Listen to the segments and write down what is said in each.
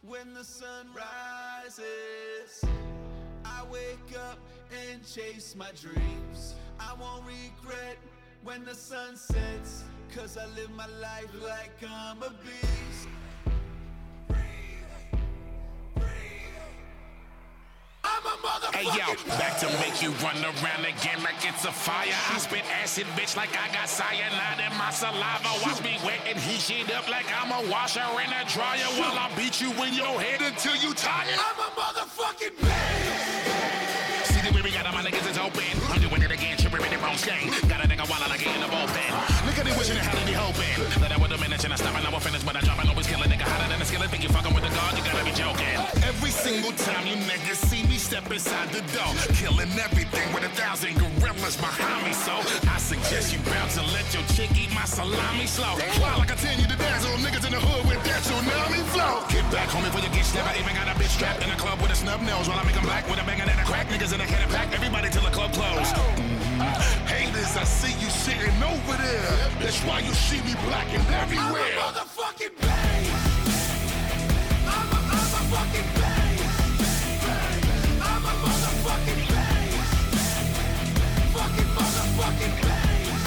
When the sun rises, I wake up and chase my dreams. I won't regret when the sun sets, 'cause I live my life like I'm a beast. Hey yo, back to make you run around again like it's a fire. I spit acid, bitch, like I got cyanide in my saliva. Watch me wet and heat shit up like I'm a washer in a dryer, while I beat you in your head until you tired. I'm a motherfucking beast. See the way we got my niggas is open. I'm doing it again, tripping in the wrong stain. Got a nigga while I get in the bullpen. Look at it wishing it, how did he hoping that I would've managed and I stop and I will finish, but I drop and always kill a nigga hotter than a skillet. Think you fucking with the God, you gotta be joking. Every single time you niggas see me step inside the door, killing everything with 1,000 gorillas behind me. So I suggest you bounce and let your chick eat my salami slow. While I continue to dance on niggas in the hood with that tsunami flow. Get back home before you get stabbed. I even got a bitch strapped in a club with a snub nose, while I make them black with a banging and a crack. Niggas in a can of pack, everybody till the club close. Haters, I see you sitting over there. That's why you see me blacking everywhere. I'm a motherfucking beast. I'm a fucking beast. I'm a motherfucking beast. Fucking motherfucking beast.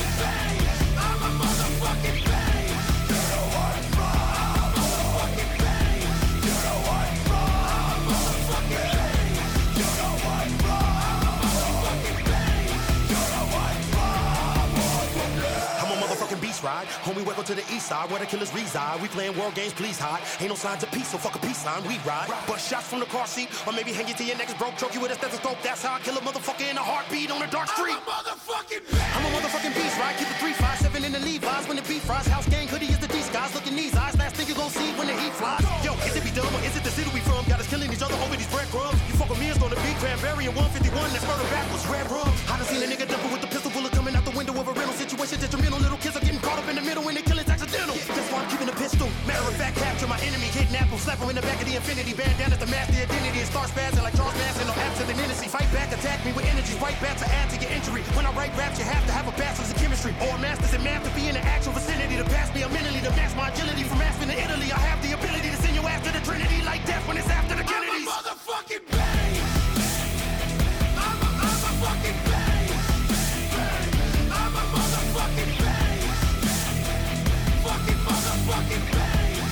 I'm a motherfucking beast. You know what's wrong? Motherfucking beast. You know what's wrong? Motherfucking beast. You know what's wrong? Motherfucking beast. You know what's wrong? I'm a motherfucking beast ride. Homie, welcome to the east side where the killers reside. We playing world games, please hide. Ain't no signs of peace, so fuck a peace sign. We ride. Bust shots from the car seat, or maybe hang you to your next broke, choke you with a stethoscope. That's how I kill a motherfucker in a heartbeat on a dark street. I'm a motherfucking beast. I'm a motherfucking beast ride. Keep it 357 in the Levi's when the beat fries. House gang hoodie is the D skies. Look in these eyes, last thing you gon' see when the heat flies. Yo, is it be dumb or is it the city we from? Got us killing each other over these breadcrumbs. You fuck with me, it's gonna be cranberry and 151. That's murder backwards, red rum. I done seen a nigga double with the pistol bullet coming out the window of a rental situation. Detrimental, little kids are getting caught up in the middle when they kill it's accidental. That's why I'm keeping a pistol. Matter of fact, capture my enemy, kidnap him, slap him in the back of the infinity. Bandana to mask the identity and start spazzing like Charles Manson. No absent imminency. Fight back, attack me with energy. Right back to add to your injury. When I write raps, you have to have a bachelor's in chemistry or a master's in math to be in the actual vicinity. To pass me a mentally, to match my agility. From Aspen to Italy, I have the ability to send you after the Trinity like death when it's after the Kennedys. I'm a motherfucking beast. I'm a fucking beast. I'm a motherfucking beast. Fucking motherfucking beast.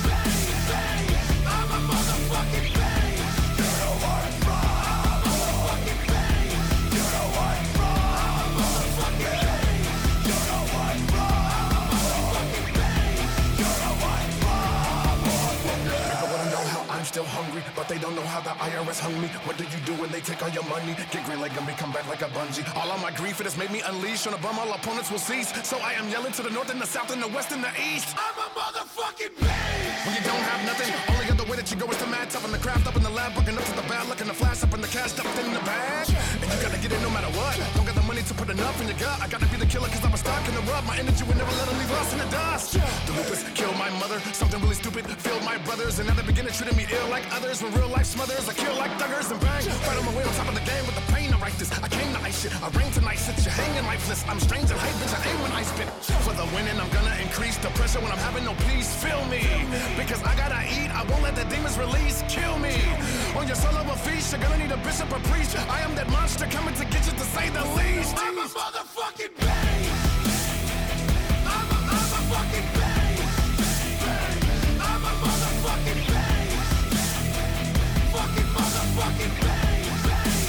I'm a motherfucking beast. You know what's wrong? Motherfucking beast. You know what's wrong? Motherfucking beast. You know what's wrong? Motherfucking beast. You know what's wrong? People wanna know how I'm still hungry, but they don't know how the IRS hung me. What do you do when they take all your money? Get green like Gumby, come back like a bungee. All of my grief, it has made me unleash. On a bum, all opponents will cease. So I am yelling to the north and the south and the west and the east. I'm a motherfucking beast. When you don't have nothing, only other way that you go is to mad tough in the craft up in the lab, bucking up to the bad luck and the flash up in the cash stuffed in the bag. And you gotta get it no matter what. Don't got the money to put enough in your gut. I gotta be the killer cause I'm a stock in the rub. My energy will never let them leave us in the dust. The lupus killed my mother, something really stupid filled my brothers. And now they begin to treat me ill like others. When real life smothers, I kill like thuggers and bang. Right on my way on top of the game with the pain to write this. I came to ice shit, I rain tonight, sit you hanging lifeless. I'm strange and hype, bitch, I aim when I spit. For the winning, I'm gonna increase the pressure when I'm having no peace. Feel me, because I gotta eat, I won't let the demons release. Kill me, on your solo of feast, you're gonna need a bishop or priest. I am that monster coming to get you to say the least. I'm a motherfucking beast. I'm a fucking beast. I'm a motherfucking beast. Fucking motherfucking beast.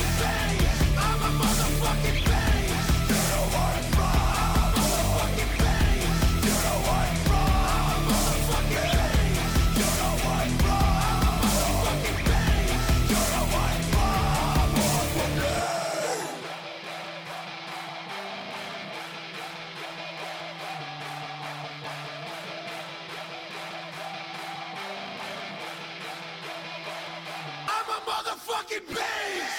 I'm a motherfucking beast. You know what's wrong? Motherfucking beast. You know what's wrong? Motherfucking beast. You know what's wrong? Motherfucking beast. You know what's wrong? Motherfucking beast. I'm a motherfucking beast.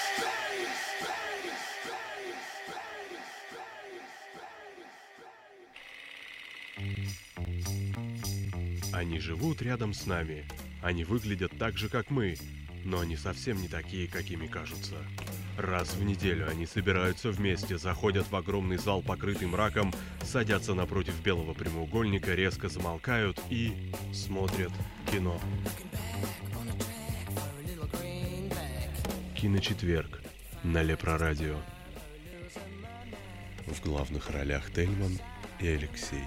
Они живут рядом с нами. Они выглядят так же, как мы, но они совсем не такие, какими кажутся. Раз в неделю они собираются вместе, заходят в огромный зал, покрытый мраком, садятся напротив белого прямоугольника, резко замолкают и смотрят кино. Киночетверг на Лепрорадио. В главных ролях Тельман и Алексей.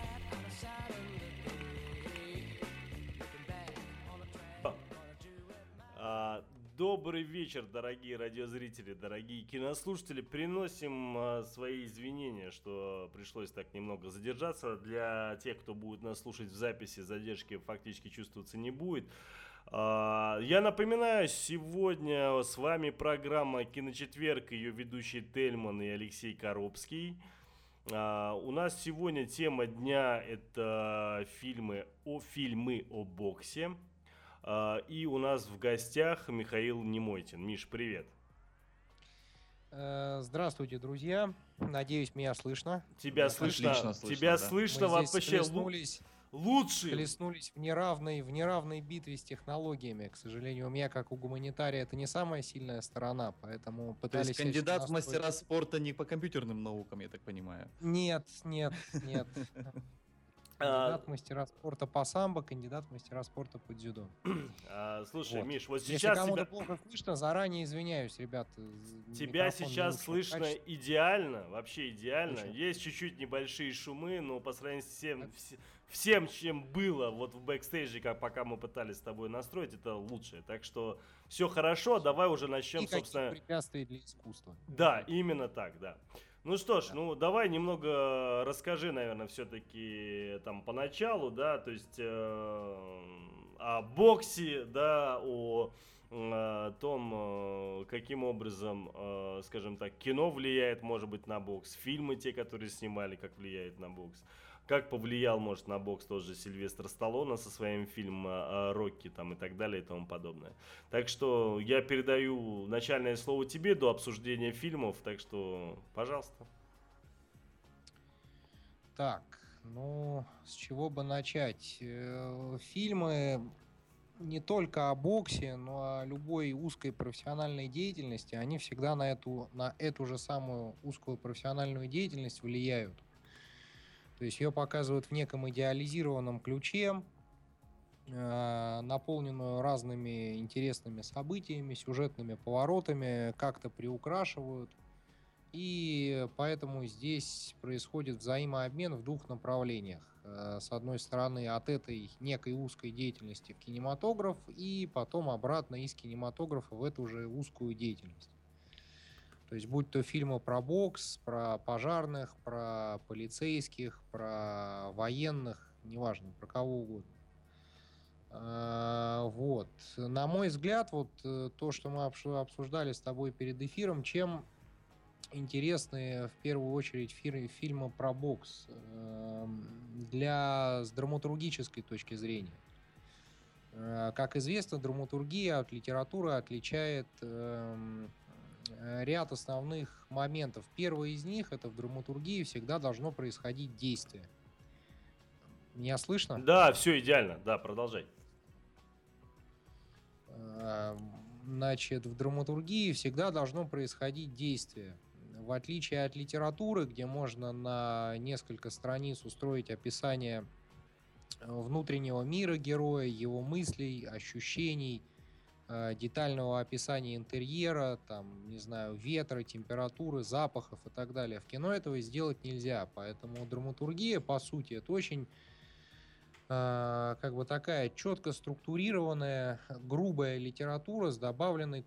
Добрый вечер, дорогие радиозрители, дорогие кинослушатели. Приносим свои извинения, что пришлось так немного задержаться. Для тех, кто будет нас слушать в записи, задержки фактически чувствоваться не будет. Я напоминаю, сегодня с вами программа «Киночетверг», ее ведущий Тельман и Алексей Коробский. У нас сегодня тема дня – это фильмы о боксе. И у нас в гостях Михаил Немойтин. Миш, привет. Здравствуйте, друзья. Надеюсь, меня слышно. Тебя слышно. Тебя слышно вообще лучше. Хлестнулись в неравной битве с технологиями. К сожалению, у меня, как у гуманитария, это не самая сильная сторона, поэтому пытались... То есть кандидат в мастера спорта не по компьютерным наукам, я так понимаю? Нет. Кандидат в мастера спорта по самбо, кандидат в мастера спорта по дзюдо. Слушай, вот. Миш, вот сейчас... Если кому-то плохо слышно, заранее изввеюсь, ребят. Тебя сейчас слышно качество. Идеально, вообще идеально. Слышно. Есть чуть-чуть небольшие шумы, но по сравнению с всем, чем было вот в бэкстейже, как пока мы пытались с тобой настроить, это лучшее. Так что все хорошо, давай уже начнем, собственно... препятствий для искусства. Да, именно так, да. Ну что ж, давай немного расскажи, наверное, все-таки там поначалу, да, то есть о боксе, да, о том, каким образом, скажем так, кино влияет, может быть, на бокс, фильмы те, которые снимали, как влияет на бокс, как повлиял, может, на бокс тоже Сильвестр Сталлоне со своим фильмом «Рокки» там и так далее и тому подобное. Так что я передаю начальное слово тебе до обсуждения фильмов, так что, пожалуйста. Так, с чего бы начать? Фильмы не только о боксе, но о любой узкой профессиональной деятельности, они всегда на эту же самую узкую профессиональную деятельность влияют. То есть ее показывают в неком идеализированном ключе, наполненную разными интересными событиями, сюжетными поворотами, как-то приукрашивают. И поэтому здесь происходит взаимообмен в двух направлениях. С одной стороны, от этой некой узкой деятельности в кинематограф, и потом обратно из кинематографа в эту же узкую деятельность. То есть, будь то фильмы про бокс, про пожарных, про полицейских, про военных, неважно, про кого угодно. Вот. На мой взгляд, вот то, что мы обсуждали с тобой перед эфиром, чем интересны в первую очередь фильмы про бокс с драматургической точки зрения. Как известно, драматургия от литературы отличает ряд основных моментов. Первый из них — это в драматургии всегда должно происходить действие. Меня слышно? Да, все идеально. Да, продолжай. Значит, в драматургии всегда должно происходить действие. В отличие от литературы, где можно на несколько страниц устроить описание внутреннего мира героя, его мыслей, ощущений, детального описания интерьера, там, не знаю, ветра, температуры, запахов и так далее. В кино этого сделать нельзя, поэтому драматургия, по сути, это очень как бы такая четко структурированная, грубая литература с добавленным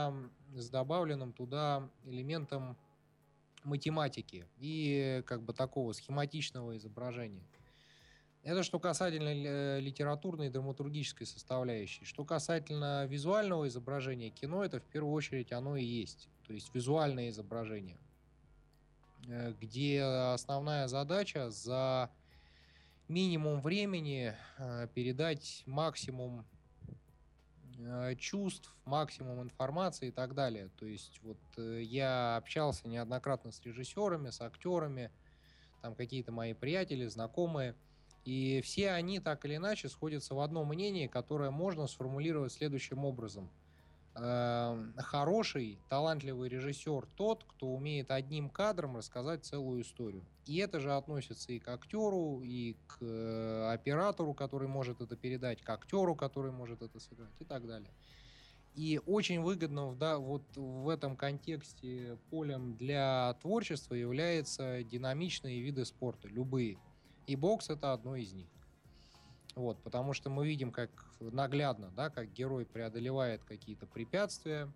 туда элементом математики и как бы такого схематичного изображения. Это что касательно литературной и драматургической составляющей. Что касательно визуального изображения, кино — это в первую очередь оно и есть. То есть визуальное изображение, где основная задача за минимум времени передать максимум чувств, максимум информации и так далее. То есть вот я общался неоднократно с режиссерами, с актерами, там какие-то мои приятели, знакомые, и все они так или иначе сходятся в одном мнении, которое можно сформулировать следующим образом. Хороший, талантливый режиссер тот, кто умеет одним кадром рассказать целую историю. И это же относится и к актеру, и к оператору, который может это передать, к актеру, который может это сыграть, и так далее. И очень выгодно, да, вот в этом контексте полем для творчества являются динамичные виды спорта, любые. И бокс это одно из них. Вот, потому что мы видим, как наглядно, да, как герой преодолевает какие-то препятствия,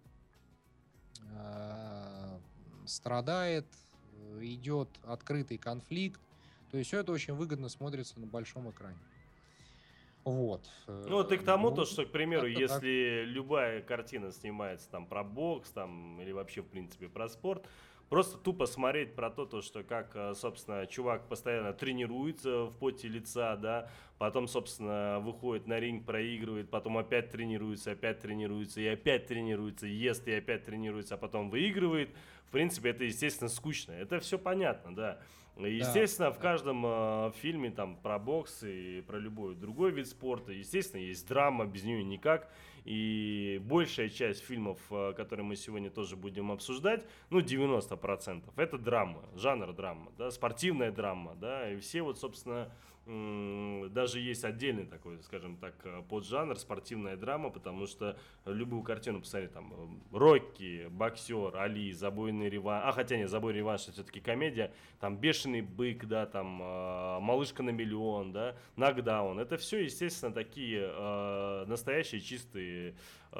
страдает, идет открытый конфликт. То есть все это очень выгодно смотрится на большом экране. Вот. Ну, вот и к тому, Ну, что, к примеру, как-то так. если любая картина снимается там про бокс, там, или вообще, в принципе, про спорт, просто тупо смотреть про то, что как, собственно, чувак постоянно тренируется в поте лица, да, потом, собственно, выходит на ринг, проигрывает, потом опять тренируется, и опять тренируется, ест и опять тренируется, а потом выигрывает. В принципе, это, естественно, скучно. Это все понятно, да. Естественно, в каждом фильме там про бокс и про любой другой вид спорта, естественно, есть драма, без нее никак. И большая часть фильмов, которые мы сегодня тоже будем обсуждать, ну, 90%, это драма, жанр драма, да, спортивная драма, да, и все вот, собственно, даже есть отдельный такой, скажем так, поджанр спортивная драма, потому что любую картину посмотреть, там, Рокки, Боксер, Али, Забойный реванш, хотя нет, Забойный реванш это все-таки комедия, там, Бешеный бык, да, там, Малышка на миллион, да, Нокдаун, это все, естественно, такие настоящие чистые,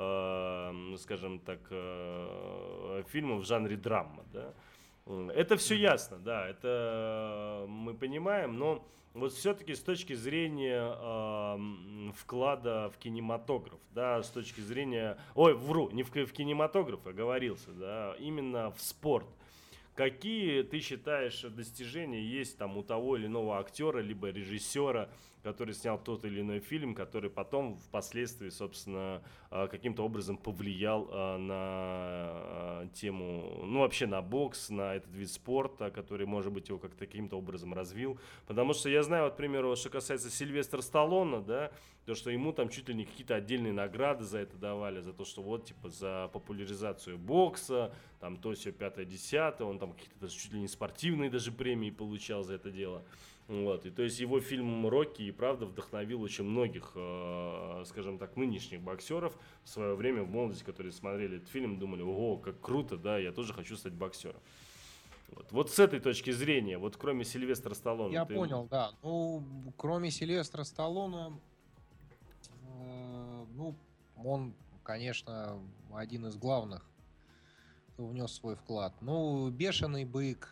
скажем так, фильмы в жанре драма, да. Это все ясно, да, это мы понимаем, но вот все-таки с точки зрения вклада в кинематограф, да, с точки зрения, не в кинематограф, оговорился, да, именно в спорт. Какие, ты считаешь, достижения есть там у того или иного актера, либо режиссера, который снял тот или иной фильм, который потом впоследствии, собственно, каким-то образом повлиял на тему, ну, вообще на бокс, на этот вид спорта, который, может быть, его как-то каким-то образом развил. Потому что я знаю, вот, к примеру, что касается Сильвестра Сталлоне, да, то, что ему там чуть ли не какие-то отдельные награды за это давали, за то, что вот, типа, за популяризацию бокса, там, то, все, 5-10, он там какие-то даже чуть ли не спортивные даже премии получал за это дело. Вот, и то есть его фильм «Рокки» и правда вдохновил очень многих, скажем так, нынешних боксеров в свое время, в молодости, которые смотрели этот фильм, думали, ого, как круто, да, я тоже хочу стать боксером. Вот с этой точки зрения, вот кроме Сильвестра Сталлоне. Я понял, да. Ну, кроме Сильвестра Сталлоне, ну, он, конечно, один из главных, кто внес свой вклад. Ну, «Бешеный бык»,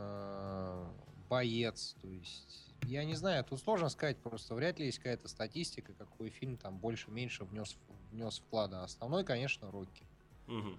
«Боец», то есть, я не знаю, тут сложно сказать, просто вряд ли есть какая-то статистика, какой фильм там больше-меньше внес вклада. Основной, конечно, «Рокки». Угу.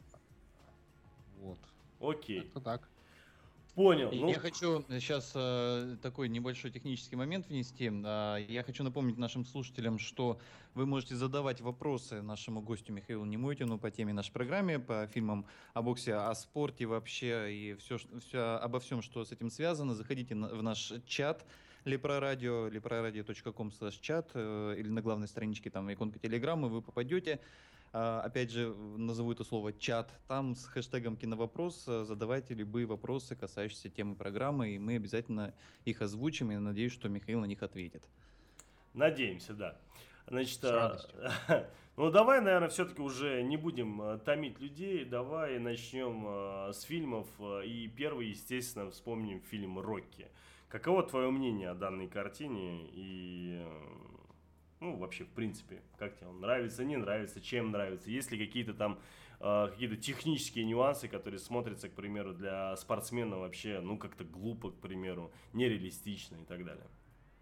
Вот. Окей. Это так. Понял. Я хочу сейчас такой небольшой технический момент внести. Я хочу напомнить нашим слушателям, что вы можете задавать вопросы нашему гостю Михаилу Немойтину по теме нашей программы, по фильмам о боксе, о спорте вообще и обо всем, что с этим связано. Заходите в наш чат Лепрорадио, leproradio.com/чат или на главной страничке там иконка Телеграма, вы попадете. Опять же, назову это слово «чат». Там с хэштегом «Киновопрос» задавайте любые вопросы, касающиеся темы программы, и мы обязательно их озвучим, и надеюсь, что Михаил на них ответит. Надеемся, да. Значит, С радостью. ну давай, наверное, все-таки уже не будем томить людей, давай начнем с фильмов. И первый, естественно, вспомним фильм «Рокки». Каково твое мнение о данной картине и... Ну, вообще, в принципе, как тебе он нравится, не нравится, чем нравится? Есть ли какие-то там какие-то технические нюансы, которые смотрятся, к примеру, для спортсмена вообще, ну, как-то глупо, к примеру, нереалистично и так далее?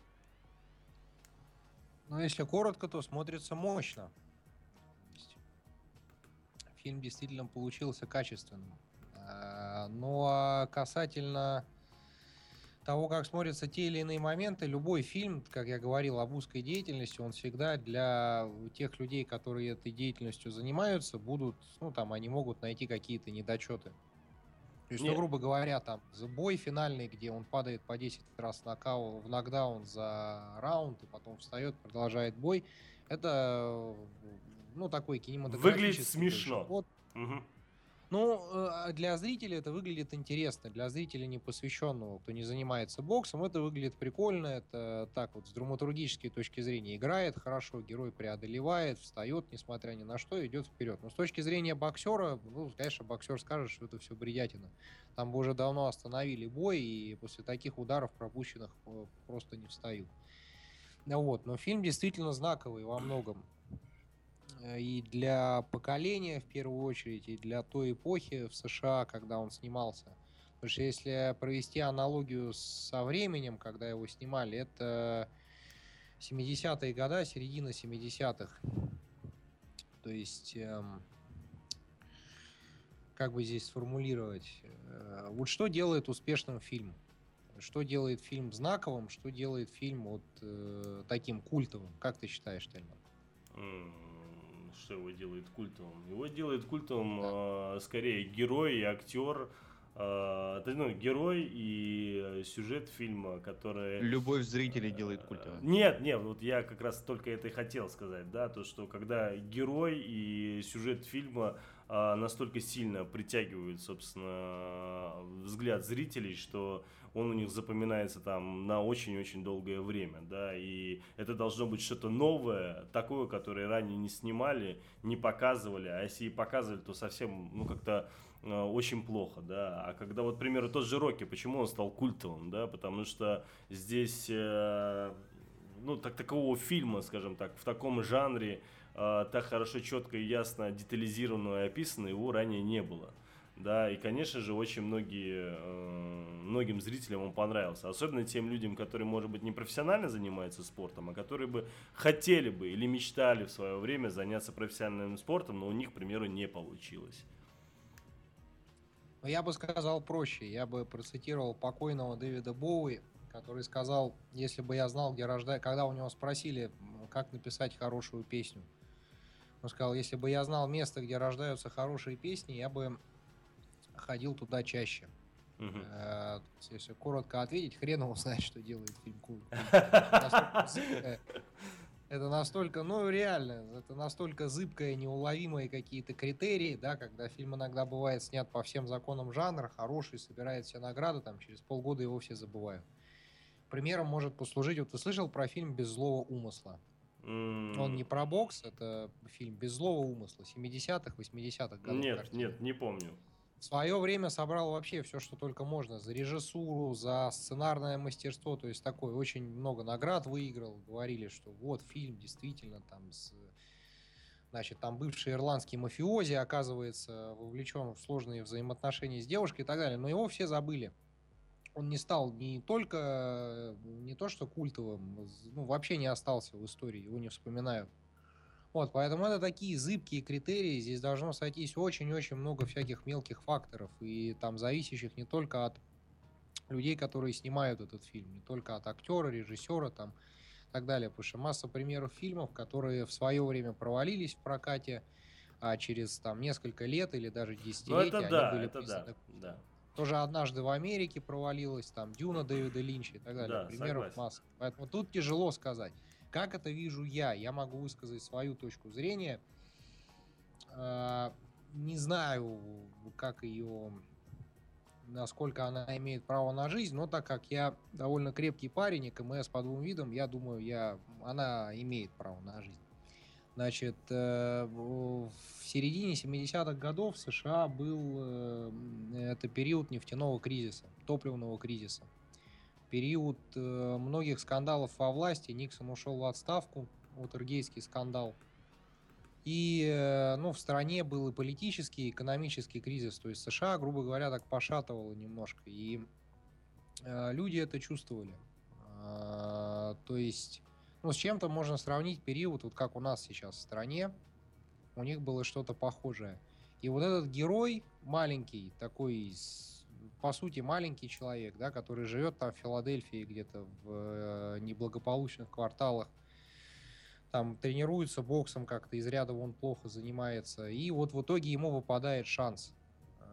Ну, если коротко, то смотрится мощно. Фильм действительно получился качественным. Ну, а касательно того, как смотрятся те или иные моменты, любой фильм, как я говорил, об узкой деятельности, он всегда для тех людей, которые этой деятельностью занимаются, будут, ну, там, они могут найти какие-то недочеты. То есть, ну, грубо говоря, там, бой финальный, где он падает по 10 раз в нокдаун за раунд, и потом встает, продолжает бой, это, ну, такой кинематографический... Выглядит смешно. Вот. Угу. Ну, для зрителя это выглядит интересно. Для зрителя, не посвященного, кто не занимается боксом, это выглядит прикольно. Это так вот с драматургической точки зрения играет хорошо, герой преодолевает, встает, несмотря ни на что, идет вперед. Но с точки зрения боксера, ну, конечно, боксер скажет, что это все бредятина. Там бы уже давно остановили бой, и после таких ударов пропущенных просто не встают. Вот. Но фильм действительно знаковый во многом. И для поколения, в первую очередь, и для той эпохи в США, когда он снимался. Потому что если провести аналогию со временем, когда его снимали, это 70-е годы, середина 70-х. То есть, как бы здесь сформулировать? Вот что делает успешным фильм? Что делает фильм знаковым? Что делает фильм вот таким культовым? Как ты считаешь, Тельман? Что его делает культовым? Его делает культовым скорее герой и актер. Герой и сюжет фильма, который... Любовь зрителей делает культовым. Нет, вот я как раз только это и хотел сказать, да, то, что когда герой и сюжет фильма настолько сильно притягивают, собственно, взгляд зрителей, что он у них запоминается там на очень-очень долгое время, да, и это должно быть что-то новое, такое, которое ранее не снимали, не показывали, а если и показывали, то совсем, ну, как-то очень плохо, да, а когда вот, к примеру, тот же Рокки, почему он стал культовым, да, потому что здесь, такового фильма, скажем так, в таком жанре, так хорошо, четко и ясно детализированного и описано его ранее не было. Да, и, конечно же, очень многим зрителям он понравился. Особенно тем людям, которые, может быть, не профессионально занимаются спортом, а которые бы хотели бы или мечтали в свое время заняться профессиональным спортом, но у них, к примеру, не получилось. Я бы сказал проще. Я бы процитировал покойного Дэвида Боуи, который сказал, если бы я знал, где рождаюсь... Когда у него спросили, как написать хорошую песню, он сказал, если бы я знал место, где рождаются хорошие песни, я бы ходил туда чаще. Если коротко ответить, хрен его знает, что делает фильм культ. Это настолько, ну реально, это настолько зыбкое, неуловимые какие-то критерии, да, когда фильм иногда бывает снят по всем законам жанра, хороший, собирает все награды, там через полгода его все забывают. Примером может послужить, вот ты слышал про фильм «Без злого умысла»? Он не про бокс, это фильм «Без злого умысла», 70-х, 80-х годов. Нет, не помню. В свое время собрал вообще все, что только можно. За режиссуру, за сценарное мастерство. То есть такой очень много наград выиграл. Говорили, что вот фильм действительно там там бывший ирландский мафиози оказывается вовлечен в сложные взаимоотношения с девушкой и так далее. Но его все забыли. Он не стал не то что культовым, вообще не остался в истории. Его не вспоминают. Вот, поэтому это такие зыбкие критерии, здесь должно сойтись очень-очень много всяких мелких факторов, и там зависящих не только от людей, которые снимают этот фильм, не только от актера, режиссера там и так далее, потому что масса примеров фильмов, которые в свое время провалились в прокате, а через там несколько лет или даже десятилетия они были признаны. Да. Тоже «Однажды в Америке» провалилась, там «Дюна» Дэвида Линча и так далее, примеров масса. Поэтому тут тяжело сказать. Как это вижу я могу высказать свою точку зрения. Не знаю, как ее, насколько она имеет право на жизнь, но так как я довольно крепкий парень, и КМС по двум видам, я думаю, она имеет право на жизнь. Значит, в середине 70-х годов в США был это период нефтяного кризиса, топливного кризиса. Период многих скандалов во власти. Никсон ушел в отставку, Уотергейтский скандал. И в стране был и политический, и экономический кризис. То есть США, грубо говоря, так пошатывало немножко. И люди это чувствовали. То есть, с чем-то можно сравнить период, вот как у нас сейчас в стране. У них было что-то похожее. И вот этот герой маленький, такой, по сути, маленький человек, да, который живет там в Филадельфии, где-то в неблагополучных кварталах, там тренируется боксом как-то, из ряда вон плохо занимается, и вот в итоге ему выпадает шанс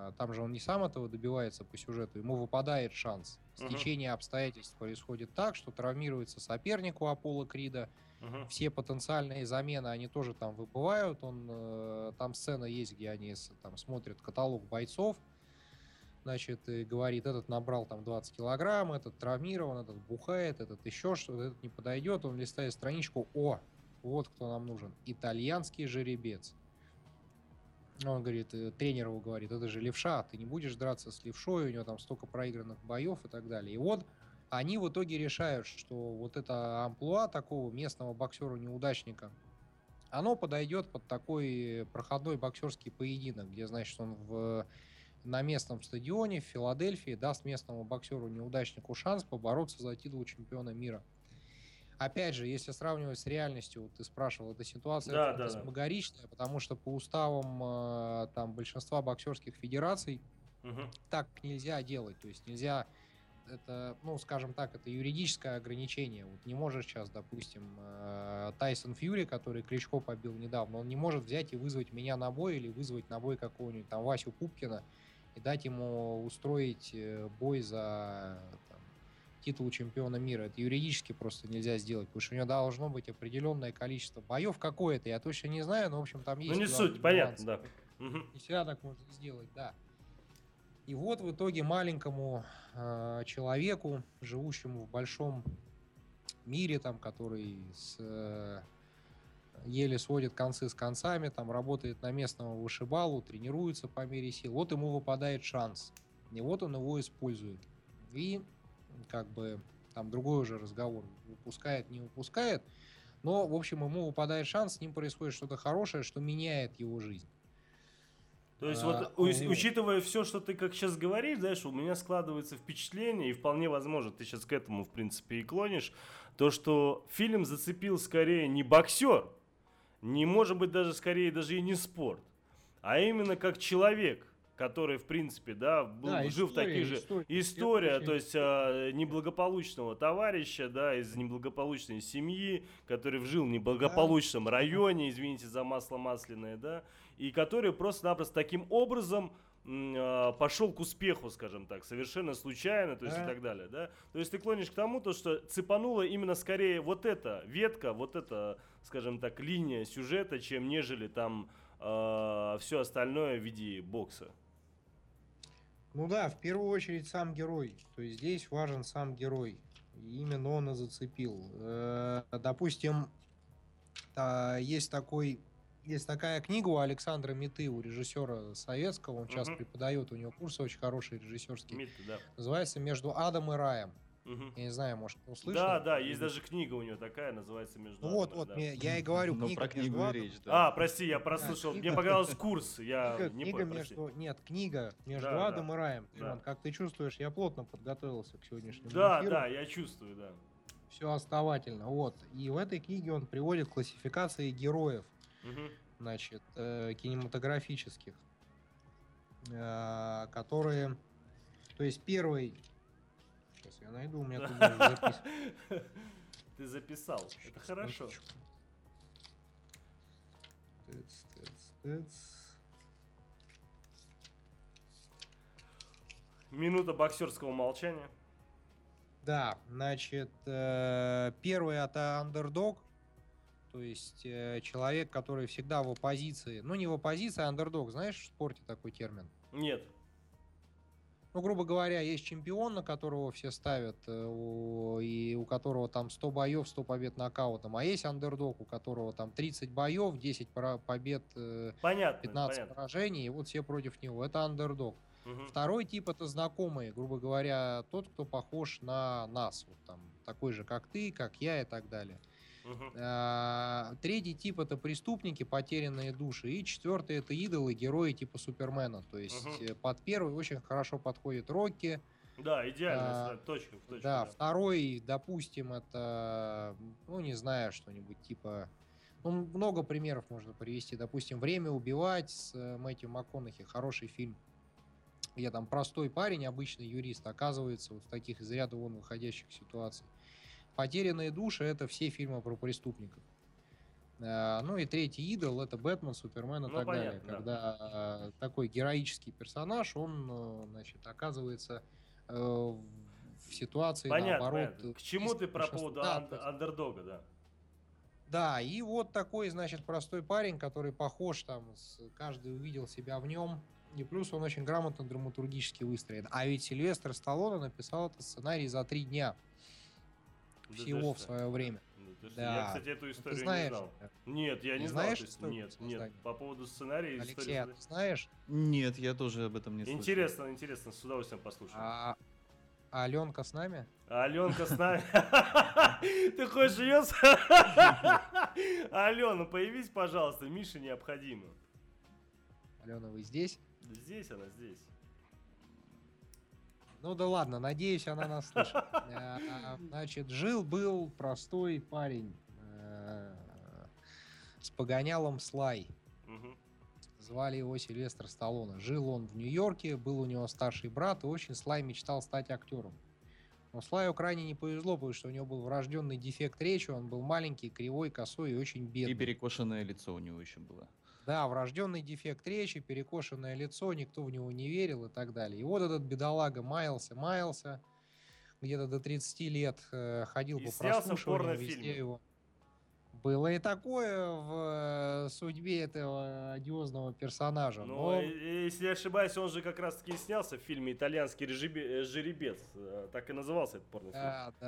там же он не сам этого добивается по сюжету, ему выпадает шанс. Стечение обстоятельств происходит так, что травмируется соперник у Аполло Крида, все потенциальные замены, они тоже там выбывают, там сцена есть, где они там смотрят каталог бойцов, значит, и говорит, этот набрал там 20 килограмм, этот травмирован, этот бухает, этот еще что-то, этот не подойдет, он листает страничку, вот кто нам нужен, итальянский жеребец. Он говорит, тренер его говорит, это же левша, ты не будешь драться с левшой, у него там столько проигранных боев и так далее. И вот они в итоге решают, что вот это амплуа такого местного боксера-неудачника, оно подойдет под такой проходной боксерский поединок, где, значит, он на местном стадионе в Филадельфии даст местному боксеру-неудачнику шанс побороться за титул чемпиона мира. Опять же, если сравнивать с реальностью, вот ты спрашивал, эта ситуация фантасмагоричная, потому что по уставам там большинства боксерских федераций так нельзя делать. То есть нельзя, это, ну, скажем так, это юридическое ограничение. Вот не может сейчас, допустим, Тайсон Фьюри, который Кличко побил недавно, он не может взять и вызвать меня на бой или вызвать на бой какого-нибудь там Васю Пупкина и дать ему устроить бой за титул чемпиона мира. Это юридически просто нельзя сделать, потому что у него должно быть определенное количество боев какое-то, я точно не знаю, но, в общем, там есть... Ну, не суть, понятно, да. Не всегда так можно сделать, да. И вот в итоге маленькому человеку, живущему в большом мире, там, который еле сводит концы с концами, там, работает на местного вышибалу, тренируется по мере сил, вот ему выпадает шанс. И вот он его использует. И как бы там другой уже разговор, выпускает, не выпускает, но, в общем, ему выпадает шанс, с ним происходит что-то хорошее, что меняет его жизнь. То есть учитывая все, что ты как сейчас говоришь, знаешь, у меня складывается впечатление, и вполне возможно, ты сейчас к этому, в принципе, и клонишь, то, что фильм зацепил скорее не боксер, не, может быть, даже скорее даже и не спорт, а именно как человек, который, в принципе, жил в таких же... История, то есть неблагополучного товарища, из неблагополучной семьи, который жил в неблагополучном районе, извините за масло масляное, и который просто-напросто таким образом пошел к успеху, скажем так, совершенно случайно, то есть и так далее, То есть ты клонишь к тому, что цепанула именно скорее вот эта ветка, вот эта, скажем так, линия сюжета, чем нежели там все остальное в виде бокса. Ну да, в первую очередь сам герой. То есть здесь важен сам герой. И именно он и зацепил. Допустим, есть такая книга у Александра Миты, у режиссера советского. Он сейчас преподает, у него курсы очень хорошие режиссерские. Миты, да. Называется «Между адом и раем». Я не знаю, может, кто слышал. Да, есть даже книга у него такая, называется «Между адом и раем». Вот, я и говорю, книга про книгу «Между речь, адом». Прости, я прослушал. Мне показалось курс, я не понял, прости. Книга «Между адом и раем». Иван, как ты чувствуешь, я плотно подготовился к сегодняшнему эфиру. Да, я чувствую, да. Все основательно, вот. И в этой книге он приводит классификации героев, значит, кинематографических, которые... То есть первый... Сейчас я найду, у меня тут даже записано. Ты записал, это хорошо. Минута боксерского молчания. Да, значит, первый это андердог, то есть человек, который всегда в оппозиции. Ну, не в оппозиции, а андердог. Знаешь в спорте такой термин? Нет. Ну, грубо говоря, есть чемпион, на которого все ставят, и у которого там 100 боев, 100 побед нокаутом. А есть андердог, у которого там 30 боев, 10 побед, 15 поражений, и вот все против него. Это андердог. Второй тип — это знакомые, грубо говоря, тот, кто похож на нас. Вот там, такой же, как ты, как я и так далее. Третий тип — это преступники, потерянные души. И четвертый — это идолы, герои типа Супермена. То есть под первый очень хорошо подходит Рокки. Да, идеально, точка в точку. Да, второй, допустим, это, ну, не знаю, что-нибудь типа... Ну, много примеров можно привести. Допустим, «Время убивать» с Мэтью МакКонахи. Хороший фильм. Где там простой парень, обычный юрист, оказывается вот в таких из ряда вон выходящих ситуаций. «Потерянные души» — это все фильмы про преступников. Ну и третий идол — это Бэтмен, Супермен и Ну, так далее. понятно, да. Когда такой героический персонаж, он, значит, оказывается в ситуации, Понятно, наоборот, понятно. К чему ты про большинства. поводу Да, то есть- андердога, да? да, и вот такой, значит, простой парень, который похож там, каждый увидел себя в нем. И плюс он очень грамотно драматургически выстроен. А ведь Сильвестр Сталлоне написал этот сценарий за 3 дня Да всего ты в что? свое время. Ну, ты что? Да. Я, кстати, эту Ну, историю ты знаешь, не знал. Нет, я не не знал. знаешь То есть, историю нет, создания? нет. По поводу сценария Алексей, истории. а ты знаешь? Нет, я тоже об этом не слышал. Интересно, интересно, с удовольствием послушаю. А Аленка с нами? Аленка с нами. Ты хочешь ее? Алена, появись, пожалуйста, Мише необходимо. Алена, вы здесь? Здесь она, здесь. Ну да ладно, надеюсь, она нас слышит. Значит, жил-был простой парень с погонялом Слай. Мгм. Звали его Сильвестр Сталлоне. Жил он в Нью-Йорке, был у него старший брат, и очень Слай мечтал стать актером. Но Слаю крайне не повезло, потому что у него был врожденный дефект речи, он был маленький, кривой, косой и очень бедный. И перекошенное лицо у него еще было. Да, врожденный дефект речи, перекошенное лицо, никто в него не верил и так далее. И вот этот бедолага маялся, где-то до 30 лет ходил И по снялся в прослушиваниям, порнофильме. везде его. Было и такое в судьбе этого одиозного персонажа. Но, если не ошибаюсь, он же как раз-таки и снялся в фильме «Итальянский жеребец». Так и назывался этот порнофильм.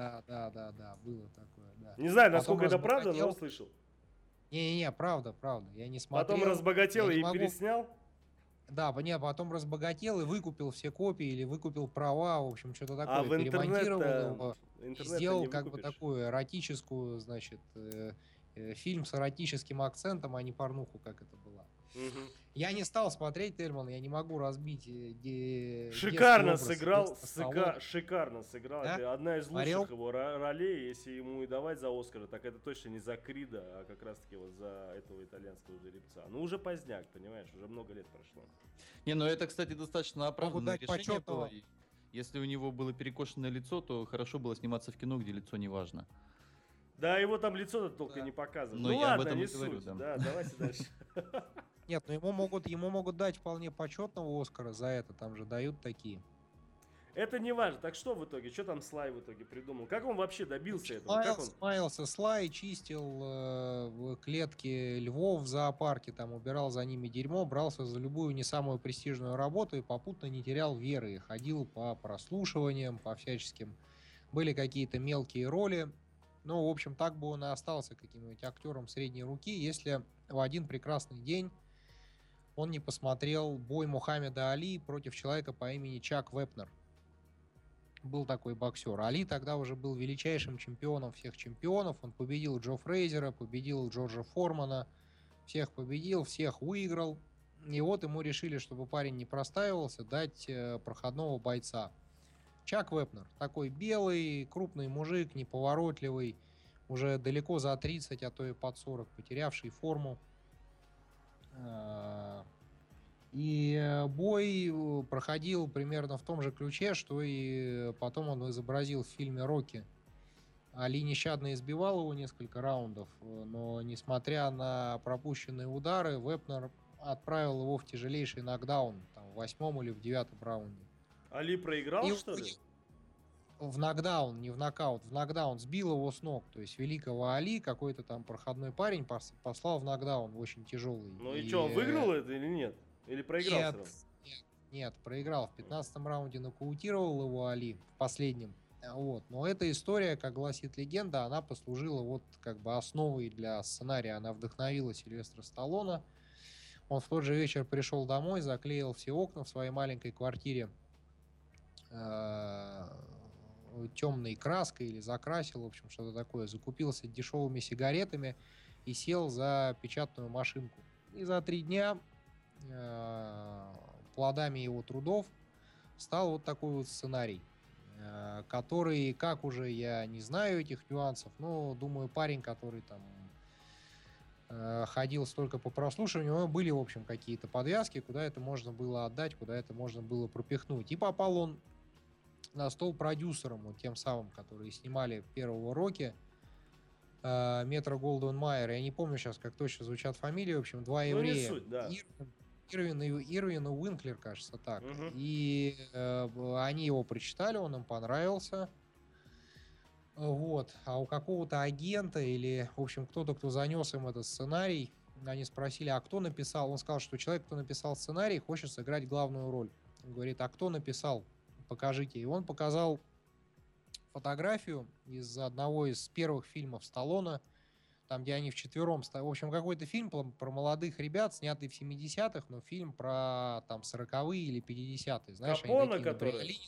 Да, было такое, да. Не знаю, Потом насколько это правда, но разбогател. слышал. Не-не-не, правда, я не смотрел. Потом разбогател я не и могу- переснял. Да, потом разбогател и выкупил все копии или выкупил права, в общем, что-то такое. А в Перемонтировал интернет его и интернет сделал не как бы выкупишь. такую эротическую, значит, фильм с эротическим акцентом, а не порнуху, как это было. Мгм. Я не стал смотреть Тельман, я не могу разбить детский Шикарно образ сыграл, Сильвестра Сталлоне. шикарно сыграл. Да? Это одна из Смотрел? лучших его ролей. Если ему и давать за Оскара, так это точно не за Крида, а как раз таки вот за этого итальянского жеребца. Ну уже поздняк, понимаешь, уже много лет прошло. Не, ну это, кстати, достаточно оправданное дать решение почетного. было. И если у него было перекошенное лицо, то хорошо было сниматься в кино, где лицо не важно. Да, его там лицо только Да. не показывают. Ну, Ну я об ладно, этом не и говорю, суть. да. Да, давайте дальше. Нет, но ему могут дать вполне почетного Оскара за это, там же дают такие. Это не важно. Так что в итоге? Что там Слай в итоге придумал? Как он вообще добился этого? Как он? Маялся Слай, чистил в клетке львов в зоопарке, там убирал за ними дерьмо, брался за любую не самую престижную работу и попутно не терял веры. Ходил по прослушиваниям, по всяческим. Были какие-то мелкие роли. Ну, в общем, так бы он и остался каким-нибудь актером средней руки, если в один прекрасный день он не посмотрел бой Мухаммеда Али против человека по имени Чак Вепнер. Был такой боксер. Али тогда уже был величайшим чемпионом всех чемпионов. Он победил Джо Фрейзера, победил Джорджа Формана. Всех победил, всех выиграл. И вот ему решили, чтобы парень не простаивался, дать проходного бойца. Чак Вепнер. Такой белый, крупный мужик, неповоротливый. Уже далеко за 30, а то и под 40, потерявший форму. И бой проходил примерно в том же ключе, что и потом он изобразил в фильме «Рокки». Али нещадно избивал его несколько раундов, но несмотря на пропущенные удары, Вепнер отправил его в тяжелейший нокдаун, там, в 8-м или в 9-м раунде. Али проиграл, И что ли? В нокдаун, не в нокаут, в нокдаун, сбил его с ног. То есть великого Али какой-то там проходной парень послал в нокдаун, очень тяжелый. Ну и что, он выиграл это или нет? Или проиграл Нет, сразу? нет, проиграл. В 15-м раунде нокаутировал его Али, в последнем. Вот. Но эта история, как гласит легенда, она послужила вот как бы основой для сценария. Она вдохновила Сильвестра Сталлоне. Он в тот же вечер пришел домой, заклеил все окна в своей маленькой квартире темной краской или закрасил, в общем, что-то такое. Закупился дешевыми сигаретами и сел за печатную машинку. И за 3 дня плодами его трудов стал вот такой вот сценарий, который, как уже я не знаю этих нюансов, но думаю, парень, который там ходил столько по прослушиванию, у него были, в общем, какие-то подвязки, куда это можно было отдать, куда это можно было пропихнуть. И попал он на стол продюсерам, вот тем самым, которые снимали первого Рокки. Метро Голдвин Майер. Я не помню сейчас, как точно звучат фамилии. В общем, два Ну, не еврея. суть, да. Ирвин и Уинклер, кажется, так. Мгм. И они его прочитали, он им понравился. Вот. А у какого-то агента или, в общем, кто-то, кто занес им этот сценарий, они спросили, а кто написал? Он сказал, что человек, кто написал сценарий, хочет сыграть главную роль. Он говорит, а кто написал? Покажите. И он показал фотографию из одного из первых фильмов Сталлоне, там, где они вчетвером... В общем, какой-то фильм про молодых ребят, снятый в 70-х, но фильм про там 40-е или 50-е. Знаешь, они Капоне, такие который? набрякли.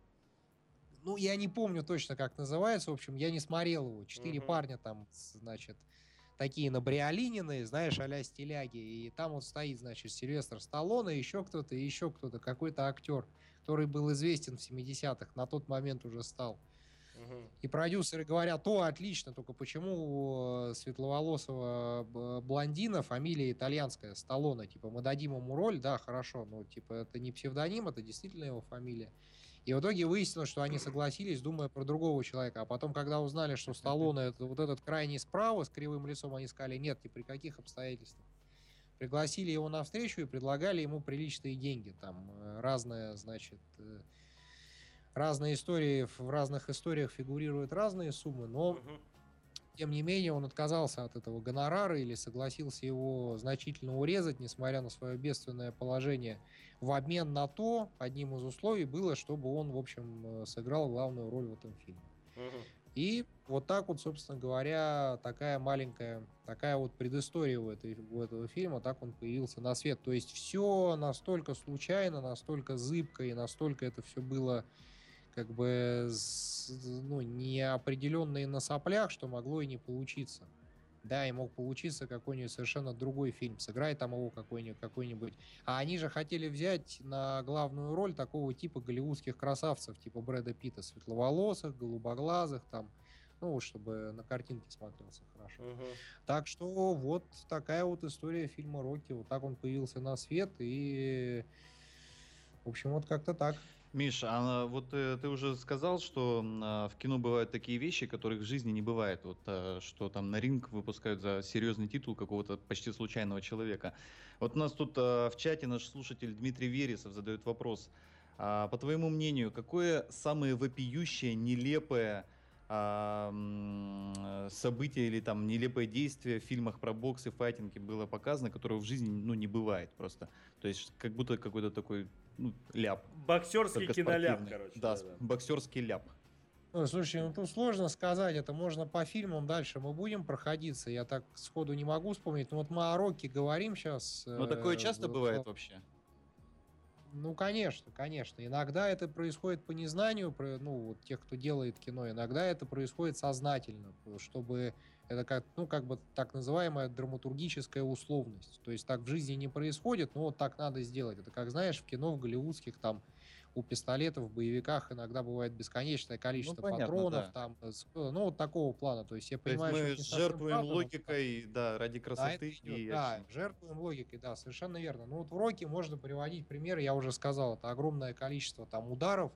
Ну, я не помню точно, как называется. В общем, я не смотрел его. 4 Мгм. парня там, значит, такие набриолиненные, знаешь, а-ля стиляги. И там вот стоит, значит, Сильвестр Сталлоне, еще кто-то, какой-то актер, который был известен в 70-х, на тот момент уже стал. Мгм. И продюсеры говорят, о, отлично, только почему у светловолосого блондина фамилия итальянская, Сталлоне, типа, мы дадим ему роль, да, хорошо, но, типа, это не псевдоним, это действительно его фамилия. И в итоге выяснилось, что они согласились, думая про другого человека. А потом, когда узнали, что Сталлоне это вот этот крайний справа с кривым лицом, они сказали, нет, ни при каких обстоятельствах. Пригласили его на встречу и предлагали ему приличные деньги. Там разные, значит, разные истории, в разных историях фигурируют разные суммы, но Мгм. тем не менее он отказался от этого гонорара или согласился его значительно урезать, несмотря на свое бедственное положение. В обмен на то, одним из условий было, чтобы он, в общем, сыграл главную роль в этом фильме. Мгм. И вот так вот, собственно говоря, такая маленькая, такая вот предыстория у этого фильма, так он появился на свет. То есть все настолько случайно, настолько зыбко и настолько это все было как бы ну, неопределенные на соплях, что могло и не получиться. Да, и мог получиться какой-нибудь совершенно другой фильм. Сыграй там его какой-нибудь. А они же хотели взять на главную роль такого типа голливудских красавцев, типа Брэда Питта, светловолосых, голубоглазых, там, ну, чтобы на картинке смотрелся хорошо. Мгм. Так что вот такая вот история фильма «Рокки». Вот так он появился на свет, и, в общем, вот как-то так. Миш, а вот ты уже сказал, что в кино бывают такие вещи, которых в жизни не бывает. Вот что там на ринг выпускают за серьезный титул какого-то почти случайного человека. Вот у нас тут в чате наш слушатель Дмитрий Вересов задает вопрос. По твоему мнению, какое самое вопиющее, нелепое событие или там нелепое действие в фильмах про бокс и файтинги было показано, которого в жизни ну, не бывает просто? То есть как будто какой-то такой ляп. Боксерский Только киноляп, спортивный. короче. Да, да-да. боксерский ляп. Ой, слушай, ну тут сложно сказать, это можно по фильмам дальше мы будем проходиться, я так сходу не могу вспомнить, но вот мы о Рокки говорим сейчас. Но такое часто бывает вообще? Ну, конечно, конечно. Иногда это происходит по незнанию, ну, вот тех, кто делает кино, иногда это происходит сознательно, чтобы это как, ну, как бы так называемая драматургическая условность. То есть так в жизни не происходит, но вот так надо сделать. Это как, знаешь, в кино, в голливудских, там, у пистолетов, в боевиках иногда бывает бесконечное количество понятно, патронов, да. там, ну, вот такого плана. То есть я То есть понимаю, что мы это не совсем жертвуем правда, но логикой, да, ради да, это красоты идет, и да, экшена. жертвуем логикой, да, совершенно верно. Ну вот в Рокки можно приводить примеры, я уже сказал, это огромное количество там ударов.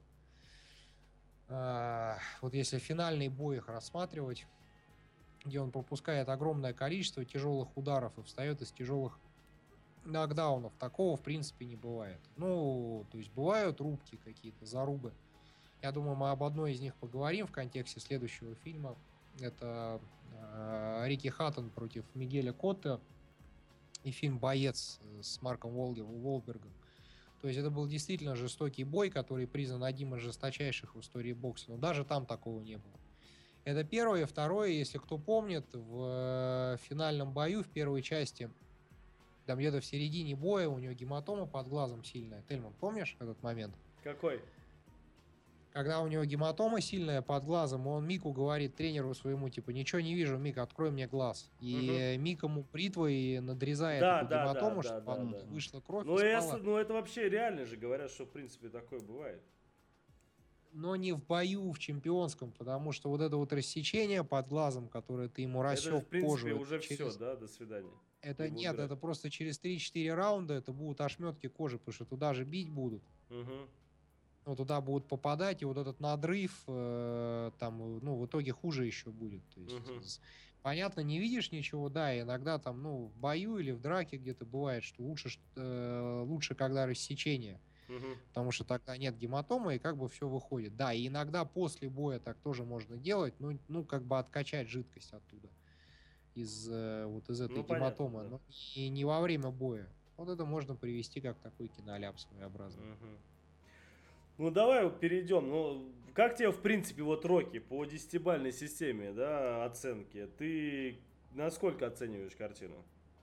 Вот если финальный бой их рассматривать, где он пропускает огромное количество тяжелых ударов и встает из тяжелых нокдаунов, такого в принципе не бывает. Ну, то есть бывают рубки какие-то, зарубы. Я думаю, мы об одной из них поговорим в контексте следующего фильма. Это Рики Хаттон против Мигеля Котта и фильм «Боец» с Марком Уолбергом. То есть это был действительно жестокий бой, который признан одним из жесточайших в истории бокса. Но даже там такого не было. Это первое. И второе, если кто помнит, в финальном бою, в первой части, там где-то в середине боя у него гематома под глазом сильная. Тельман, помнишь этот момент? Какой? Когда у него гематома сильная под глазом, он Мику говорит, тренеру своему, типа, ничего не вижу, Мик, открой мне глаз. И Мик ему бритвой надрезает эту гематому, чтобы оттуда вышла кровь и спала. Ну это вообще реально же говорят, что в принципе такое бывает. Но не в бою, в чемпионском, потому что вот это вот рассечение под глазом, которое ты ему рассек это, в принципе, кожу. уже все, да, до свидания. Это нет, это просто через 3-4 раунда это будут ошметки кожи, потому что туда же бить будут. Ну, туда будут попадать, и вот этот надрыв там, ну, в итоге хуже еще будет. То есть понятно, не видишь ничего, да, иногда там, ну, в бою или в драке где-то бывает, что лучше когда рассечение, Мгм. потому что тогда нет гематомы, и как бы все выходит. Да, и иногда после боя так тоже можно делать, ну как бы откачать жидкость оттуда, вот из этой Ну, понятно, гематомы, да. но не во время боя. Вот это можно привести как такой киноляп своеобразный. Мгм. Ну, давай вот перейдем. Ну, как тебе, в принципе, вот Рокки по 10-бальной системе, да, оценки? Ты насколько оцениваешь картину?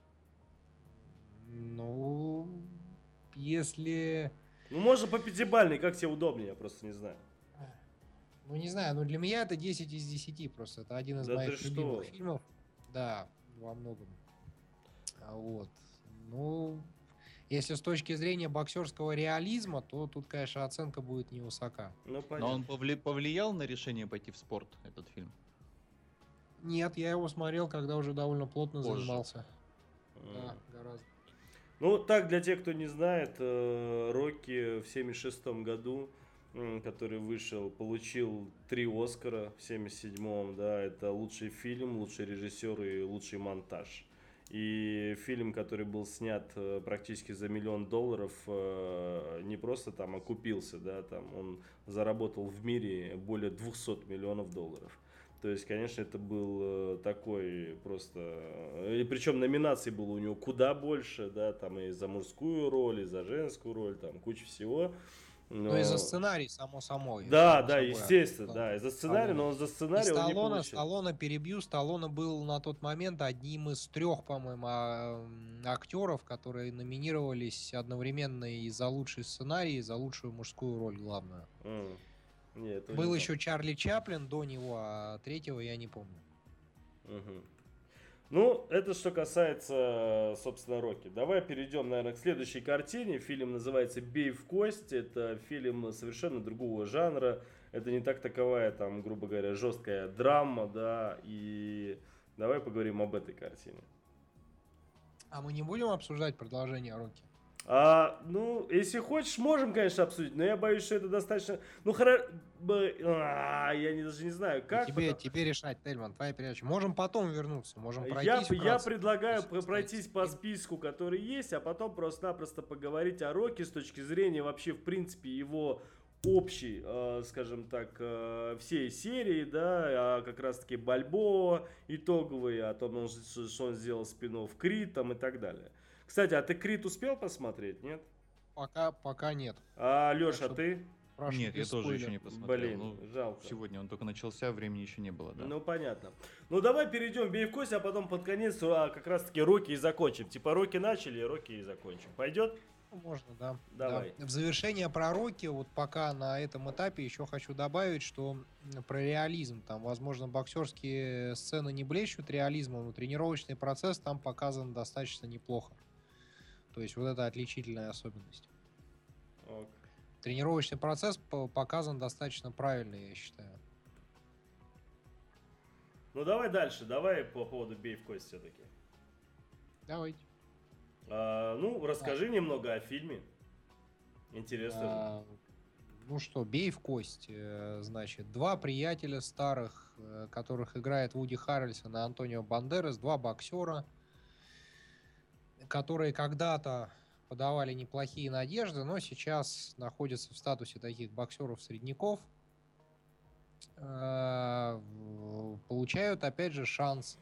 Ну, если... Ну, можно по 5-бальной, как тебе удобнее, я просто не знаю. Ну, не знаю, но для меня это 10 из 10 просто. Это один из Да моих ты любимых что? фильмов. Да, во многом. Вот. Ну, если с точки зрения боксерского реализма, то тут, конечно, оценка будет невысока. Ну, Но понятно. он повлиял на решение пойти в спорт, этот фильм? Нет, я его смотрел, когда уже довольно плотно Позже. занимался. Да, гораздо. Ну, так, для тех, кто не знает, Рокки в 76 году, который вышел, получил 3 Оскара в 77-м, да, это лучший фильм, лучший режиссер и лучший монтаж. И фильм, который был снят практически за $1 миллион, не просто там окупился, да, там он заработал в мире более $200 миллионов. То есть, конечно, это был такой просто... И причем номинаций было у него куда больше, да, там и за мужскую роль, и за женскую роль, там куча всего. Ну, и за сценарий, само собой. Да, само да, собой. естественно, да, и за сценарий, но он за И сценарий он не получил. Сталлоне перебью. Сталлоне был на тот момент одним из 3, по-моему, актеров, которые номинировались одновременно и за лучший сценарий, и за лучшую мужскую роль главную. Нет, это Был не еще Чарли Чаплин до него, а третьего я не помню. так. Мгм. Ну, это что касается, собственно, Рокки. Давай перейдем, наверное, к следующей картине. Фильм называется «Бей в кость». Это фильм совершенно другого жанра. Это не так таковая, там, грубо говоря, жесткая драма, да. И давай поговорим об этой картине. А мы не будем обсуждать продолжение Рокки? Ну, если хочешь, можем, конечно, обсудить, но я боюсь, что это достаточно... Ну, я даже не знаю, как... Тебе решать, Тельман, твоя передача. Можем потом вернуться, можем пройтись Я вкратце, предлагаю если пройтись по списку, который есть, а потом просто-напросто поговорить о Рокки с точки зрения вообще, в принципе, его общей, скажем так, всей серии, да, как раз-таки Бальбоа итоговый, о том, что он сделал спин-офф Крид там и так далее. Кстати, а ты Крид успел посмотреть, нет? Пока нет. Леша, Так что ты? прошу, Нет, я без тоже еще спойлеров. не посмотрел. Блин, Ну, жалко. сегодня он только начался, времени еще не было, да. Ну, понятно. Ну, давай перейдем в «Бей в кость», а потом под конец как раз-таки Рокки и закончим. Типа Рокки начали, Рокки и закончим. Пойдет? Можно, да. Давай. Да. В завершение про Рокки, вот пока на этом этапе еще хочу добавить, что про реализм. Там, возможно, боксерские сцены не блещут реализмом, но тренировочный процесс там показан достаточно неплохо. То есть вот это отличительная особенность. Ок. Тренировочный процесс показан достаточно правильно, я считаю. Ну, давай дальше. Давай по поводу «Бей в кость» все-таки. Давайте. Расскажи немного о фильме. Интересно. Ну что, «Бей в кость». Значит, 2 приятеля старых, которых играет Вуди Харрельсон и Антонио Бандерас, 2 боксера, которые когда-то подавали неплохие надежды, но сейчас находятся в статусе таких боксеров-средняков. Получают, опять же, шанс.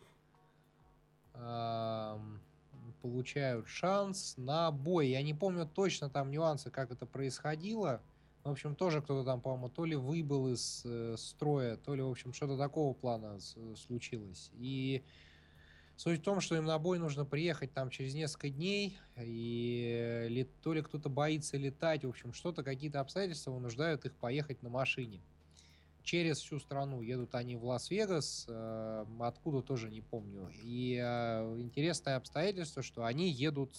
Получают шанс на бой. Я не помню точно там нюансы, как это происходило. В общем, тоже кто-то там, по-моему, то ли выбыл из строя, то ли, в общем, что-то такого плана случилось. И суть в том, что им на бой нужно приехать там через несколько дней, и то ли кто-то боится летать, в общем, что-то, какие-то обстоятельства вынуждают их поехать на машине. Через всю страну едут они в Лас-Вегас, откуда тоже не помню. И интересное обстоятельство, что они едут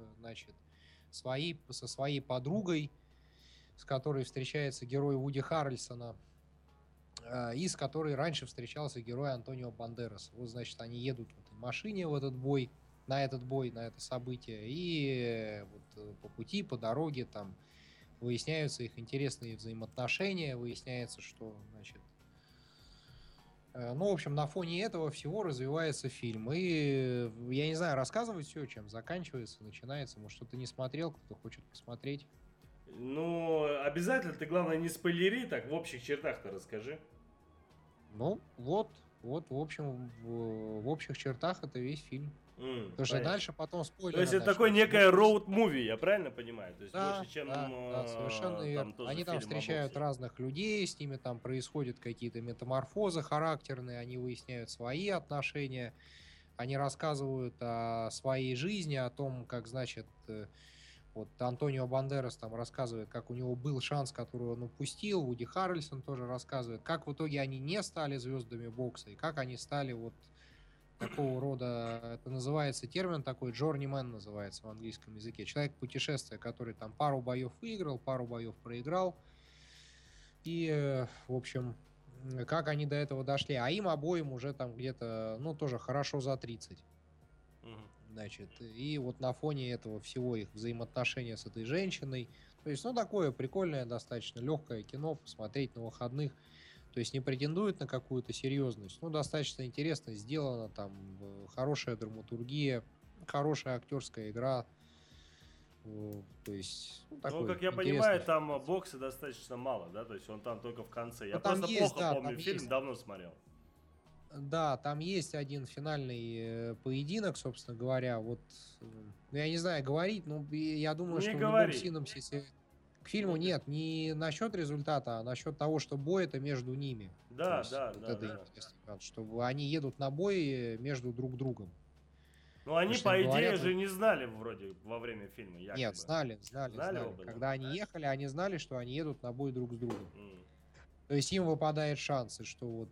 со своей подругой, с которой встречается герой Вуди Харрельсона, и с которой раньше встречался герой Антонио Бандерас. Вот, значит, они едут в этой машине в этот бой, на это событие, и вот по пути, по дороге там выясняются их интересные взаимоотношения, выясняется, что, значит, Ну, в общем, на фоне этого всего развивается фильм. И я не знаю, рассказывать все, чем заканчивается, начинается. Может, кто-то не смотрел, кто-то хочет посмотреть. Ну, обязательно ты, главное, не спойлери, так в общих чертах-то расскажи. Ну, вот, в общем, в общих чертах это весь фильм. Потому что Понятно. дальше потом спойлеры. То есть это такое начнутся. некое роуд-муви, я правильно понимаю? То есть Да, больше, чем да, совершенно верно. тоже Они там фильм о встречают боксе. разных людей, с ними там происходят какие-то метаморфозы характерные, они выясняют свои отношения, они рассказывают о своей жизни, о том, как, значит, вот Антонио Бандерас там рассказывает, как у него был шанс, который он упустил, Вуди Харрельсон тоже рассказывает, как в итоге они не стали звездами бокса, и как они стали вот такого рода, это называется термин такой, journeyman называется в английском языке. Человек-путешествие, который там пару боев выиграл, пару боев проиграл. И, в общем, как они до этого дошли. А им обоим уже там где-то, ну, тоже хорошо за 30. Значит, и вот на фоне этого всего их взаимоотношения с этой женщиной. То есть, ну, такое прикольное, достаточно легкое кино, посмотреть на выходных. То есть не претендует на какую-то серьезность. Ну, достаточно интересно сделано, там хорошая драматургия, хорошая актерская игра. То есть, ну, такой Ну, как я интересный понимаю, фильм. там бокса достаточно мало, да? То есть он там только в конце. Я Ну, там просто есть, плохо да, помню там фильм, есть. давно смотрел. Да, там есть один финальный поединок, собственно говоря. Вот, ну, я не знаю, говорить, но я думаю, Не что говори. в любом синопсисе к фильму нет, не насчет результата, а насчет того, что бой это между ними. Да, То есть да, вот да, это да. интересный момент, что они едут на бой между друг другом. Ну, они, что по им идее, говорят, же не знали вроде во время фильма, якобы. Нет, знали. Знали оба, да? Когда они ехали, они знали, что они едут на бой друг с другом. М. То есть им выпадают шансы, что вот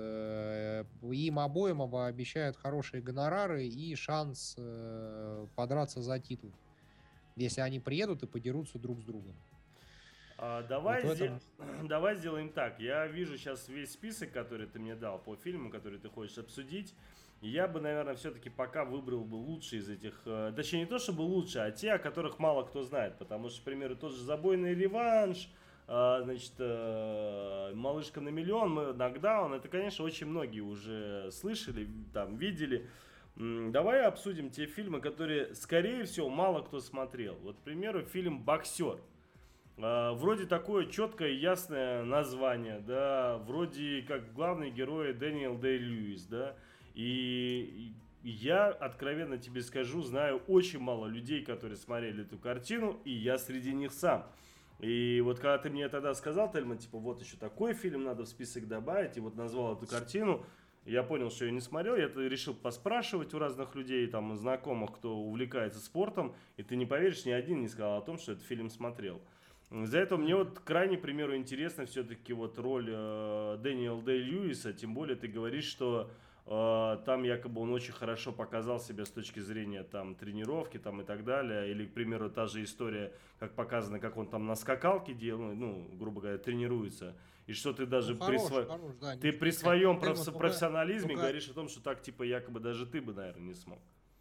им обоим обещают хорошие гонорары и шанс подраться за титул, если они приедут и подерутся друг с другом. Давай, Вот в этом- давай сделаем так. Я вижу сейчас весь список, который ты мне дал по фильму, который ты хочешь обсудить. И я бы, наверное, все-таки пока выбрал бы лучшие из этих... Точнее, не то чтобы лучшие, а те, о которых мало кто знает. Потому что, к примеру, тот же «Забойный реванш», значит, «Малышка на миллион», «Нокдаун». Это, конечно, очень многие уже слышали, там, видели. Давай обсудим те фильмы, которые, скорее всего, мало кто смотрел. Вот, к примеру, фильм «Боксер». Вроде такое четкое, ясное название, да, вроде как главный герой Дэниел Дэй-Льюис, да, и я, откровенно тебе скажу, знаю очень мало людей, которые смотрели эту картину, и я среди них сам. И вот когда ты мне тогда сказал, Тельман, типа, вот еще такой фильм надо в список добавить, и вот назвал эту картину, я понял, что я не смотрел, я решил поспрашивать у разных людей, там, знакомых, кто увлекается спортом, и ты не поверишь, ни один не сказал о том, что этот фильм смотрел. За это мне вот крайне, к примеру, интересна все-таки вот роль Дэниела Дэй-Льюиса, тем более ты говоришь, что там якобы он очень хорошо показал себя с точки зрения там тренировки там и так далее, или, к примеру, та же история, как показано, как он там на скакалке делает, ну, грубо говоря, тренируется, и что ты даже Ну, при, хорош, да, ты не при сказать. своем Тельман только- профессионализме только- говоришь о том, что так, типа, якобы даже ты бы, наверное, не смог.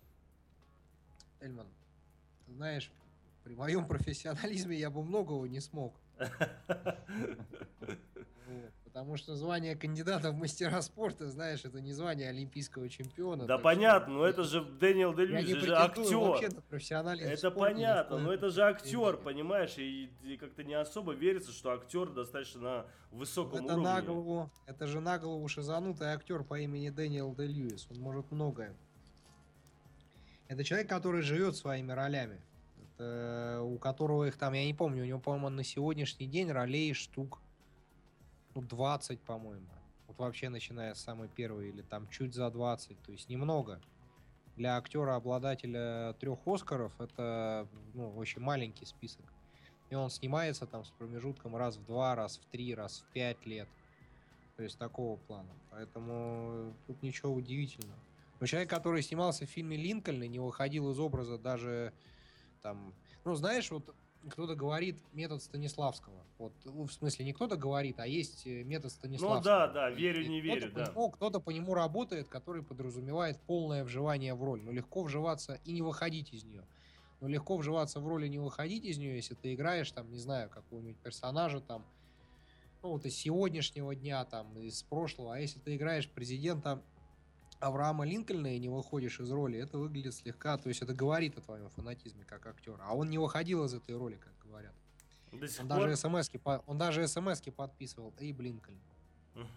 Эльман, ты знаешь, при моем профессионализме я бы многого не смог. Вот, потому что звание кандидата в мастера спорта, знаешь, это не звание олимпийского чемпиона. Да так понятно, что но это же Дэниел я Дэй-Льюис, не это же претендую вообще актер. на профессионализм в Это спорте ни в понятно, коем но это же актер, мере. понимаешь, и как-то не особо верится, что актер достаточно на высоком Это на уровне. голову, это же на голову шизанутый актер по имени Дэниел Дэй-Льюис. Он может многое. Это человек, который живет своими ролями. Это у которого их там, я не помню, у него, по-моему, на сегодняшний день ролей штук 20, по-моему. Вот вообще начиная с самой первой или там чуть за 20. То есть немного. Для актера-обладателя 3 Оскаров это очень маленький список. И он снимается там с промежутком раз в 2, раз в 3, раз в 5 лет. То есть такого плана. Поэтому тут ничего удивительного. Но человек, который снимался в фильме «Линкольн» и не выходил из образа даже там... Ну, знаешь, вот кто-то говорит метод Станиславского. Вот, в смысле, не кто-то говорит, а есть метод Станиславского. Ну да, И верю, не верю, кто-то да. по нему- кто-то по нему работает, который подразумевает полное вживание в роль. Но легко вживаться и не выходить из нее. Но легко вживаться в роль и не выходить из нее, если ты играешь, там, не знаю, какого-нибудь персонажа, там, ну, вот из сегодняшнего дня, там, из прошлого. А если ты играешь президента Авраама Линкольна и не выходишь из роли, это выглядит слегка, то есть это говорит о твоем фанатизме как актера. А он не выходил из этой роли, как говорят. До сих Он пор? даже смс-ки подписывал. Эйб Линкольн. Ну,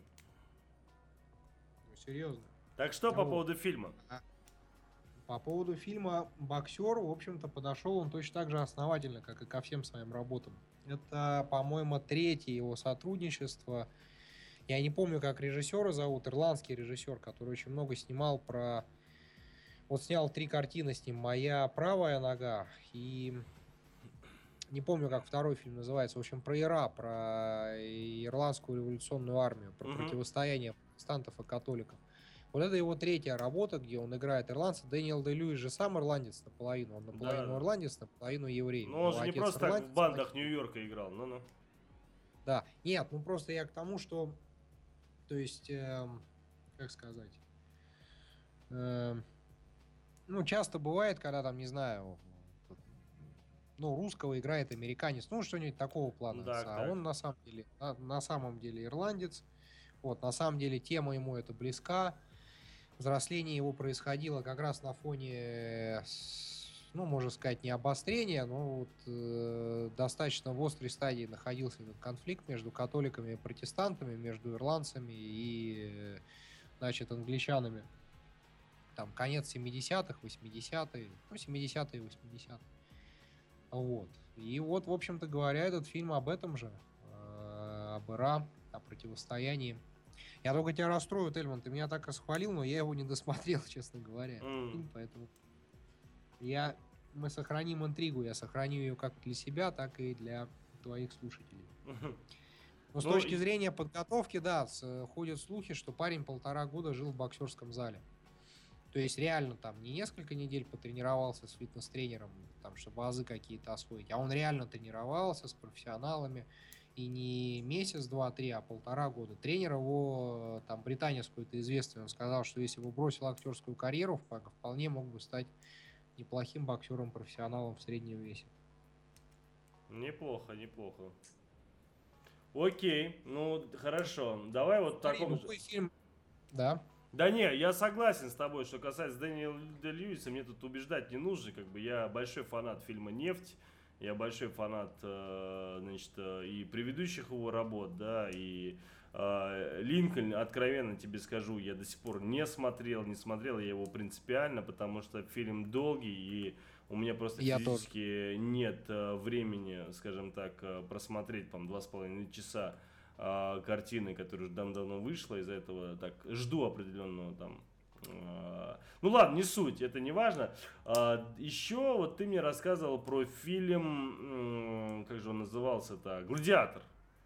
серьезно. Так что по Вот. поводу фильма? По поводу фильма «Боксер», в общем-то, подошел он точно так же основательно, как и ко всем своим работам. Это, по-моему, третье его сотрудничество. Я не помню, как режиссера зовут, ирландский режиссер, который очень много снимал про... Вот снял 3 картины с ним «Моя правая нога» и... Не помню, как второй фильм называется. В общем, про ИРА, про Ирландскую революционную армию, про противостояние протестантов и католиков. Вот это его третья работа, где он играет ирландца. Дэниел Дэ-Льюис же сам ирландец наполовину. Он наполовину ирландец, наполовину еврей. Ну, он же не отец просто так в ирландец, бандах Нью-Йорка играл. Ну-ну. Да. Нет, ну просто я к тому, что... То есть, как сказать... ну, часто бывает, когда там, не знаю... Ну, русского играет американец. Ну, что-нибудь такого плана. Так, а так. он на самом деле ирландец. Вот, на самом деле тема ему это близка. Взросление его происходило как раз на фоне, ну, можно сказать, не обострения, но вот, достаточно в острой стадии находился этот конфликт между католиками и протестантами, между ирландцами и, значит, англичанами. Там конец 70-х, 80-е, ну, 70-е, 80-е. Вот. И вот, в общем-то говоря, этот фильм об этом же, об ИРА, о противостоянии. Я только тебя расстрою, Тельман, ты меня так расхвалил, но я его не досмотрел, честно говоря. Фильм, поэтому мы сохраним интригу, я сохраню ее как для себя, так и для твоих слушателей. Но с точки зрения подготовки, да, ходят слухи, что парень 1,5 года жил в боксерском зале. То есть реально там не несколько недель потренировался с фитнес-тренером, там, чтобы азы какие-то освоить, а он реально тренировался с профессионалами, и не месяц, 2, 3, а 1,5 года. Тренер его, там, британец какой-то известный, он сказал, что если бы бросил актерскую карьеру, вполне мог бы стать неплохим боксером-профессионалом в среднем весе. Неплохо, неплохо. Окей, ну хорошо. Давай вот в таком же... Фильм... Да. Да не, я согласен с тобой, что касается Дэниела Дэ-Льюиса, мне тут убеждать не нужно, как бы я большой фанат фильма «Нефть», я большой фанат, значит, и предыдущих его работ, да, и Линкольн, откровенно тебе скажу, я до сих пор не смотрел я его принципиально, потому что фильм долгий, и у меня просто физически нет времени, скажем так, просмотреть, там, 2,5 часа картины, которая уже давно вышла, из-за этого так жду определенного там. Ну ладно, не суть, это не важно. Еще вот ты мне рассказывал про фильм, как же он назывался-то, «Гладиатор».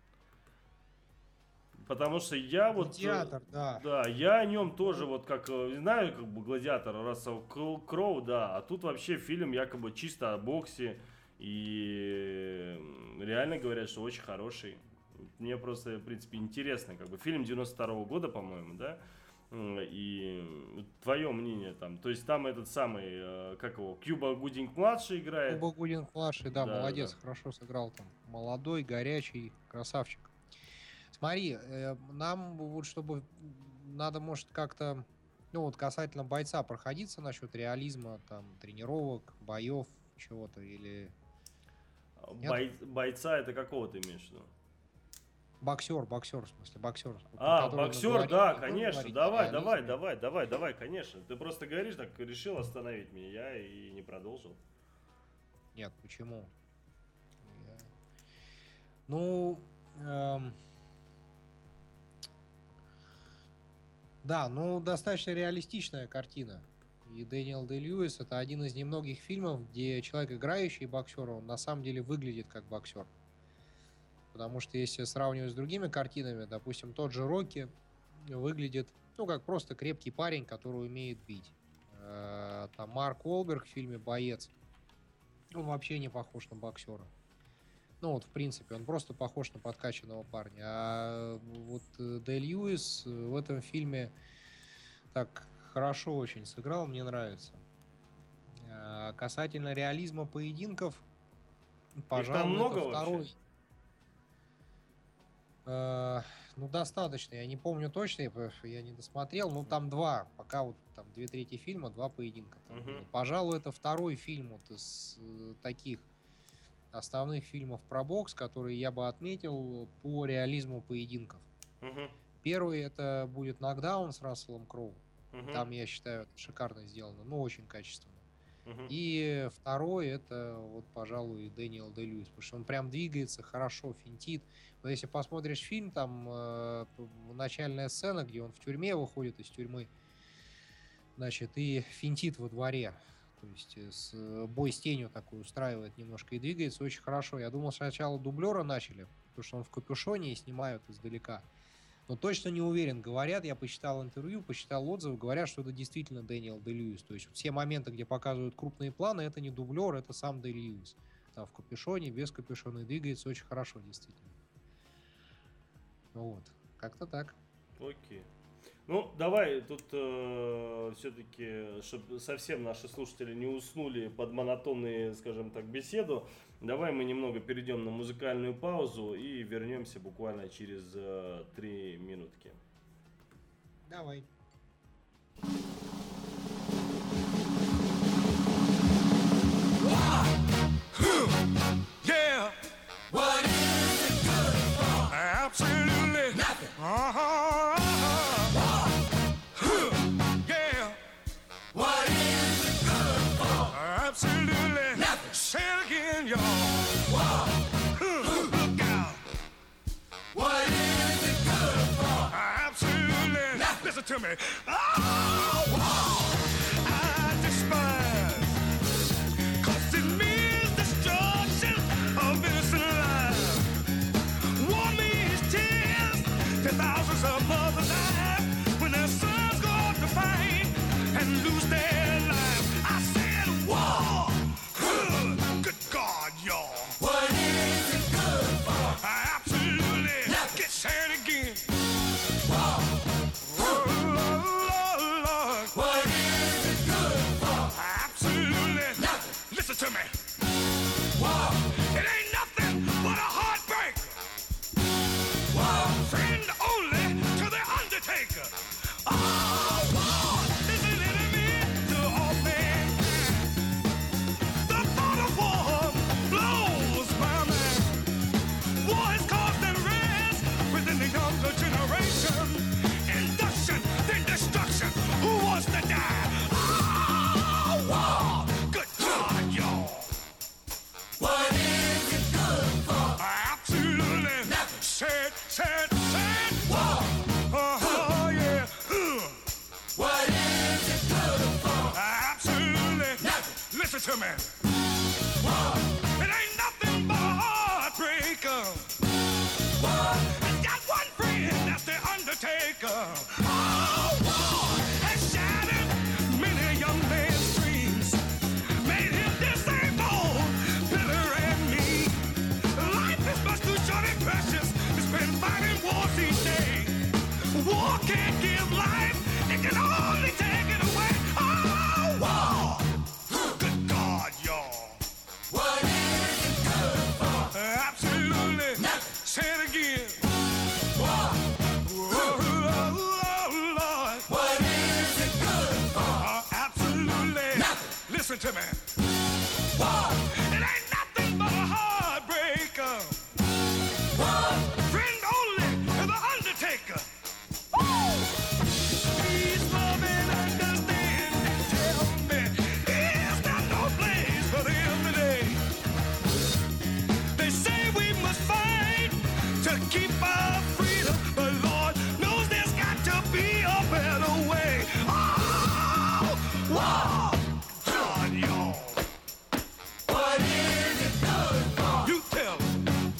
Потому что я «Гладиатор», да. Да, я о нем тоже вот как знаю, как бы «Гладиатор», Рассел Кроу, да, а тут вообще фильм якобы чисто о боксе, и реально говорят, что очень хороший. Мне просто, в принципе, интересно, как бы фильм 92-го года, по-моему, да, и твое мнение там, то есть там этот самый, как его, Кьюба Гудинг-младший играет. Кьюба Гудинг-младший, да, молодец, да. Хорошо сыграл там, молодой, горячий, красавчик. Смотри, нам вот чтобы, надо, может, как-то, ну вот касательно бойца проходиться насчет реализма, там, тренировок, боев, чего-то, или... Бойца это какого ты имеешь в виду? Боксер, в смысле, боксер. Боксер, да, конечно, давай, конечно. Ты просто говоришь, так решил остановить меня, я и не продолжил. Нет, почему? Ну, да, ну, достаточно реалистичная картина. И Дэниел Дэ-Льюис — это один из немногих фильмов, где человек, играющий боксера, он на самом деле выглядит как боксер. Потому что если сравнивать с другими картинами, допустим, тот же Рокки выглядит, ну, как просто крепкий парень, который умеет бить. Там Марк Уолберг в фильме «Боец», он вообще не похож на боксера. Ну, вот, в принципе, он просто похож на подкачанного парня. А вот Дэ-Льюис в этом фильме так хорошо очень сыграл, мне нравится. Касательно реализма поединков, пожалуй, много это второй. вообще? Ну, достаточно. Я не помню точно, я не досмотрел. Ну, там два. Пока вот там 2/3 фильма, два поединка. Там было. Пожалуй, это второй фильм вот из таких основных фильмов про бокс, которые я бы отметил по реализму поединков. Первый это будет «Нокдаун» с Расселом Кроу. Там, я считаю, это шикарно сделано, ну, очень качественно. И второй это вот, пожалуй, Дэниел Дэ-Льюис, потому что он прям двигается хорошо, финтит. Вот если посмотришь фильм, там начальная сцена, где он в тюрьме выходит из тюрьмы, значит, и финтит во дворе. То есть бой с тенью такой устраивает немножко и двигается очень хорошо. Я думал, сначала дублера начали, потому что он в капюшоне и снимают издалека. Но точно не уверен. Говорят, я почитал интервью, почитал отзывы, говорят, что это действительно Дэниел Дэ-Льюис. То есть все моменты, где показывают крупные планы, это не дублер, это сам Дэ-Льюис. Там в капюшоне, без капюшона, и двигается очень хорошо, действительно. Вот. Как-то так. Окей. Ну, давай тут все-таки, чтобы совсем наши слушатели не уснули под монотонную, скажем так, беседу, давай мы немного перейдем на музыкальную паузу и вернемся буквально через 3 минутки. Давай. Yeah. What is it good for? Absolutely nothing. Yeah. What is it good for? Absolutely nothing. Say it again, y'all. Look out. What is it good for? Absolutely nothing. Listen to me. I despise. 'Cause it means destruction of innocent lives. War means tears to thousands of mothers die when their sons go off to fight and lose their lives. I said war. Good God, y'all. What is it good for? Absolutely. Get sad again. War. Lord. What is it good for? Absolutely. Nothing. Listen to me. War. It ain't nothing but a heartbreak. War. Friend only to the undertaker. Oh, war is an enemy to all mankind. The thought of war blows my mind. War has caused unrest within the younger generation. Induction, then destruction. Who wants to die? Oh, war. Good God, y'all. What is it good for? Absolutely nothing. Sad. War. Oh, yeah. What is it good for? Absolutely nothing. Listen to me. War. It ain't nothing but a heartbreaker. War. I got one friend, that's the undertaker. Oh, war has shattered many young man's dreams. Made him disabled, bitter and mean. Life is much too short and precious to spend fighting wars each day. War can't give life, it can only take it away. Oh, war! Good God, y'all. What is it good for? Absolutely nothing. Say it again. War. Oh, Lord. What is it good for? Absolutely nothing. Listen to me. War. It ain't nothing but a heartbreaker. War. Friend only to the undertaker. Woo! Please love and understand and tell me, is there no place for them today? They say we must fight to keep our freedom, but Lord knows there's got to be a better way. Oh, war! God, y'all. What is it good for? You tell me.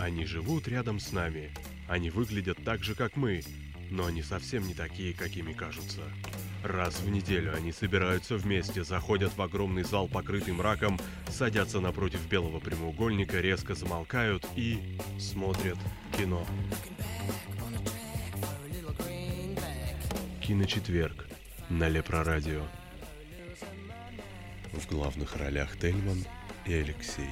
Они живут рядом с нами. Они выглядят так же, как мы, но они совсем не такие, какими кажутся. Раз в неделю они собираются вместе, заходят в огромный зал, покрытый мраком, садятся напротив белого прямоугольника, резко замолкают и смотрят кино. Киночетверг на Лепрорадио. В главных ролях Тельман и Алексей.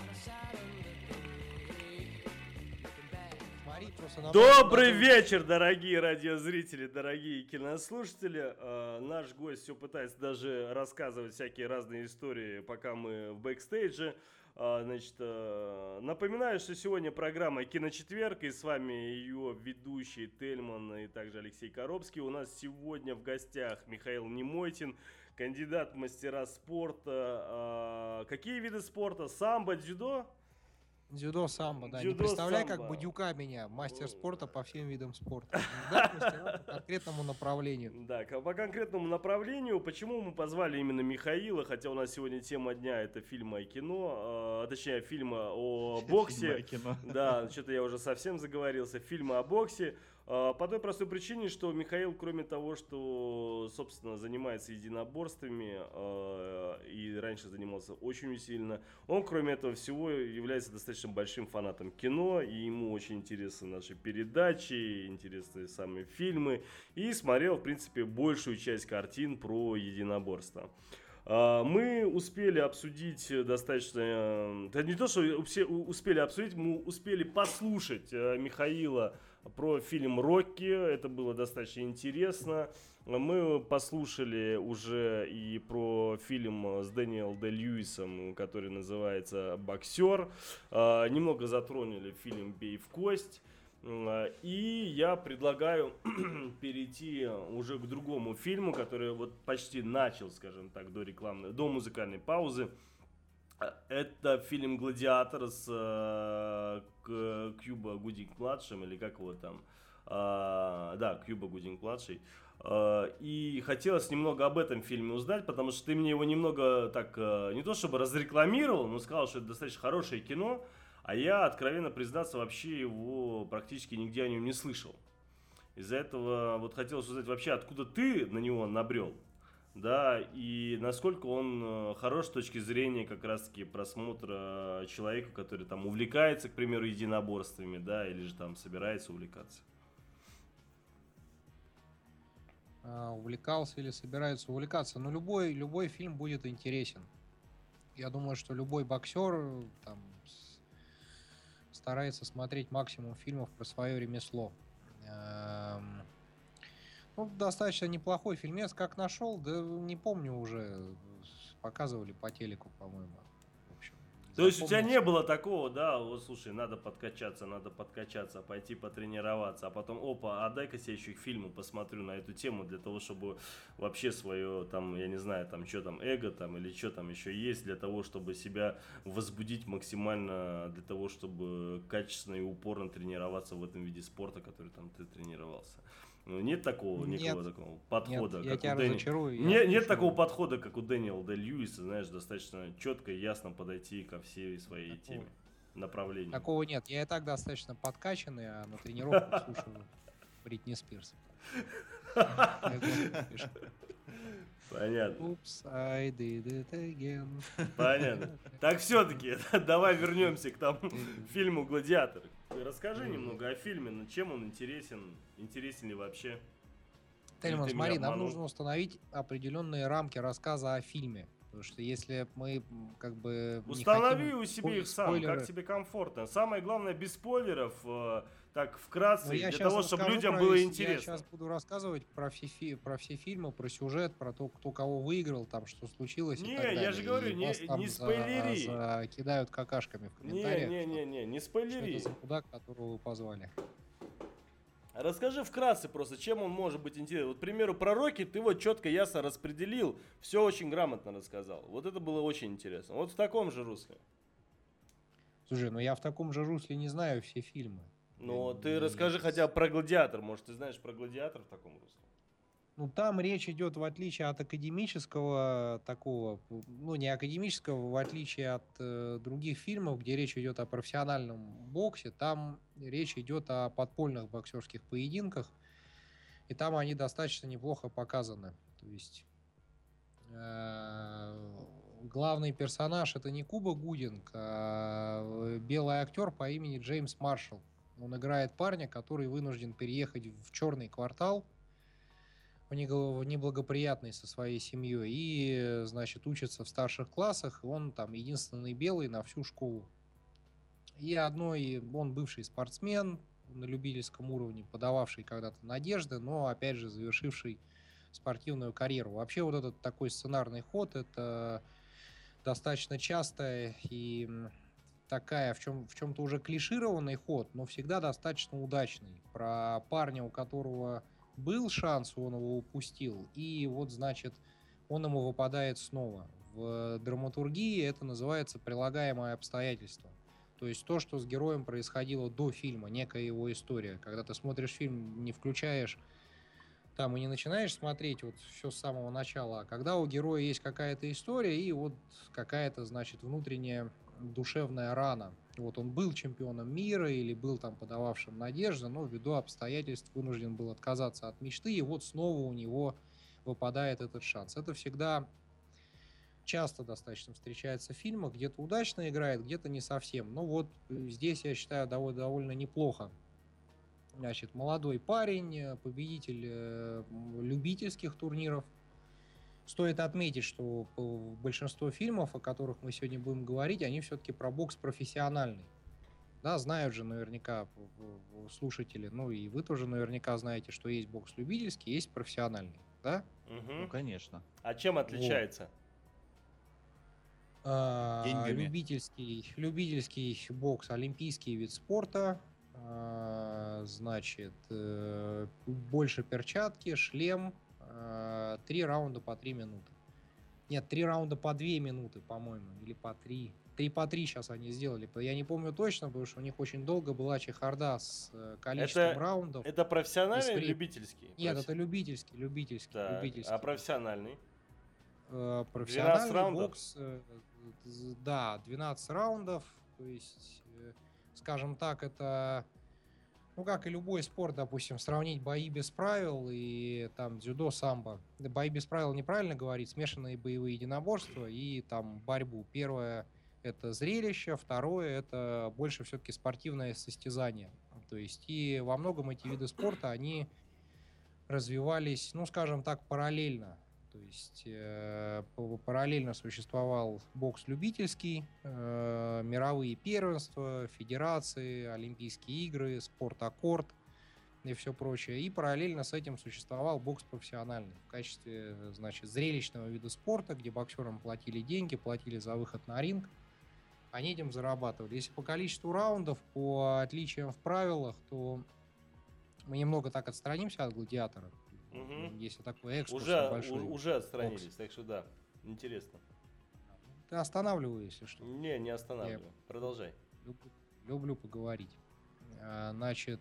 Добрый вечер, дорогие радиозрители, дорогие кинослушатели. Наш гость все пытается даже рассказывать всякие разные истории, пока мы в бэкстейдже. Значит, напоминаю, что сегодня программа «Киночетверг», и с вами ее ведущий Тельман и также Алексей Коробский. У нас сегодня в гостях Михаил Немойтин, кандидат в мастера спорта. Какие виды спорта? Самбо, дзюдо? Дзюдо, самбо, да. Не Дзюдо, представляй, самбо. как Бадюка меня, мастер спорта по всем видам спорта. Да, мастера по конкретному направлению. Да, по конкретному направлению. Почему мы позвали именно Михаила, хотя у нас сегодня тема дня это фильмы и кино, точнее фильмы о боксе. Да, что-то я уже совсем заговорился. Фильмы о боксе. По той простой причине, что Михаил, кроме того, что, собственно, занимается единоборствами и раньше занимался очень усиленно, он, кроме этого всего, является достаточно большим фанатом кино, и ему очень интересны наши передачи, интересны сами фильмы, и смотрел, в принципе, большую часть картин про единоборство. Мы успели обсудить достаточно... Да не то, что успели обсудить, мы успели послушать Михаила про фильм «Рокки». Это было достаточно интересно. Мы послушали уже и про фильм с Дэниелом Дэ-Льюисом, который называется «Боксер». Немного затронули фильм «Бей в кость». И я предлагаю перейти уже к другому фильму, который вот почти начал, скажем так, до музыкальной паузы. Это фильм «Гладиатор» с Кьюба Гудинг-младшим, или как его там? Да, Кьюба Гудинг-младший. И хотелось немного об этом фильме узнать, потому что ты мне его немного так, не то чтобы разрекламировал, но сказал, что это достаточно хорошее кино. А я, откровенно признаться, вообще его практически нигде о нем не слышал. Из-за этого вот хотелось узнать вообще, откуда ты на него набрел, да, и насколько он хорош с точки зрения как раз-таки просмотра человека, который там увлекается, к примеру, единоборствами, да, или же там собирается увлекаться. Увлекался или собирается увлекаться. Но любой фильм будет интересен. Я думаю, что любой боксер там старается смотреть максимум фильмов про свое ремесло. Ну, достаточно неплохой фильмец. Как нашел, да не помню уже. Показывали по телеку, по-моему. В общем, то есть у тебя не было такого, да, вот слушай, надо подкачаться, пойти потренироваться, а потом, опа, а дай-ка я еще к фильму посмотрю на эту тему для того, чтобы вообще свое, там, я не знаю, там, что там, эго там, или что там еще есть, для того, чтобы себя возбудить максимально, для того, чтобы качественно и упорно тренироваться в этом виде спорта, который там ты тренировался. Нет такого, никакого такого подхода. Нет, я тебя разочарую. Нет такого подхода, как у Дэниела Дэ-Льюиса, знаешь, достаточно четко и ясно подойти ко всей своей теме, направлению. Такого нет. Я и так достаточно подкачанный, а на тренировках слушаю Бритни Спирс. Понятно. Oops, I did it again. Понятно. Так все-таки, давай вернемся к тому фильму «Гладиатор». Расскажи немного о фильме, чем он интересен ли вообще? Тельман, смотри, нам нужно установить определенные рамки рассказа о фильме. Потому что если мы как бы... Установи у себя их сам, как тебе комфортно. Самое главное, без спойлеров, так вкратце, для того, чтобы людям было интересно. Я сейчас буду рассказывать про все фильмы, про сюжет, про то, кто кого выиграл, там, что случилось и так далее. Я же говорю, не спойлери. Кидают какашками в комментариях. Не спойлери. Что это за кудак, которого вы позвали? Расскажи вкратце просто, чем он может быть интересен. Вот, к примеру, про Рокки ты вот четко, ясно распределил, все очень грамотно рассказал. Вот это было очень интересно. Вот в таком же русле. Слушай, ну я в таком же русле не знаю все фильмы. Ну, ты расскажи хотя бы про «Гладиатор». Может, ты знаешь про «Гладиатор» в таком русле? Ну, там речь идет, в отличие от академического такого, ну, не академического, в отличие от других фильмов, где речь идет о профессиональном боксе, там речь идет о подпольных боксерских поединках, и там они достаточно неплохо показаны. То есть главный персонаж это не Куба Гудинг, а белый актер по имени Джеймс Маршалл. Он играет парня, который вынужден переехать в черный квартал, в неблагоприятный со своей семьей, и, значит, учится в старших классах, и он там единственный белый на всю школу. И он бывший спортсмен на любительском уровне, подававший когда-то надежды, но, опять же, завершивший спортивную карьеру. Вообще, вот этот такой сценарный ход, это достаточно частая и такая в чем-то уже клишированный ход, но всегда достаточно удачный. Про парня, у которого был шанс, он его упустил, и вот, значит, он ему выпадает снова. В драматургии это называется прилагаемое обстоятельство. То есть то, что с героем происходило до фильма, некая его история. Когда ты смотришь фильм, не включаешь там и не начинаешь смотреть вот все с самого начала, а когда у героя есть какая-то история и вот какая-то, значит, внутренняя душевная рана. Вот он был чемпионом мира или был там подававшим надежды, но ввиду обстоятельств вынужден был отказаться от мечты, и вот снова у него выпадает этот шанс. Это всегда часто достаточно встречается в фильмах, где-то удачно играет, где-то не совсем. Но вот здесь, я считаю, довольно неплохо. Значит, молодой парень, победитель любительских турниров. Стоит отметить, что большинство фильмов, о которых мы сегодня будем говорить, они все-таки про бокс профессиональный. Да, знают же наверняка слушатели, ну и вы тоже наверняка знаете, что есть бокс любительский, есть профессиональный, да? Ну, конечно. А чем отличается? Деньгами. Любительский бокс, олимпийский вид спорта, значит, больше перчатки, шлем, 3 раунда по 3 минуты. Нет, 3 раунда по 2 минуты, по-моему, или по 3. 3 по 3 сейчас они сделали. Я не помню точно, потому что у них очень долго была чехарда с количеством раундов. Это профессиональный или любительский? Нет, это любительский. Так, а профессиональный? Профессиональный бокс, да, 12 раундов. То есть, скажем так, это... Ну, как и любой спорт, допустим, сравнить бои без правил и там дзюдо, самбо. Бои без правил неправильно говорить, смешанные боевые единоборства и там борьбу. Первое — это зрелище, второе — это больше все-таки спортивное состязание. То есть и во многом эти виды спорта, они развивались, ну, скажем так, параллельно. То есть параллельно существовал бокс любительский, мировые первенства, федерации, Олимпийские игры, спорт-аккорд и все прочее. И параллельно с этим существовал бокс профессиональный в качестве, значит, зрелищного вида спорта, где боксерам платили деньги, платили за выход на ринг. Они этим зарабатывали. Если по количеству раундов, по отличиям в правилах, то мы немного так отстранимся от гладиатора. Если такой экскурс большой. Уже отстранились, бокс. так что да, интересно. Ты останавливай, если что. Не останавливаю. Продолжай. Люблю поговорить. Значит,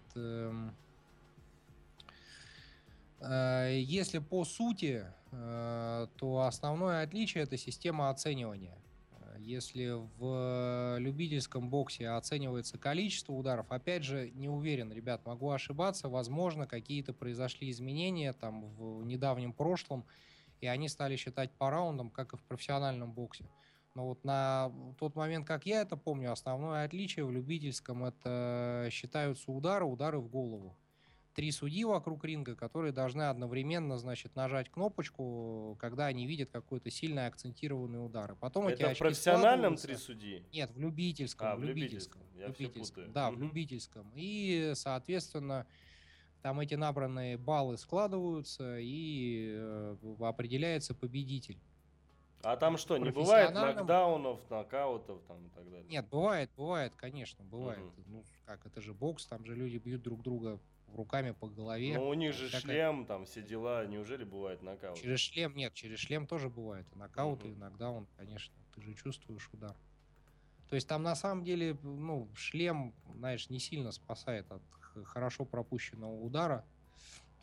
если по сути, то основное отличие — это система оценивания. Если в любительском боксе оценивается количество ударов, опять же, не уверен, ребят, могу ошибаться, возможно, какие-то произошли изменения там в недавнем прошлом, и они стали считать по раундам, как и в профессиональном боксе. Но вот на тот момент, как я это помню, основное отличие в любительском — это считаются удары в голову. 3 судьи вокруг ринга, которые должны одновременно, значит, нажать кнопочку, когда они видят какой-то сильно акцентированный удар. И потом эти Это в очки профессиональном складываются. 3 судьи? Нет, в любительском. В любительском. Я все путаю. Да, в любительском. И, соответственно, там эти набранные баллы складываются, и определяется победитель. А там что, не бывает нокдаунов, нокаутов там и так далее? Нет, бывает, конечно, бывает. Ну, как, это же бокс, там же люди бьют друг друга руками по голове. Но у них же шлем, там все дела, неужели бывает нокаут? Через шлем тоже бывает. И нокаут, и нокдаун, конечно. Ты же чувствуешь удар. То есть там на самом деле, ну, шлем, знаешь, не сильно спасает от хорошо пропущенного удара.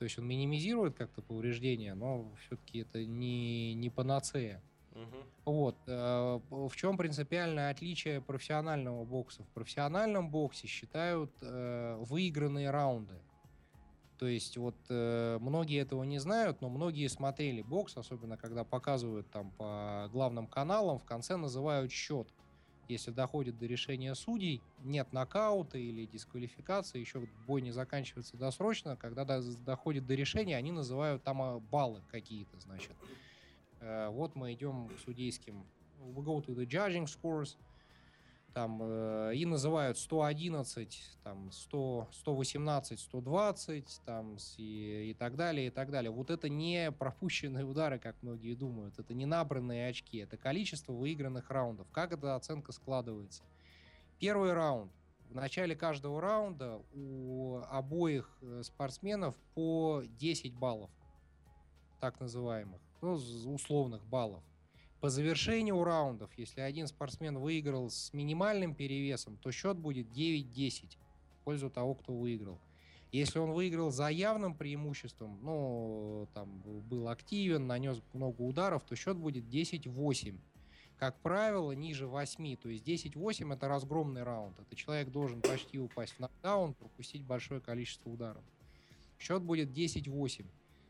То есть он минимизирует как-то повреждения, но все-таки это не панацея. Вот. В чем принципиальное отличие профессионального бокса? В профессиональном боксе считают выигранные раунды. То есть вот многие этого не знают, но многие смотрели бокс, особенно когда показывают там по главным каналам, в конце называют счет. Если доходит до решения судей, нет нокаута или дисквалификации, еще бой не заканчивается досрочно, когда доходит до решения, они называют там баллы какие-то, значит. Вот мы идем к судейским. We go to the judging scores. Там и называют 111, там 100, 118, 120, там и так далее, и так далее. Вот это не пропущенные удары, как многие думают. Это не набранные очки. Это количество выигранных раундов. Как эта оценка складывается? Первый раунд. В начале каждого раунда у обоих спортсменов по 10 баллов. Так называемых. Ну, условных баллов. По завершению раундов, если один спортсмен выиграл с минимальным перевесом, то счет будет 9-10 в пользу того, кто выиграл. Если он выиграл за явным преимуществом, ну, там, был активен, нанес много ударов, то счет будет 10-8. Как правило, ниже 8. То есть 10-8 это разгромный раунд. Это человек должен почти упасть в нокдаун, пропустить большое количество ударов. Счет будет 10-8.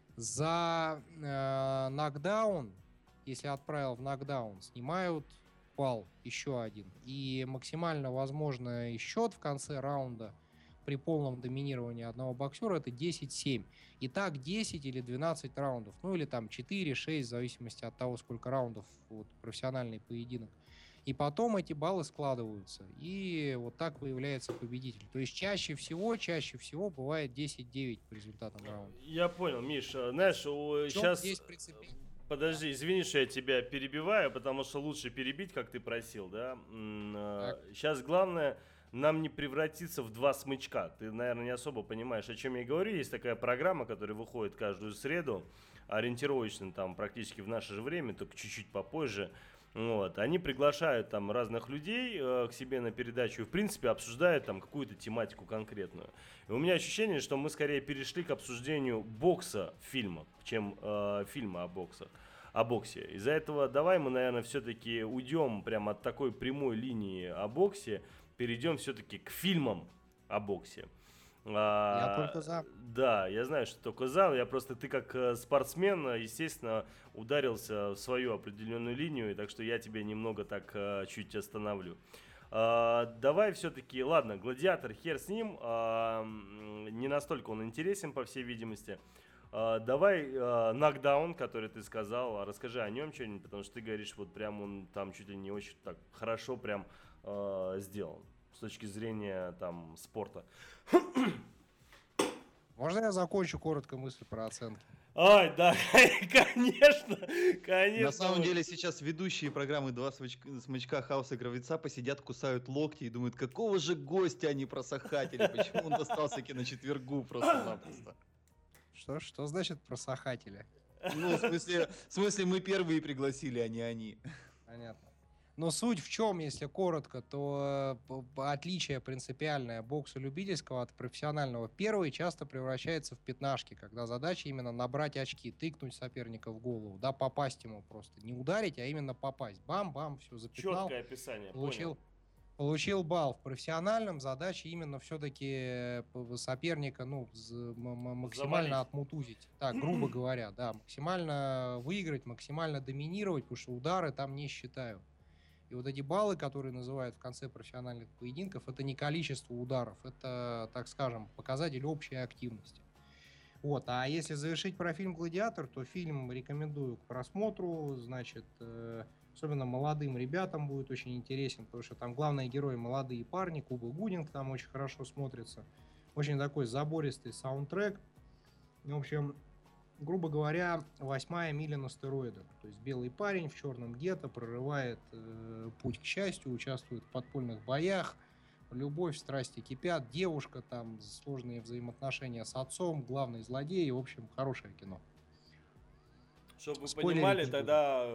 За нокдаун, если отправил в нокдаун, снимают балл, еще один. И максимально возможный счет в конце раунда при полном доминировании одного боксера это 10-7. И так 10 или 12 раундов. Ну или там 4-6, в зависимости от того, сколько раундов вот, профессиональный поединок. И потом эти баллы складываются. И вот так выявляется победитель. То есть чаще всего бывает 10-9 по результатам раунда. Я понял, Миш. Знаешь, сейчас... Подожди, извини, что я тебя перебиваю, потому что лучше перебить, как ты просил, да? Сейчас главное нам не превратиться в два смычка. Ты, наверное, не особо понимаешь, о чем я говорю. Есть такая программа, которая выходит каждую среду, ориентировочно там практически в наше же время, только чуть-чуть попозже. Вот. Они приглашают там разных людей к себе на передачу и, в принципе, обсуждают там какую-то тематику конкретную. И у меня ощущение, что мы скорее перешли к обсуждению бокса фильмов, чем фильма о боксе. Из-за этого давай мы, наверное, все-таки уйдем прямо от такой прямой линии о боксе, перейдем все-таки к фильмам о боксе. Я только за. Да, я знаю, что только за. Я просто, ты как спортсмен, естественно, ударился в свою определенную линию, и так что я тебя немного так чуть остановлю. Давай все-таки, ладно, «Гладиатор», хер с ним, не настолько он интересен, по всей видимости. Давай «Нокдаун», который ты сказал, расскажи о нем что-нибудь, потому что ты говоришь, вот прям он там чуть ли не очень так хорошо прям сделан с точки зрения там спорта. Можно я закончу коротко мысль про оценки? Ай, да, конечно. На самом деле сейчас ведущие программы «Два смычка», «Хаос» и «Гравица» посидят, кусают локти и думают, какого же гостя они просахатели, почему он достался киночетвергу просто-напросто. Что значит просахатели? Ну, в смысле мы первые пригласили, а не они. Понятно. Но суть в чем, если коротко, то отличие принципиальное бокса любительского от профессионального. Первый часто превращается в пятнашки, когда задача именно набрать очки, тыкнуть соперника в голову, да, попасть ему просто. Не ударить, а именно попасть. Бам-бам, все, запятнал. Четкое описание, Получил балл. В профессиональном задача именно все-таки соперника, ну, максимально отмутузить. Так, грубо говоря, да, максимально выиграть, максимально доминировать, потому что удары там не считаю. И вот эти баллы, которые называют в конце профессиональных поединков, это не количество ударов, это, так скажем, показатель общей активности. Вот. А если завершить про фильм «Гладиатор», то фильм рекомендую к просмотру, значит, особенно молодым ребятам будет очень интересен, потому что там главные герои молодые парни, Куба Гудинг там очень хорошо смотрится, очень такой забористый саундтрек. В общем, грубо говоря, 8-я миля на стероидах. То есть белый парень в черном гетто прорывает путь к счастью, участвует в подпольных боях, любовь, страсти кипят, девушка, там сложные взаимоотношения с отцом, главный злодей. В общем, хорошее кино. Чтобы вы понимали, тогда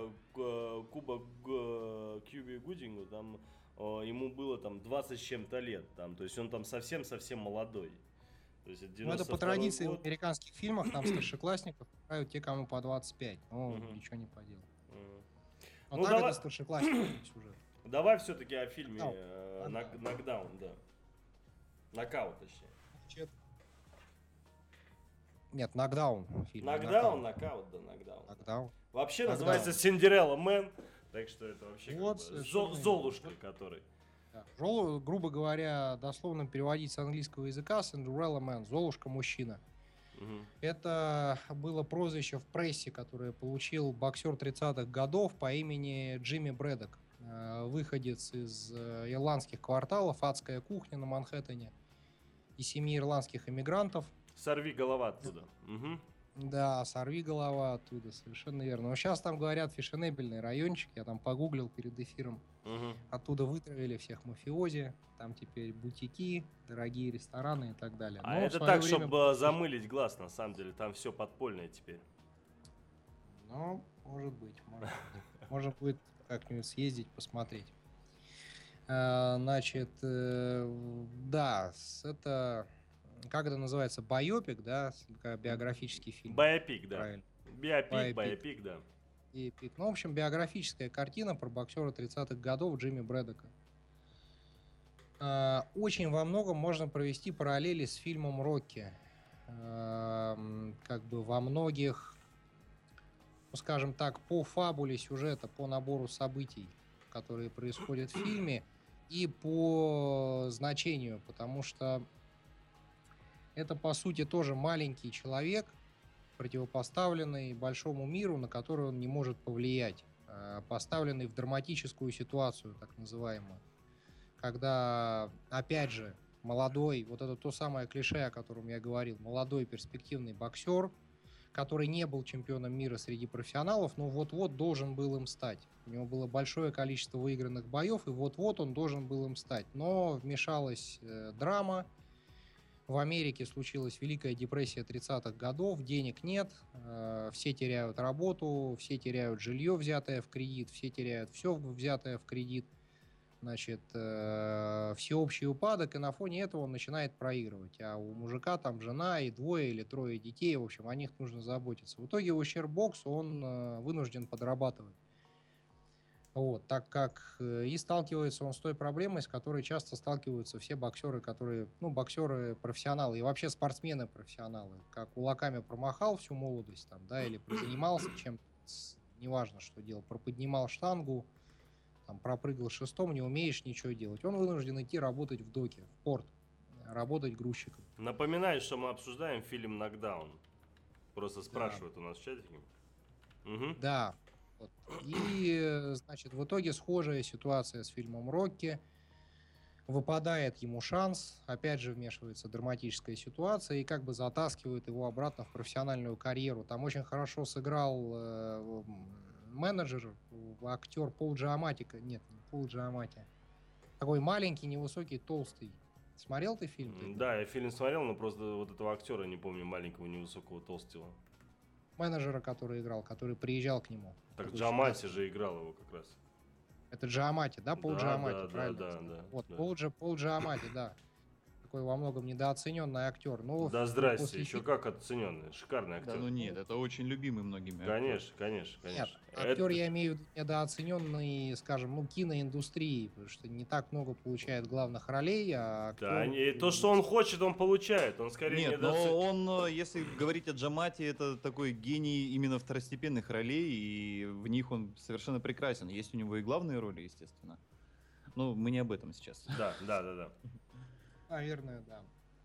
Кьюби Гудингу, там ему было там 20 с чем-то лет, там, то есть он там совсем-совсем молодой. То есть это Ну, это по 92-й традиции в год. американских фильмах, там старшеклассников играют те, кому по 25. Ну, Мгм. ничего не поделать. Мгм. Но Ну, так давай- это старшеклассниковый сюжет. Давай все-таки о фильме Нокдаун. Нокдаун, да. Нокаут, точнее. Значит, Нет, Нокдаун фильм. Нокдаун, нокаут, да, нокдаун. Нокдаун. Вообще Нокдаун. называется Синдерелла Мэн, так что это вообще как Вот, бы совершенно верно. Золушка, который. Да. Грубо говоря, дословно переводить с английского языка Cinderella Man, Золушка мужчина. Мгм. Это было прозвище в прессе, которое получил боксер 30-х годов по имени Джимми Брэдок. Выходец из ирландских кварталов, адская кухня на Манхэттене, из семьи ирландских эмигрантов. Сорви голова оттуда. Мгм. Да, сорви голова оттуда, совершенно верно. Но сейчас там говорят фешенебельный райончик, я там погуглил перед эфиром. Мгм. Оттуда вытравили всех мафиози, там теперь бутики, дорогие рестораны и так далее. А Но в это свое так, время- чтобы замылить глаз, на самом деле. Там все подпольное теперь. Ну, может быть. Можно будет как-нибудь съездить, посмотреть. Значит, да, это, как это называется, байопик, да, биографический фильм. Биопик, да. Правильно. Биопик, Биопик. биопик, да. И пик. Ну, в общем, биографическая картина про боксера 30-х годов Джимми Брэдока. Очень во многом можно провести параллели с фильмом «Рокки». Как бы во многих, ну, скажем так, по фабуле сюжета, по набору событий, которые происходят в фильме, и по значению, потому что это, по сути, тоже маленький человек, противопоставленный большому миру, на который он не может повлиять, поставленный в драматическую ситуацию, так называемую, когда, опять же, молодой, вот это то самое клише, о котором я говорил, молодой перспективный боксер, который не был чемпионом мира среди профессионалов, но вот-вот должен был им стать. У него было большое количество выигранных боев, и вот-вот он должен был им стать. Но вмешалась драма. В Америке случилась Великая депрессия 30-х годов, денег нет, все теряют работу, все теряют жилье, взятое в кредит, все теряют все взятое в кредит. Значит, всеобщий упадок, и на фоне этого он начинает проигрывать. А у мужика там жена и 2 или 3 детей, в общем, о них нужно заботиться. В итоге ущерб-бокс он вынужден подрабатывать. Вот, так как и сталкивается он с той проблемой, с которой часто сталкиваются все боксеры, которые, ну, боксеры-профессионалы и вообще спортсмены-профессионалы. Как кулаками промахал всю молодость, там, да, или занимался чем-то, неважно, что делал, проподнимал штангу, там, пропрыгал шестом, не умеешь ничего делать. Он вынужден идти работать в доке, в порт, работать грузчиком. Напоминаю, что мы обсуждаем фильм «Нокдаун». Просто спрашивают у нас в чатике. Мгм. Да. Вот. И, значит, в итоге схожая ситуация с фильмом «Рокки». Выпадает ему шанс, опять же вмешивается драматическая ситуация и как бы затаскивает его обратно в профессиональную карьеру. Там очень хорошо сыграл менеджер, актер Пол Джиаматти. Нет, не Пол Джиаматти. Такой маленький, невысокий, толстый. Смотрел ты фильм? Да, я фильм смотрел, но просто вот этого актера не помню, маленького, невысокого, толстого. Менеджера, который играл, который приезжал к нему. Так Такой Джамати же играл его как раз. Это Джиаматти, да? Пол Да, Джиаматти, да, правильно? да, я сказал? да, Вот, да. Пол Джиаматти, да. Такой во многом недооцененный актер. Но Да здрасте, после еще фильма- как оцененный, шикарный актер. Да, ну нет, это очень любимый многими. Конечно, конечно, Нет, конечно. актер, Это- я имею в виду недооцененный, скажем, ну, киноиндустрии, потому что не так много получает главных ролей, а актер... Да, и то, что он хочет, он получает. Он скорее Нет, но он, если говорить о Джамати, это такой гений именно второстепенных ролей, и в них он совершенно прекрасен. Есть у него и главные роли, естественно. Ну, мы не об этом сейчас. Да, да, да, да. Наверное, да.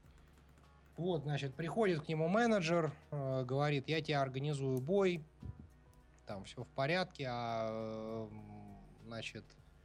Вот, значит, приходит к нему менеджер, говорит, я тебе организую бой, там все в порядке, значит,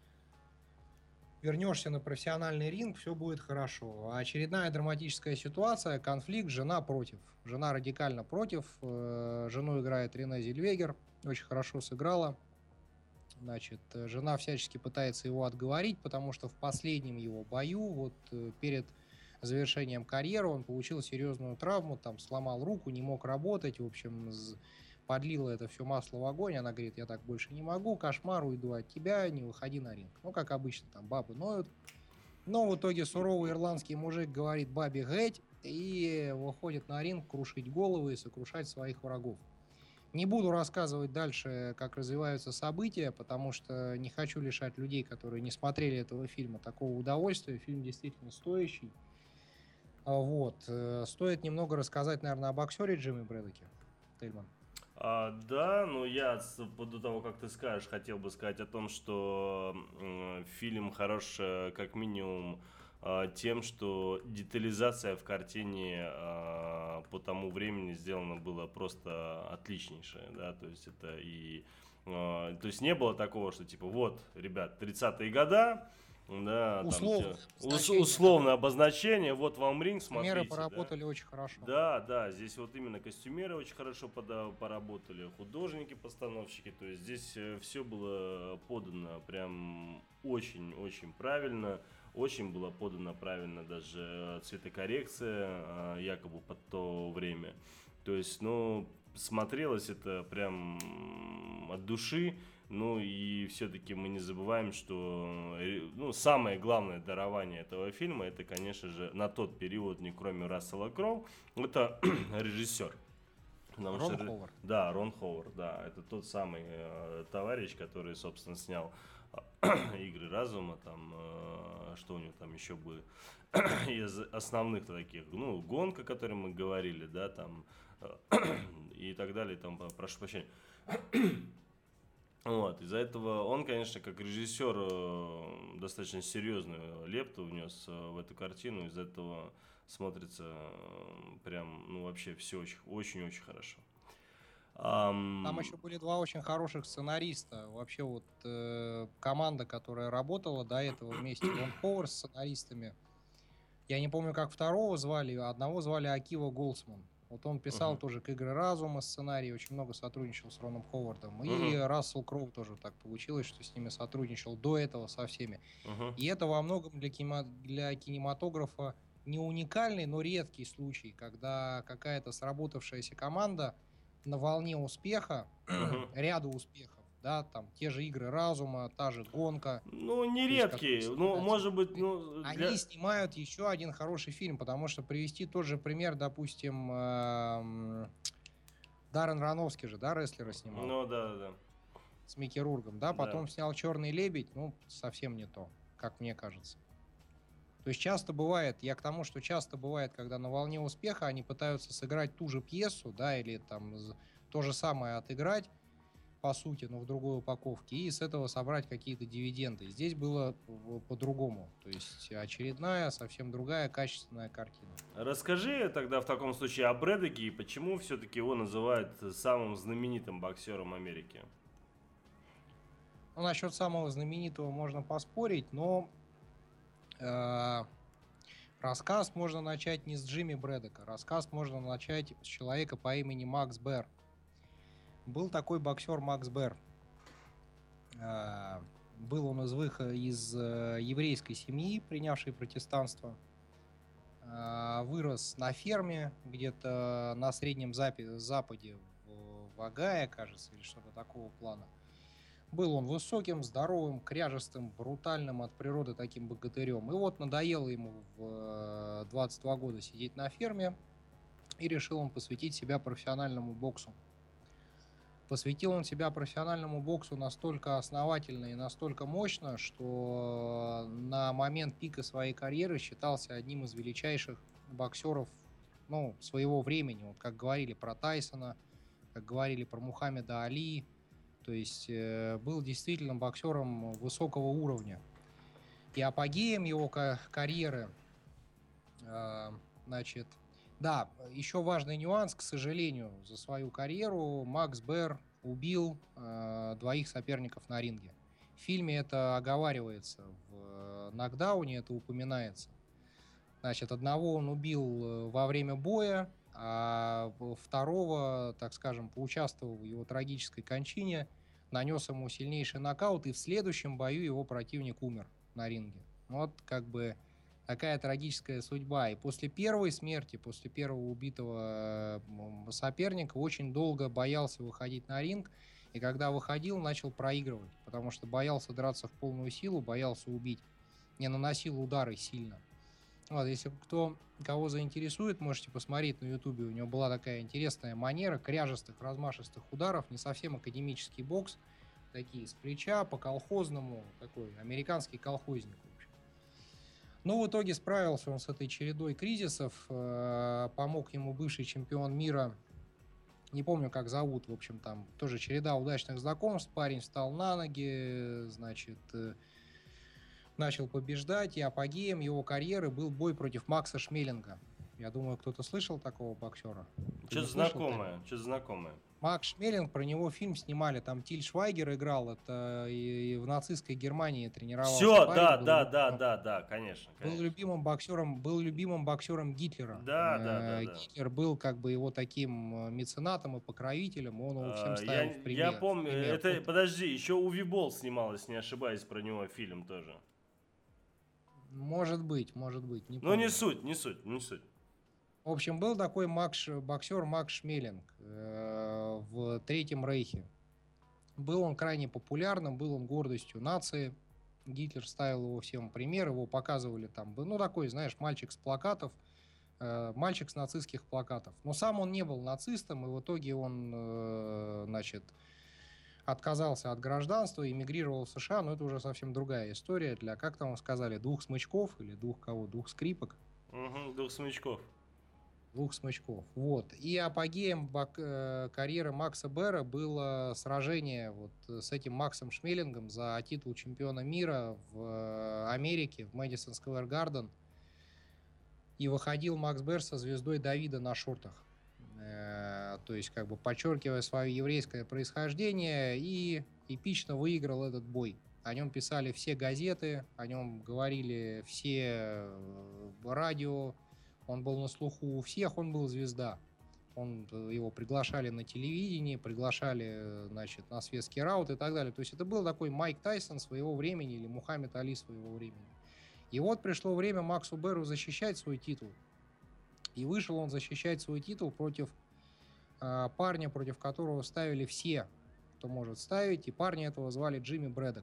вернешься на профессиональный ринг, все будет хорошо. А очередная драматическая ситуация, конфликт, жена против. Жена радикально против, жену играет Рене Зельвегер, очень хорошо сыграла. Значит, жена всячески пытается его отговорить, потому что в последнем его бою, вот перед завершением карьеры, он получил серьезную травму, там сломал руку, не мог работать, в общем, подлила это все масло в огонь, она говорит, я так больше не могу, кошмар, уйду от тебя, не выходи на ринг. Ну, как обычно, там бабы ноют. Но в итоге суровый ирландский мужик говорит бабе геть, и выходит на ринг крушить головы и сокрушать своих врагов. Не буду рассказывать дальше, как развиваются события, потому что не хочу лишать людей, которые не смотрели этого фильма, такого удовольствия. Фильм действительно стоящий. Вот. Стоит немного рассказать, наверное, о боксере Джимми Брэдоке. Тельман. Да, но я до того, как ты скажешь, хотел бы сказать о том, что фильм хорош как минимум тем, что детализация в картине по тому времени сделана была просто отличнейшая, да, то есть это и... То есть не было такого, что типа вот, ребят, 30-е года, да, условное обозначение, вот вам ринг, смотрите. Костюмеры поработали очень хорошо. Да, здесь вот именно костюмеры очень хорошо поработали, художники-постановщики, то есть здесь все было подано прям очень-очень правильно, очень было подано правильно даже цветокоррекция, якобы под то время, то есть, ну, смотрелось это прям от души. Ну и все-таки мы не забываем, что самое главное дарование этого фильма, это, конечно же, на тот период, не кроме Рассела Кроу, это режиссер. Рон Ховард. Да, Рон Ховард, да. Это тот самый товарищ, который, собственно, снял «Игры разума», там, что у него там еще было из основных таких, «Гонка», о которой мы говорили, да, там, и так далее, там, прошу прощения. Вот, из-за этого он, конечно, как режиссер достаточно серьезную лепту внес в эту картину, из-за этого смотрится прям, вообще все очень-очень хорошо. Там еще были два очень хороших сценариста. Вообще вот команда, которая работала до этого вместе, Рон Ховард с сценаристами. Я не помню, как второго звали, одного звали Акива Голдсман. Вот он писал тоже к «Игры разума» сценарий, очень много сотрудничал с Роном Ховардом. И Рассел Кроу тоже так получилось, что с ними сотрудничал до этого со всеми. И это во многом для кинематографа не уникальный, но редкий случай, когда какая-то сработавшаяся команда на волне успеха, ряда успехов, да, там те же «Игры разума», та же «Гонка». Не редкие, может быть, Они снимают еще один хороший фильм, потому что привести тот же пример, допустим, Даррен Аронофски же, да, рестлера снимал? Да. С Микки Рурком, да, потом снял «Черный лебедь», совсем не то, как мне кажется. То есть часто бывает, я к тому, что часто бывает, когда на волне успеха они пытаются сыграть ту же пьесу, да, или там то же самое отыграть, по сути, но в другой упаковке, и с этого собрать какие-то дивиденды. Здесь было по-другому. То есть очередная, совсем другая, качественная картина. Расскажи тогда в таком случае о Брэдоке и почему все-таки его называют самым знаменитым боксером Америки. Насчет самого знаменитого можно поспорить, но рассказ можно начать не с Джимми Брэдока. Рассказ можно начать с человека по имени Макс Берр. Был такой боксер Макс Берр. Был он из еврейской семьи, принявшей протестанство. Вырос на ферме, где-то на Среднем Западе, в Огайо, кажется, или что-то такого плана. Был он высоким, здоровым, кряжестым, брутальным от природы таким богатырем. И вот надоело ему в 22 года сидеть на ферме, и решил он посвятить себя профессиональному боксу. Посвятил он себя профессиональному боксу настолько основательно и настолько мощно, что на момент пика своей карьеры считался одним из величайших боксеров своего времени. Вот как говорили про Тайсона, как говорили про Мухаммеда Али. То есть был действительно боксером высокого уровня. И апогеем его карьеры, да, еще важный нюанс, к сожалению, за свою карьеру Макс Берр убил двоих соперников на ринге. В фильме это оговаривается, в нокдауне это упоминается. Значит, одного он убил во время боя, а второго, так скажем, поучаствовал в его трагической кончине, нанес ему сильнейший нокаут, и в следующем бою его противник умер на ринге. Вот как бы такая трагическая судьба. И после первой смерти, после первого убитого соперника очень долго боялся выходить на ринг, и когда выходил, начал проигрывать, потому что боялся драться в полную силу, боялся убить, не наносил удары сильно. Вот, если кого заинтересует, можете посмотреть на Ютубе. У него была такая интересная манера кряжестых, размашистых ударов, не совсем академический бокс, такие с плеча, по-колхозному, такой американский колхозник, в общем. Но в итоге справился он с этой чередой кризисов, помог ему бывший чемпион мира, не помню, как зовут, в общем, там тоже череда удачных знакомств, парень встал на ноги, значит, начал побеждать, и апогеем его карьеры был бой против Макса Шмелинга. Я думаю, кто-то слышал такого боксера? Что-то знакомое, что-то знакомое. Макс Шмелинг, про него фильм снимали, там Тиль Швайгер играл, это и в нацистской Германии тренировался. Все, парень, да, конечно. Был любимым боксером Гитлера. Да. Гитлер был как бы его таким меценатом и покровителем, он его всем ставил в пример. Я помню, это, подожди, еще Уви Болл снималась, если не ошибаюсь, про него фильм тоже. Может быть, не помню. Ну не суть. В общем, был такой боксер Макс Шмелинг в Третьем Рейхе. Был он крайне популярным, был он гордостью нации. Гитлер ставил его всем в пример, его показывали там, ну такой, знаешь, мальчик с плакатов, мальчик с нацистских плакатов. Но сам он не был нацистом, и в итоге он, значит, отказался от гражданства, эмигрировал в США, но это уже совсем другая история для, как там сказали, двух смычков или двух скрипок. Двух смычков. Вот. И апогеем карьеры Макса Берра было сражение вот с этим Максом Шмелингом за титул чемпиона мира в Америке, в Мэдисон Сквер Гарден. И выходил Макс Берр со звездой Давида на шортах. То есть, как бы подчеркивая свое еврейское происхождение, и эпично выиграл этот бой. О нем писали все газеты, о нем говорили все радио. Он был на слуху у всех, он был звезда. Его приглашали на телевидение, приглашали, значит, на светский раут и так далее. То есть это был такой Майк Тайсон своего времени или Мухаммед Али своего времени. И вот пришло время Максу Берру защищать свой титул. И вышел он защищать свой титул против парня, против которого ставили все, кто может ставить. И парня этого звали Джимми Брэддок.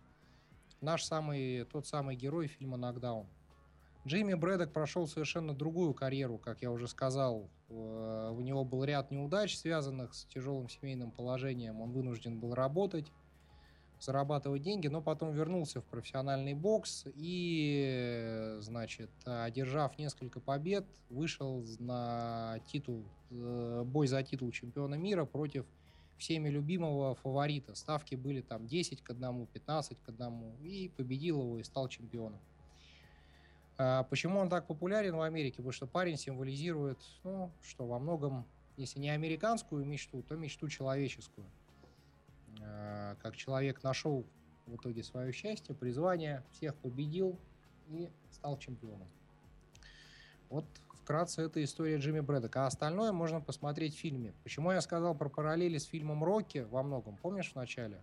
Тот самый герой фильма «Нокдаун». Джимми Брэддок прошел совершенно другую карьеру, как я уже сказал. У него был ряд неудач, связанных с тяжелым семейным положением. Он вынужден был работать, зарабатывать деньги, но потом вернулся в профессиональный бокс и, значит, одержав несколько побед, вышел на бой за титул чемпиона мира против всеми любимого фаворита. Ставки были там 10-1, 15-1, и победил его и стал чемпионом. Почему он так популярен в Америке? Потому что парень символизирует, что во многом, если не американскую мечту, то мечту человеческую. Как человек нашел в итоге свое счастье, призвание, всех победил и стал чемпионом. Вот вкратце это история Джимми Брэддока. А остальное можно посмотреть в фильме. Почему я сказал про параллели с фильмом «Рокки» во многом? Помнишь в начале?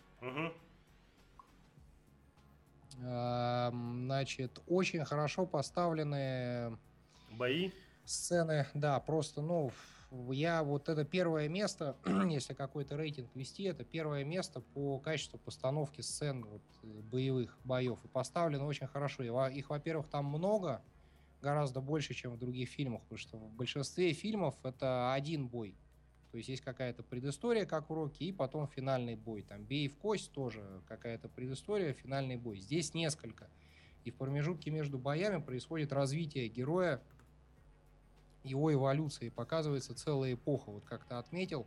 Значит, очень хорошо поставлены бои, сцены, да, просто, это первое место, если какой-то рейтинг вести, это первое место по качеству постановки сцен боевых боев, и поставлено очень хорошо. Их, во-первых, там много, гораздо больше, чем в других фильмах, потому что в большинстве фильмов это один бой. То есть есть какая-то предыстория, как в «Рокки», и потом финальный бой. Там «Бей в кость» тоже какая-то предыстория, финальный бой. Здесь несколько. И в промежутке между боями происходит развитие героя, его эволюции. Показывается целая эпоха. Вот как ты отметил,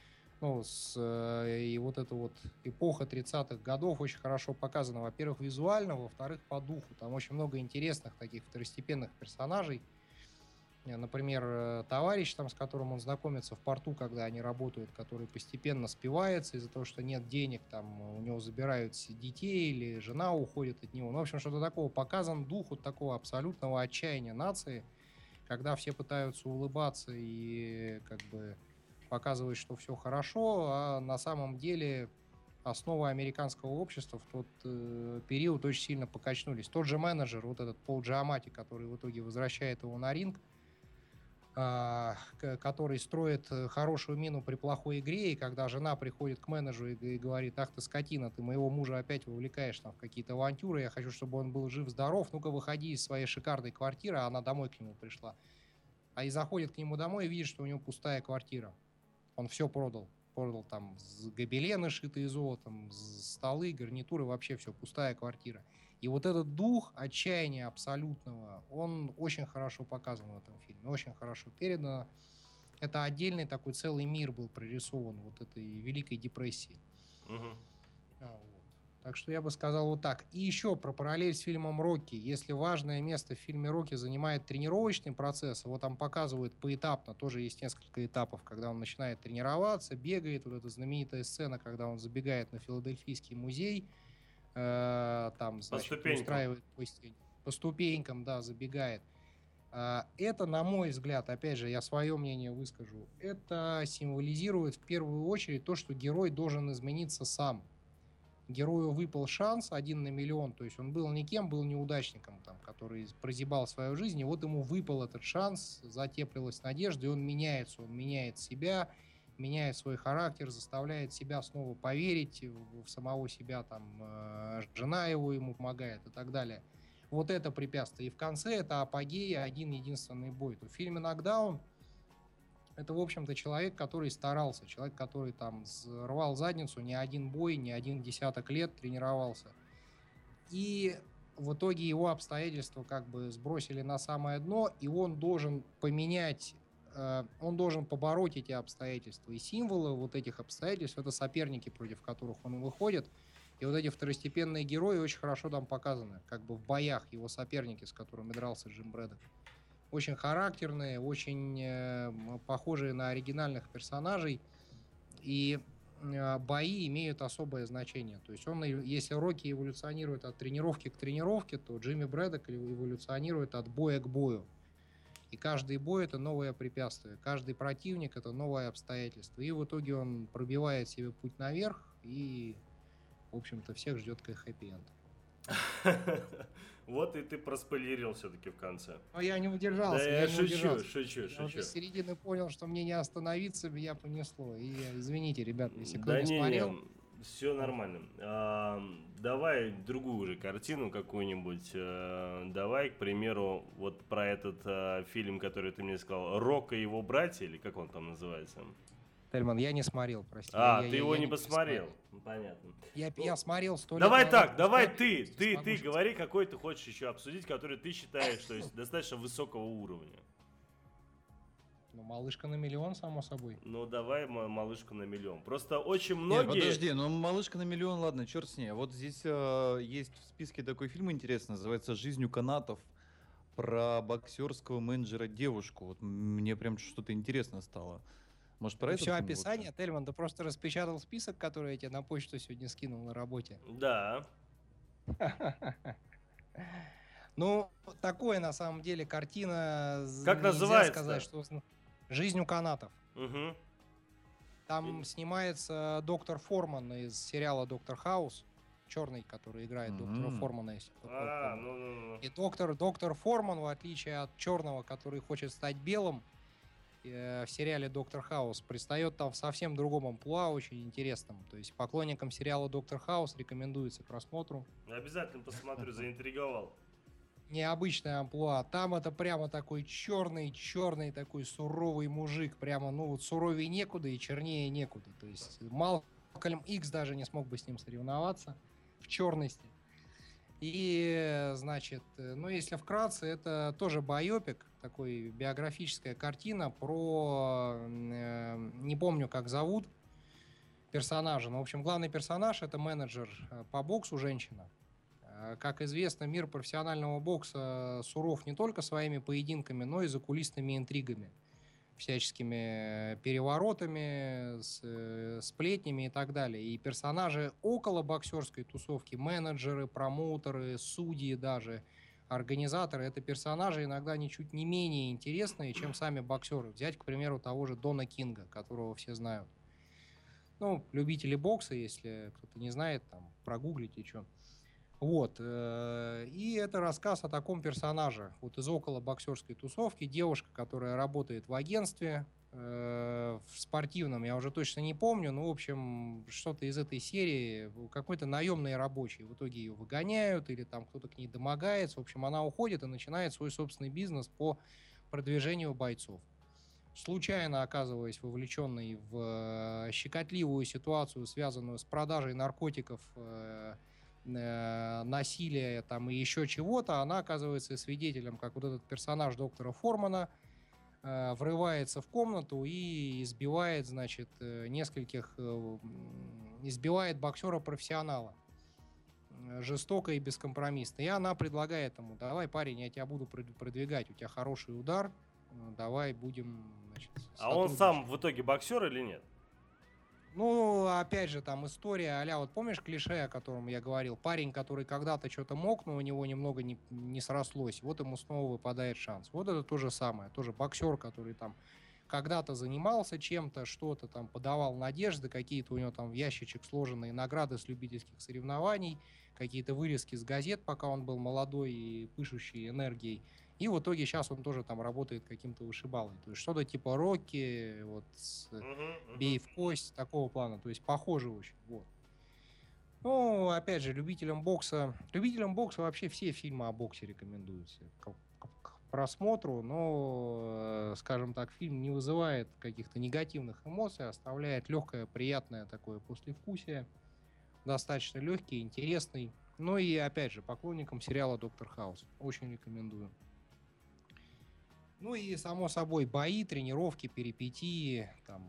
и вот эта вот эпоха 30-х годов очень хорошо показана. Во-первых, визуально, во-вторых, по духу. Там очень много интересных таких второстепенных персонажей. Например, товарищ, с которым он знакомится в порту, когда они работают, который постепенно спивается из-за того, что нет денег, у него забирают детей или жена уходит от него. В общем, что-то такого. Показан дух такого абсолютного отчаяния нации, когда все пытаются улыбаться и как бы показывать, что все хорошо, а на самом деле основы американского общества в тот период очень сильно покачнулись. Тот же менеджер, вот этот Пол Джиаматти, который в итоге возвращает его на ринг, который строит хорошую мину при плохой игре, и когда жена приходит к менеджеру и говорит: ах ты скотина, ты моего мужа опять вовлекаешь там в какие-то авантюры, я хочу, чтобы он был жив-здоров, ну-ка выходи из своей шикарной квартиры, а она домой к нему пришла. И заходит к нему домой и видит, что у него пустая квартира. Он все продал. Продал там гобелены, шитые золотом, столы, гарнитуры, вообще все, пустая квартира. И вот этот дух отчаяния абсолютного, он очень хорошо показан в этом фильме, очень хорошо передано. Это отдельный такой целый мир был прорисован вот этой Великой депрессии. Мгм. Вот. Так что я бы сказал вот так. И еще про параллель с фильмом «Рокки». Если важное место в фильме «Рокки» занимает тренировочный процесс, его там показывают поэтапно, тоже есть несколько этапов, когда он начинает тренироваться, бегает, вот эта знаменитая сцена, когда он забегает на Филадельфийский музей, там, значит, ступенькам. устраивает по ступенькам, да, забегает. Это, на мой взгляд, опять же, я свое мнение выскажу, это символизирует в первую очередь то, что герой должен измениться сам. Герою выпал шанс 1 на миллион, то есть он был никем, был неудачником, там, который прозябал свою жизнь, и вот ему выпал этот шанс, затеплилась надежда, и он меняется, он меняет себя, меняет свой характер, заставляет себя снова поверить в самого себя, там, жена его ему помогает и так далее. Вот это препятствие. И в конце это апогей, один единственный бой. В фильме «Нокдаун» это, в общем-то, человек, который старался, человек, который там рвал задницу, не один бой, не один десяток лет тренировался. И в итоге его обстоятельства как бы сбросили на самое дно, и он должен поменять, он должен побороть эти обстоятельства. И символы вот этих обстоятельств — это соперники, против которых он выходит. И вот эти второстепенные герои очень хорошо там показаны, как бы в боях его соперники, с которыми дрался Джим Брэдок. Очень характерные, очень похожие на оригинальных персонажей. И бои имеют особое значение. То есть если Рокки эволюционирует от тренировки к тренировке, то Джимми Брэдок эволюционирует от боя к бою. И каждый бой — это новое препятствие. Каждый противник — это новое обстоятельство. И в итоге он пробивает себе путь наверх, и, в общем-то, всех ждет хэппи-энд. Вот и ты проспойлерил все-таки в конце. Но я не удержался. Да я шучу. Я уже с середины понял, что мне не остановиться, меня понесло. И извините, ребят, если кто не смотрел. Все нормально. Давай другую уже картину какую-нибудь. Давай, к примеру, вот про этот фильм, который ты мне сказал, «Рок и его братья», или как он там называется? Тельман, я не смотрел, прости. Ты его не посмотрел. Понятно. Я смотрел 100 лет Давай назад, так, давай посмотрел, ты говори, какой ты хочешь еще обсудить, который ты считаешь, что есть достаточно высокого уровня. Ну, «Малышка на миллион», само собой. Ну, давай «Малышка на миллион». Просто очень многие... Нет, подожди, ну «Малышка на миллион», ладно, черт с ней. Вот здесь есть в списке такой фильм интересный, называется «Жизнь у канатов», про боксерского менеджера девушку. Вот мне прям что-то интересно стало. Может, про это все описание, Тельман, ты просто распечатал список, который я тебе на почту сегодня скинул на работе. Да. Ну, такое на самом деле картина. Как называется? Сказать, что «Жизнь у канатов». Угу. Там снимается доктор Форман из сериала «Доктор Хаус». Черный, который играет доктора Формана, если И доктор Форман, в отличие от черного, который хочет стать белым, в сериале «Доктор Хаус», предстает там в совсем другом амплуа, очень интересном. То есть поклонникам сериала «Доктор Хаус» рекомендуется к просмотру. Обязательно посмотрю, заинтриговал. Необычное амплуа. Там это прямо такой черный такой суровый мужик. Прямо, ну вот суровее некуда и чернее некуда. То есть Малкольм Икс даже не смог бы с ним соревноваться в черности. И, значит, ну если вкратце, это тоже байопик, такой биографическая картина про, не помню, как зовут персонажа, но, в общем, главный персонаж — это менеджер по боксу, женщина. Как известно, мир профессионального бокса суров не только своими поединками, но и закулисными интригами, всяческими переворотами, сплетнями и так далее. И персонажи около боксерской тусовки, менеджеры, промоутеры, судьи даже, организаторы — это персонажи иногда ничуть не менее интересные, чем сами боксеры. Взять, к примеру, того же Дона Кинга, которого все знают. Ну, любители бокса, если кто-то не знает, там, прогуглите, что. Вот. И это рассказ о таком персонаже. Вот из около боксерской тусовки девушка, которая работает в агентстве, в спортивном, я уже точно не помню, но, в общем, что-то из этой серии, какой-то наемный рабочий. В итоге ее выгоняют или там кто-то к ней домогается. В общем, она уходит и начинает свой собственный бизнес по продвижению бойцов. Случайно оказываясь вовлеченной в щекотливую ситуацию, связанную с продажей наркотиков, насилия там и еще чего-то, она оказывается свидетелем, как вот этот персонаж доктора Формана врывается в комнату и избивает, значит, избивает боксера-профессионала жестоко и бескомпромиссно. И она предлагает ему: давай, парень, я тебя буду продвигать, у тебя хороший удар, давай будем, значит, А он сам в итоге боксер или нет? Ну, опять же, там история а-ля, вот помнишь клише, о котором я говорил? Парень, который когда-то что-то мог, но у него немного не срослось, вот ему снова выпадает шанс. Вот это то же самое, тоже боксер, который там когда-то занимался чем-то, что-то там подавал надежды, какие-то у него там в ящичек сложенные награды с любительских соревнований, какие-то вырезки с газет, пока он был молодой и пышущий энергией. И в итоге сейчас он тоже там работает каким-то вышибалой. То есть что-то типа Рокки, вот бей в кость, такого плана. То есть похоже очень. Вот. Ну, опять же, любителям бокса вообще все фильмы о боксе рекомендуются к просмотру, но, скажем так, фильм не вызывает каких-то негативных эмоций, оставляет легкое, приятное такое послевкусие, достаточно легкий, интересный. Ну и, опять же, поклонникам сериала «Доктор Хаус» очень рекомендую. Ну и, само собой, бои, тренировки, перипетии, там,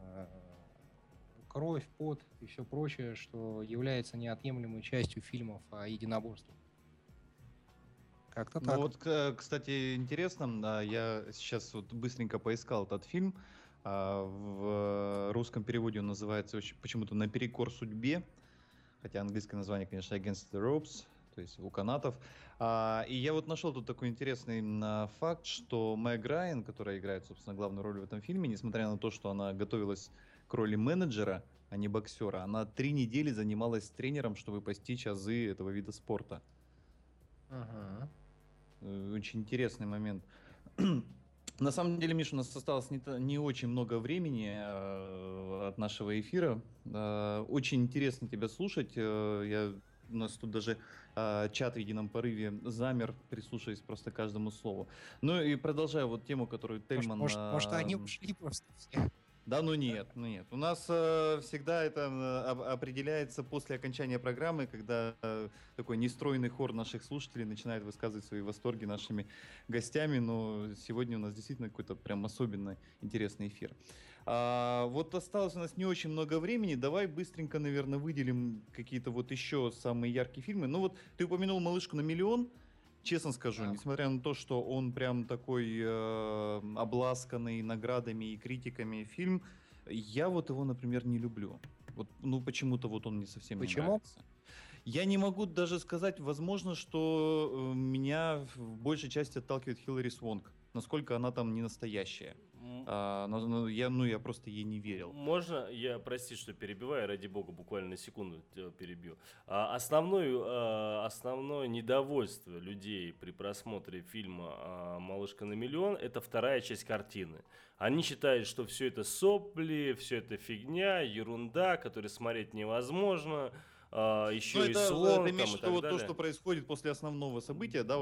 кровь, пот и все прочее, что является неотъемлемой частью фильмов о единоборстве. Как-то так. Ну вот, кстати, интересно, я сейчас вот быстренько поискал этот фильм. В русском переводе он называется почему-то «Наперекор судьбе», хотя английское название, конечно, «Against the Ropes», то есть «У канатов». И я вот нашел тут такой интересный факт, что Мэг Райан, которая играет, собственно, главную роль в этом фильме, несмотря на то, что она готовилась к роли менеджера, а не боксера, она 3 недели занималась тренером, чтобы постичь азы этого вида спорта. Ага. Очень интересный момент. На самом деле, Миша, у нас осталось не очень много времени от нашего эфира. Очень интересно тебя слушать. У нас тут даже чат в едином порыве замер, прислушиваясь просто к каждому слову. Ну и продолжая вот тему, которую Тельман... Может, они ушли просто все. Да, ну нет. У нас всегда это определяется после окончания программы, когда такой нестройный хор наших слушателей начинает высказывать свои восторги нашими гостями, но сегодня у нас действительно какой-то прям особенно интересный эфир. Вот осталось у нас не очень много времени, давай быстренько, наверное, выделим какие-то вот еще самые яркие фильмы. Ну вот ты упомянул «Малышку на миллион». Честно скажу, несмотря на то, что он прям такой обласканный наградами и критиками фильм, я вот его, например, не люблю. Вот, ну, почему-то вот он мне совсем не нравится. Я не могу даже сказать, возможно, что меня в большей части отталкивает Хилари Свонг. Насколько она там не настоящая. Я просто ей не верил. Можно, прости, что перебиваю, ради бога, буквально на секунду тебя перебью. Основное недовольство людей при просмотре фильма «Малышка на миллион» — это вторая часть картины. Они считают, что все это сопли, все это фигня, ерунда, которую смотреть невозможно. Еще и слон, ты имеешь в виду вот то, что происходит после основного события, да?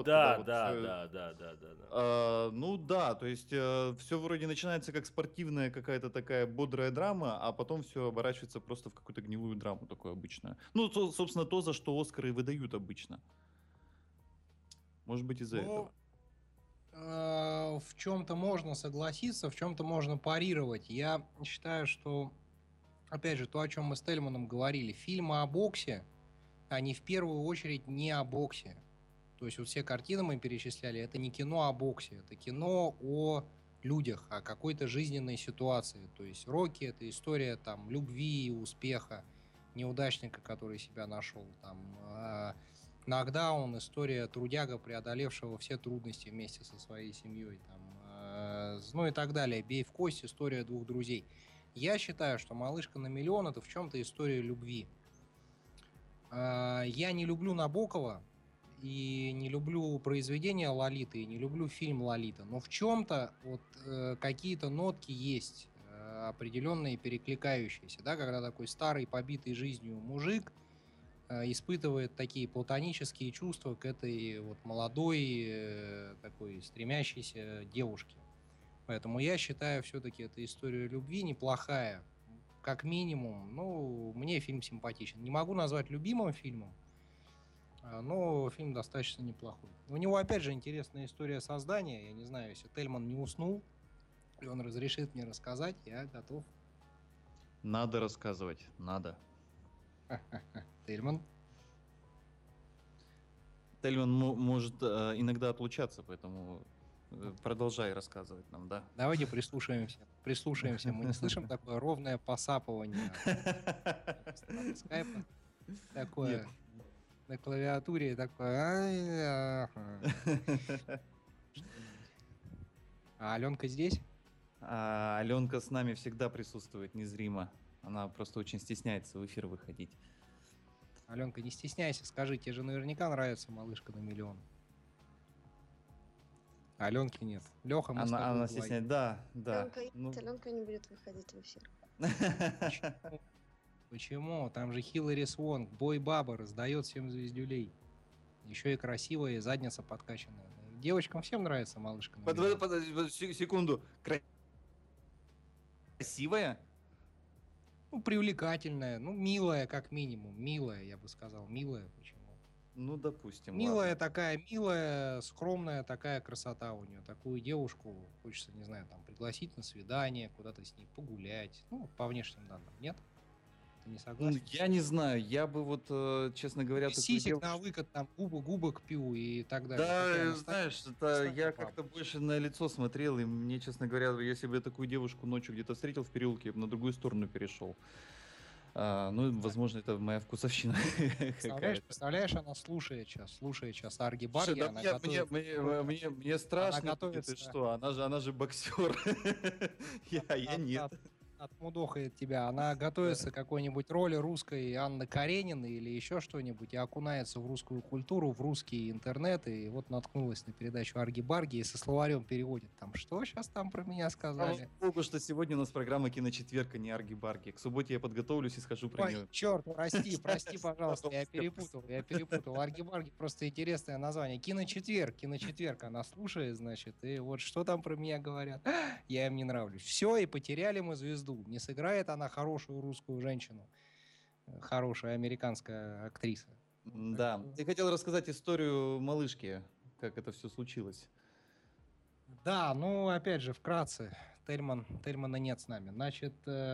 Ну да, то есть все вроде начинается как спортивная какая-то такая бодрая драма, а потом все оборачивается просто в какую-то гнилую драму такую обычную. Ну, собственно, то, за что Оскары выдают обычно. Может быть, из-за этого. В чем-то можно согласиться, в чем-то можно парировать. Я считаю, что, опять же, то, о чем мы с Тельманом говорили, фильмы о боксе, они в первую очередь не о боксе. То есть вот все картины мы перечисляли, это не кино о боксе, это кино о людях, о какой-то жизненной ситуации. То есть «Рокки» — это история там любви, успеха, неудачника, который себя нашел. Там «Нокдаун» — история трудяга, преодолевшего все трудности вместе со своей семьей. Там, ну и так далее. «Бей в кость» — история двух друзей. Я считаю, что «Малышка на миллион» — это в чем-то история любви. Я не люблю Набокова и не люблю произведения Лолиты, и не люблю фильм «Лолита». Но в чем-то вот какие-то нотки есть, определенные перекликающиеся, да, когда такой старый, побитый жизнью мужик испытывает такие платонические чувства к этой вот молодой, такой стремящейся девушке. Поэтому я считаю, все-таки эта история любви неплохая. Как минимум, ну, мне фильм симпатичен. Не могу назвать любимым фильмом, но фильм достаточно неплохой. У него, опять же, интересная история создания. Я не знаю, если Тельман не уснул, и он разрешит мне рассказать, я готов. Надо рассказывать, надо. Тельман? Тельман может иногда отлучаться, поэтому продолжай рассказывать нам, да. Давайте прислушаемся. Прислушаемся. Мы не слышим такое ровное посапывание скайпа. Такое на клавиатуре, такое. А Аленка здесь? Аленка с нами всегда присутствует незримо. Она просто очень стесняется в эфир выходить. Аленка, не стесняйся, скажи, тебе же наверняка нравится «Малышка на миллион». Аленки нет. Леха, мы с тобой Она вдвоем. стесняется, да. Аленка есть, Ну, Аленка не будет выходить в эфир. Почему? Там же Хиллари Свонг, бой-баба, раздает всем звездюлей. Еще и красивая, и задница подкачанная. Девочкам всем нравится «Малышка на миллион». Подожди, секунду. Красивая? Ну, привлекательная, ну, милая, как минимум. Милая, я бы сказал. Милая, почему? Ну, допустим. Милая ладно. такая, милая, скромная такая красота у нее. Такую девушку хочется, не знаю, там, пригласить на свидание, куда-то с ней погулять. Ну, по внешним данным. Нет? Ты не Ну, согласен? я не знаю, я бы вот, честно говоря, такую Сисек девушку- на выкат, там, губы к пиву и так далее. Да, Такая знаешь, это настоящая я баба. как-то больше на лицо смотрел, и мне, честно говоря, если бы я такую девушку ночью где-то встретил в переулке, я бы на другую сторону перешел. Ну, возможно, это моя вкусовщина какая-то. Представляешь, она слушает сейчас Арги Слушай, Барги, да она мне, готовит... мне страшно, будет, готовится. ты что, она же боксер. Я нет. Отмудохает тебя. Она готовится к какой-нибудь роли русской Анны Карениной или еще что-нибудь и окунается в русскую культуру, в русский интернет, и вот наткнулась на передачу Арги-Барги и со словарем переводит там, что сейчас там про меня сказали. Слава богу, что сегодня у нас программа «Киночетверг», а не «Арги-Барги». К субботе я подготовлюсь и схожу про нее. Ой, черт, прости, пожалуйста, я перепутал. Арги-Барги просто интересное название. Киночетверг, она слушает, значит, и вот что там про меня говорят. Я им не нравлюсь. Все, и потеряли мы звезду. Не сыграет она хорошую русскую женщину. Хорошая американская актриса. Да. Ты хотел рассказать историю малышки, как это все случилось. Да, ну, опять же, вкратце. Тельмана нет с нами. Значит,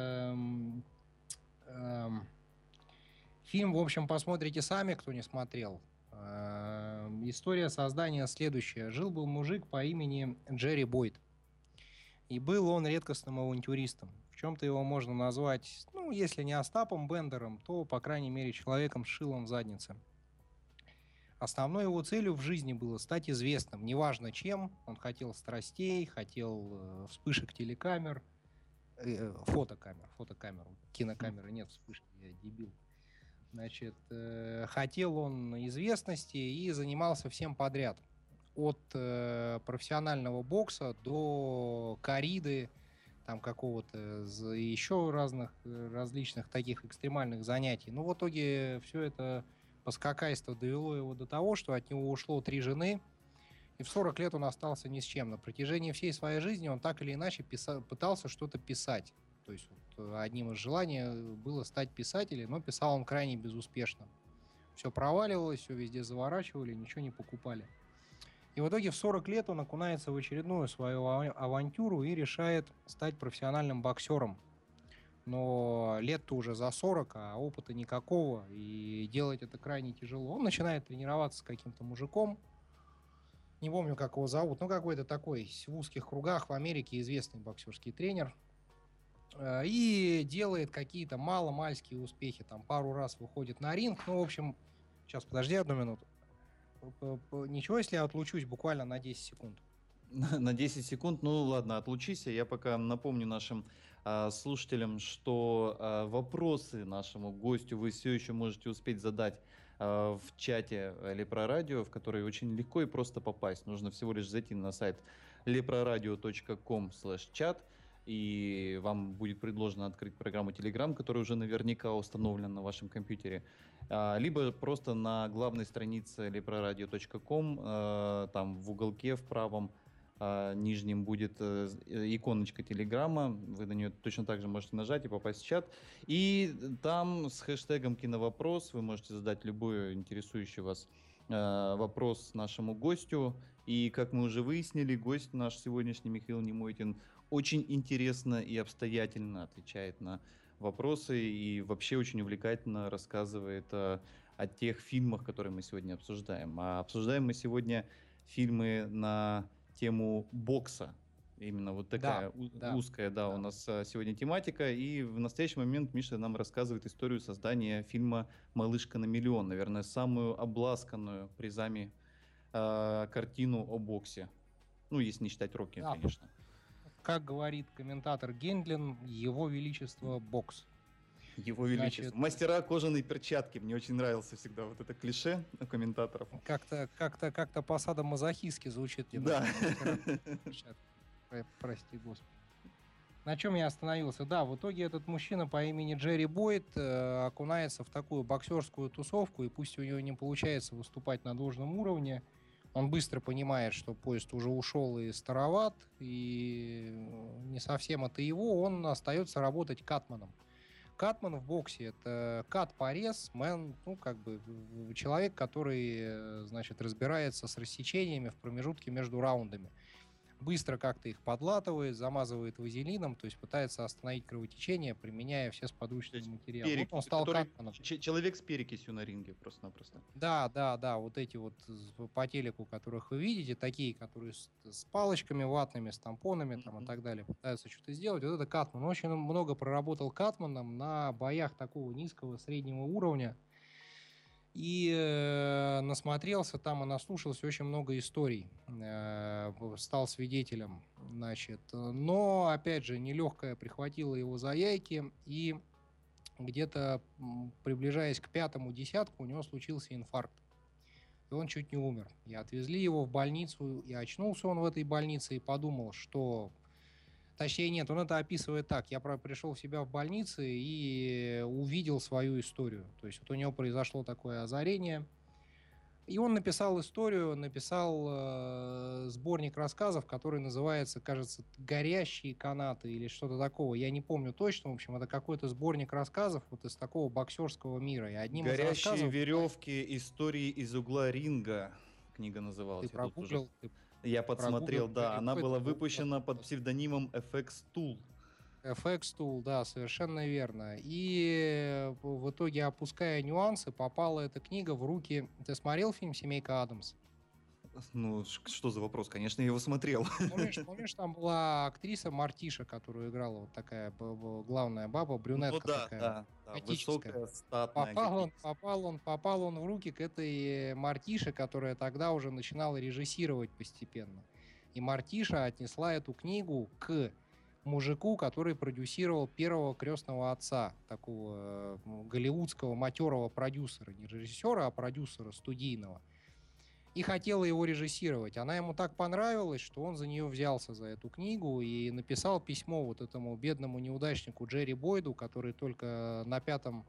фильм, в общем, посмотрите сами, кто не смотрел. История создания следующая. Жил-был мужик по имени Джерри Бойд. И был он редкостным авантюристом. В чем-то его можно назвать, ну, если не Остапом Бендером, то, по крайней мере, человеком с шилом в заднице. Основной его целью в жизни было стать известным, неважно чем. Он хотел страстей, хотел вспышек телекамер, фотокамер, кинокамеры нет вспышки, я дебил. Значит, хотел он известности и занимался всем подряд. От профессионального бокса до кориды, там какого-то еще различных таких экстремальных занятий. Но в итоге все это поскакайство довело его до того, что от него ушло 3 жены, и в 40 лет он остался ни с чем. На протяжении всей своей жизни он так или иначе пытался что-то писать. То есть вот, одним из желаний было стать писателем, но писал он крайне безуспешно. Все проваливалось, все везде заворачивали, ничего не покупали. И в итоге в 40 лет он окунается в очередную свою авантюру и решает стать профессиональным боксером. Но лет-то уже за 40, а опыта никакого, и делать это крайне тяжело. Он начинает тренироваться с каким-то мужиком, не помню, как его зовут, но какой-то такой в узких кругах в Америке известный боксерский тренер, и делает какие-то маломальские успехи, там пару раз выходит на ринг, ну, в общем, сейчас, подожди 1 минуту. Ничего, если я отлучусь буквально на 10 секунд? На 10 секунд, ну ладно, отлучись, я пока напомню нашим слушателям, что вопросы нашему гостю вы все еще можете успеть задать в чате Лепрорадио, в который очень легко и просто попасть. Нужно всего лишь зайти на сайт leproradio.com/chat, и вам будет предложено открыть программу Telegram, которая уже наверняка установлена на вашем компьютере. Либо просто на главной странице leproradio.com, там в уголке в правом нижнем будет иконочка Телеграма, вы на нее точно так же можете нажать и попасть в чат. И там с хэштегом «Киновопрос» вы можете задать любой интересующий вас вопрос нашему гостю. И, как мы уже выяснили, гость наш сегодняшний, Михаил Немойтин, очень интересно и обстоятельно отвечает на вопросы и вообще очень увлекательно рассказывает о тех фильмах, которые мы сегодня обсуждаем. А обсуждаем мы сегодня фильмы на тему бокса. Именно вот такая узкая, у нас сегодня тематика. И в настоящий момент Миша нам рассказывает историю создания фильма «Малышка на миллион». Наверное, самую обласканную призами картину о боксе. Ну, если не считать Рокки, конечно. Как говорит комментатор Гендлин, его величество бокс. Его величество. Значит, мастера кожаной перчатки. Мне очень нравился всегда вот это клише у комментаторов. Как-то по-садомазохистски звучит. Да. Прости, господи. На чем я остановился? Да, в итоге этот мужчина по имени Джерри Бойд окунается в такую боксерскую тусовку, и пусть у него не получается выступать на должном уровне, он быстро понимает, что поезд уже ушел и староват, и не совсем это его, он остается работать катманом. Катман в боксе — это кат-порез, человек, который, значит, разбирается с рассечениями в промежутке между раундами. Быстро как-то их подлатывает, замазывает вазелином, то есть пытается остановить кровотечение, применяя все сподручные материалы. Вот он стал катманом. Человек с перекисью на ринге просто-напросто. Да, вот эти вот по телеку, которых вы видите, такие, которые с палочками ватными, с тампонами там, и так далее, пытаются что-то сделать. Вот это катман. Он очень много проработал катманом на боях такого низкого, среднего уровня. И насмотрелся там и наслушался очень много историй, стал свидетелем, значит. Но, опять же, нелегкая прихватила его за яйки, и где-то приближаясь к 5-му десятку у него случился инфаркт. И он чуть не умер. И отвезли его в больницу, и очнулся он в этой больнице и подумал, что... Точнее, нет, он это описывает так. Я пришел в себя в больнице и увидел свою историю. То есть вот у него произошло такое озарение. И он написал историю, сборник рассказов, который называется, кажется, «Горящие канаты» или что-то такого. Я не помню точно. В общем, это какой-то сборник рассказов вот из такого боксерского мира. И одним «Горящие из рассказов... веревки. Истории из угла ринга». Книга называлась. Ты прогуглил? Я подсмотрел, да. Она была выпущена под псевдонимом FX Tool. FX Tool, да, совершенно верно. И в итоге, опуская нюансы, попала эта книга в руки... Ты смотрел фильм «Семейка Адамс»? Ну, что за вопрос? Конечно, я его смотрел. Помнишь, там была актриса Мартиша, которую играла вот такая главная баба, брюнетка такая. Да, высокая, статная. Попал он в руки к этой Мартише, которая тогда уже начинала режиссировать постепенно. И Мартиша отнесла эту книгу к мужику, который продюсировал первого «Крестного отца», такого голливудского матерого продюсера, не режиссера, а продюсера студийного. И хотела его режиссировать. Она ему так понравилась, что он за нее взялся, за эту книгу, и написал письмо вот этому бедному неудачнику Джерри Бойду, который только на 5-м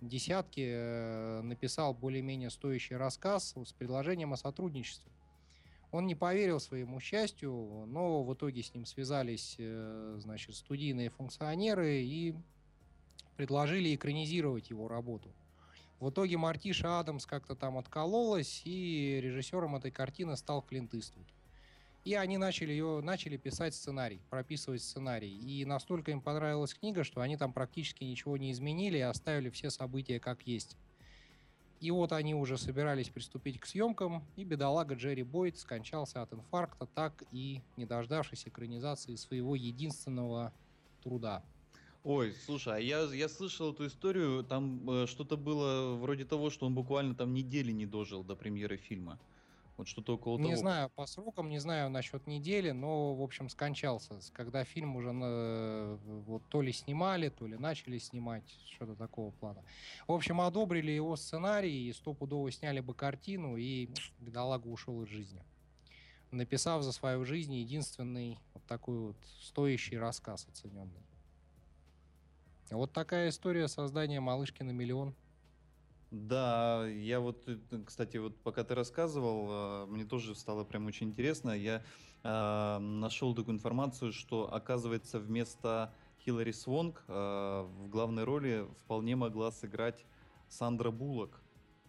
десятке написал более-менее стоящий рассказ с предложением о сотрудничестве. Он не поверил своему счастью, но в итоге с ним связались, значит, студийные функционеры и предложили экранизировать его работу. В итоге Мартиша Адамс как-то там откололась, и режиссером этой картины стал Клинт Иствуд. И они начали писать сценарий, прописывать сценарий. И настолько им понравилась книга, что они там практически ничего не изменили и оставили все события как есть. И вот они уже собирались приступить к съемкам, и бедолага Джерри Бойд скончался от инфаркта, так и не дождавшись экранизации своего единственного труда. Ой, слушай, а я слышал эту историю, там что-то было вроде того, что он буквально там недели не дожил до премьеры фильма. Вот что-то около Не того. знаю по срокам, не знаю насчет недели, но, в общем, скончался, когда фильм уже вот то ли снимали, то ли начали снимать, что-то такого плана. В общем, одобрили его сценарий, и стопудово сняли бы картину, и бедолага ушел из жизни, написав за свою жизнь единственный вот такой вот стоящий рассказ оцененный. Вот такая история создания «Малышки на миллион». Да, я вот, кстати, вот пока ты рассказывал, мне тоже стало прям очень интересно. Я нашел такую информацию, что, оказывается, вместо Хилари Свонг в главной роли вполне могла сыграть Сандра Буллок.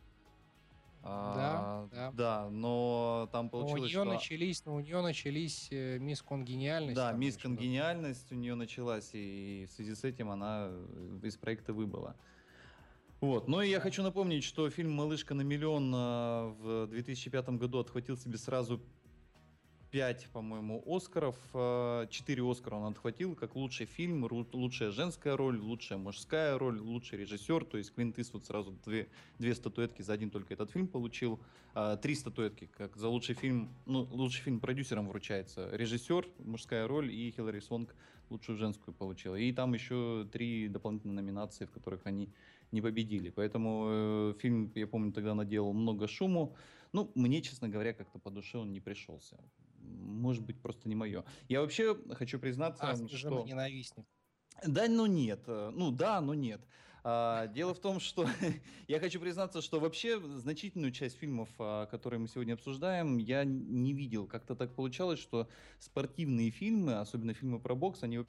Да, да. Да, но там Но у получилось, нее что... начались мисс Конгениальность. Да, там, мисс и что-то. Конгениальность у нее началась, и в связи с этим она из проекта выбыла. Вот. Но я хочу напомнить, что фильм «Малышка на миллион» в 2005 году отхватил себе сразу 5, по-моему, Оскаров. 4 Оскара он отхватил, как лучший фильм, лучшая женская роль, лучшая мужская роль, лучший режиссер. То есть Клинт Иствуд сразу две статуэтки за один только этот фильм получил. 3 статуэтки, как за лучший фильм, ну, лучший фильм продюсерам вручается. Режиссер, мужская роль, и Хилари Свонг лучшую женскую получила. И там еще 3 дополнительные номинации, в которых они не победили. Поэтому фильм, я помню, тогда наделал много шуму. Ну, мне, честно говоря, как-то по душе он не пришелся. Может быть, просто не мое. Я вообще хочу признаться, что... ненавистник. Да, но нет. Ну да, но нет. Дело в том, что я хочу признаться, что вообще значительную часть фильмов, которые мы сегодня обсуждаем, я не видел. Как-то так получалось, что спортивные фильмы, особенно фильмы про бокс, они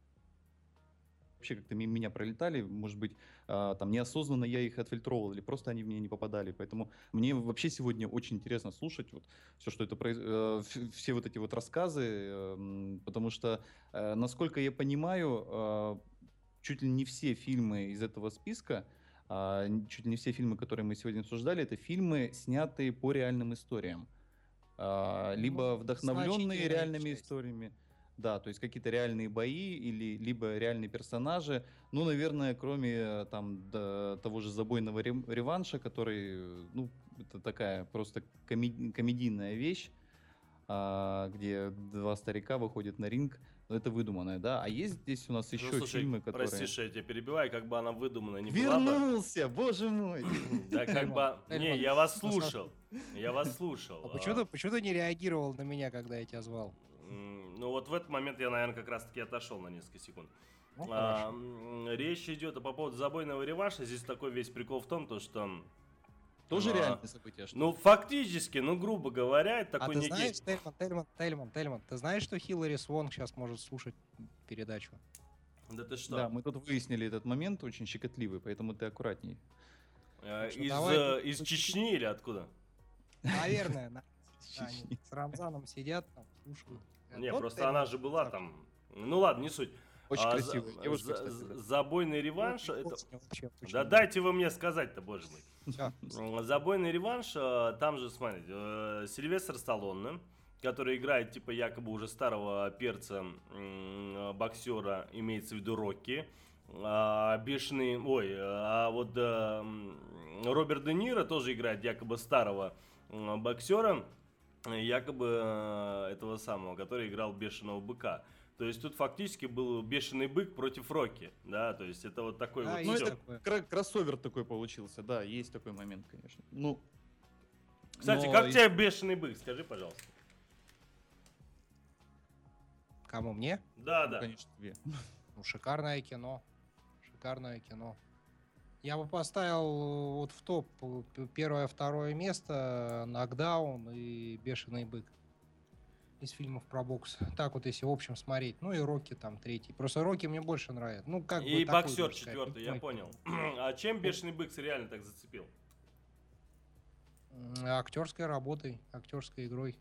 вообще как-то мимо меня пролетали, может быть, там неосознанно я их отфильтровал, или просто они в меня не попадали. Поэтому мне вообще сегодня очень интересно слушать вот все, что это все вот эти вот рассказы, потому что, насколько я понимаю, чуть ли не все фильмы из этого списка, чуть ли не все фильмы, которые мы сегодня обсуждали, это фильмы, снятые по реальным историям. Либо вдохновленные реальными историями. Да, то есть какие-то реальные бои или либо реальные персонажи. Ну, наверное, кроме там того же «Забойного реванша», который, ну, это такая просто комедийная вещь, где 2 старика выходят на ринг. Это выдуманное, да? А есть здесь у нас еще фильмы, которые... Прости, что я тебя перебиваю, как бы она выдуманная не была бы. Вернулся, боже мой! Да как бы... Не, я вас слушал. Я вас слушал. А почему ты не реагировал на меня, когда я тебя звал? Ну вот в этот момент я, наверное, как раз-таки отошел на несколько секунд. Речь идет по поводу «Забойного реванша». Здесь такой весь прикол в том, то, что... Тоже реальные события, что ли? Ну, фактически, ну, грубо говоря, это такой ты некий... знаешь, Тельман, ты знаешь, что Хилари Свонг сейчас может слушать передачу? Да ты что? Да, мы тут выяснили этот момент очень щекотливый, поэтому ты аккуратней. Из Чечни или откуда? Наверное, они с Рамзаном сидят там, слушают. Не, просто она же была там... Ну ладно, не суть. Очень красивая девушка, кстати. «Забойный реванш» это... Да дайте вы мне сказать-то, боже мой. «Забойный реванш», там же, смотрите, Сильвестр Сталлоне, который играет типа якобы уже старого перца боксера, имеется в виду Рокки. Бешеный... Ой, а вот Роберт Де Ниро тоже играет якобы старого боксера, якобы этого самого, который играл бешеного быка. То есть тут фактически был бешеный бык против Рокки, да, то есть это вот такой вот... Ну, это кроссовер такой получился, да, есть такой момент, конечно. Ну, кстати, как тебе бешеный бык, скажи, пожалуйста. Кому, мне? Да, ну, да. конечно, тебе. Ну, шикарное кино. Шикарное кино. Я бы поставил вот в топ 1-2 место «Нокдаун» и «Бешеный бык» из фильмов про бокс. Так вот, если в общем смотреть. Ну и «Рокки» там 3. Просто «Рокки» мне больше нравится. Ну, как и бы «Боксер» 4, я понял. А чем «Бешеный бык» реально так зацепил? Актерской работой, актерской игрой.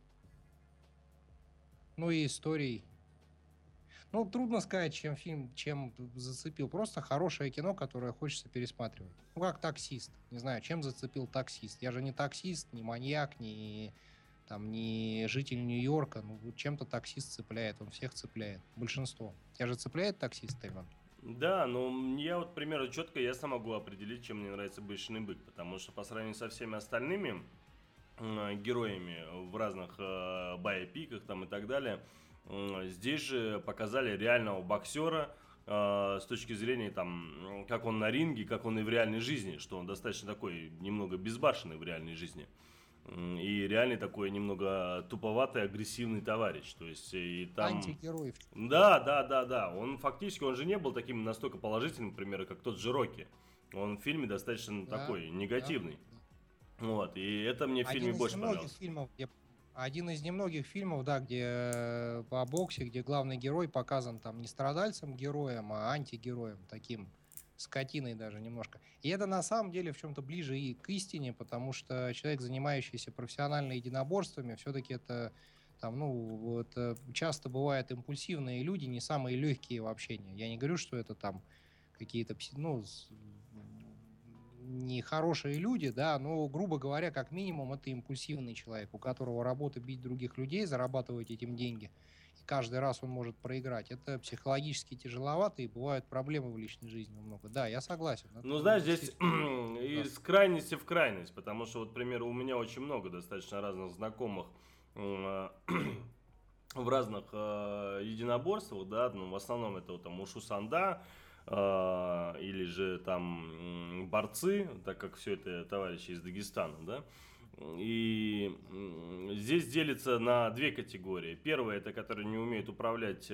Ну и историей. Ну, трудно сказать, чем зацепил. Просто хорошее кино, которое хочется пересматривать. Ну, как «Таксист». Не знаю, чем зацепил «Таксист». Я же не таксист, не маньяк, не житель Нью-Йорка. Ну, чем-то «Таксист» цепляет, он всех цепляет. Большинство. Тебя же цепляет «Таксист», Тельман? Да, но я вот, к примеру, четко ясно могу определить, чем мне нравится «Бешеный бык», потому что по сравнению со всеми остальными героями в разных байопиках там и так далее. Здесь же показали реального боксера с точки зрения там, как он на ринге, как он и в реальной жизни, что он достаточно такой немного безбашенный в реальной жизни. И реальный такой немного туповатый, агрессивный товарищ. То есть и там... Антигерой. Да. Он фактически, он же не был таким настолько положительным, например, как тот же Рокки. Он в фильме достаточно такой негативный. Да. Вот, и это мне в фильме больше понравилось. Один из немногих фильмов, да, где по боксе, где главный герой показан там не страдальцем-героем, а антигероем, таким скотиной даже немножко. И это на самом деле в чем-то ближе и к истине, потому что человек, занимающийся профессионально единоборствами, все-таки это там, часто бывают импульсивные люди, не самые легкие в общении. Я не говорю, что это там какие-то, нехорошие люди, да, но, грубо говоря, как минимум, это импульсивный человек, у которого работа бить других людей, зарабатывать этим деньги. И каждый раз он может проиграть. Это психологически тяжеловато, и бывают проблемы в личной жизни много. Да, я согласен. Знаешь, здесь из крайности в крайность, потому что, вот, к примеру, у меня очень много достаточно разных знакомых в разных единоборствах, да, в основном это вот, там Ушу Санда, или же там борцы, так как все это товарищи из Дагестана, да. И здесь делится на две категории. Первая — это которые не умеют управлять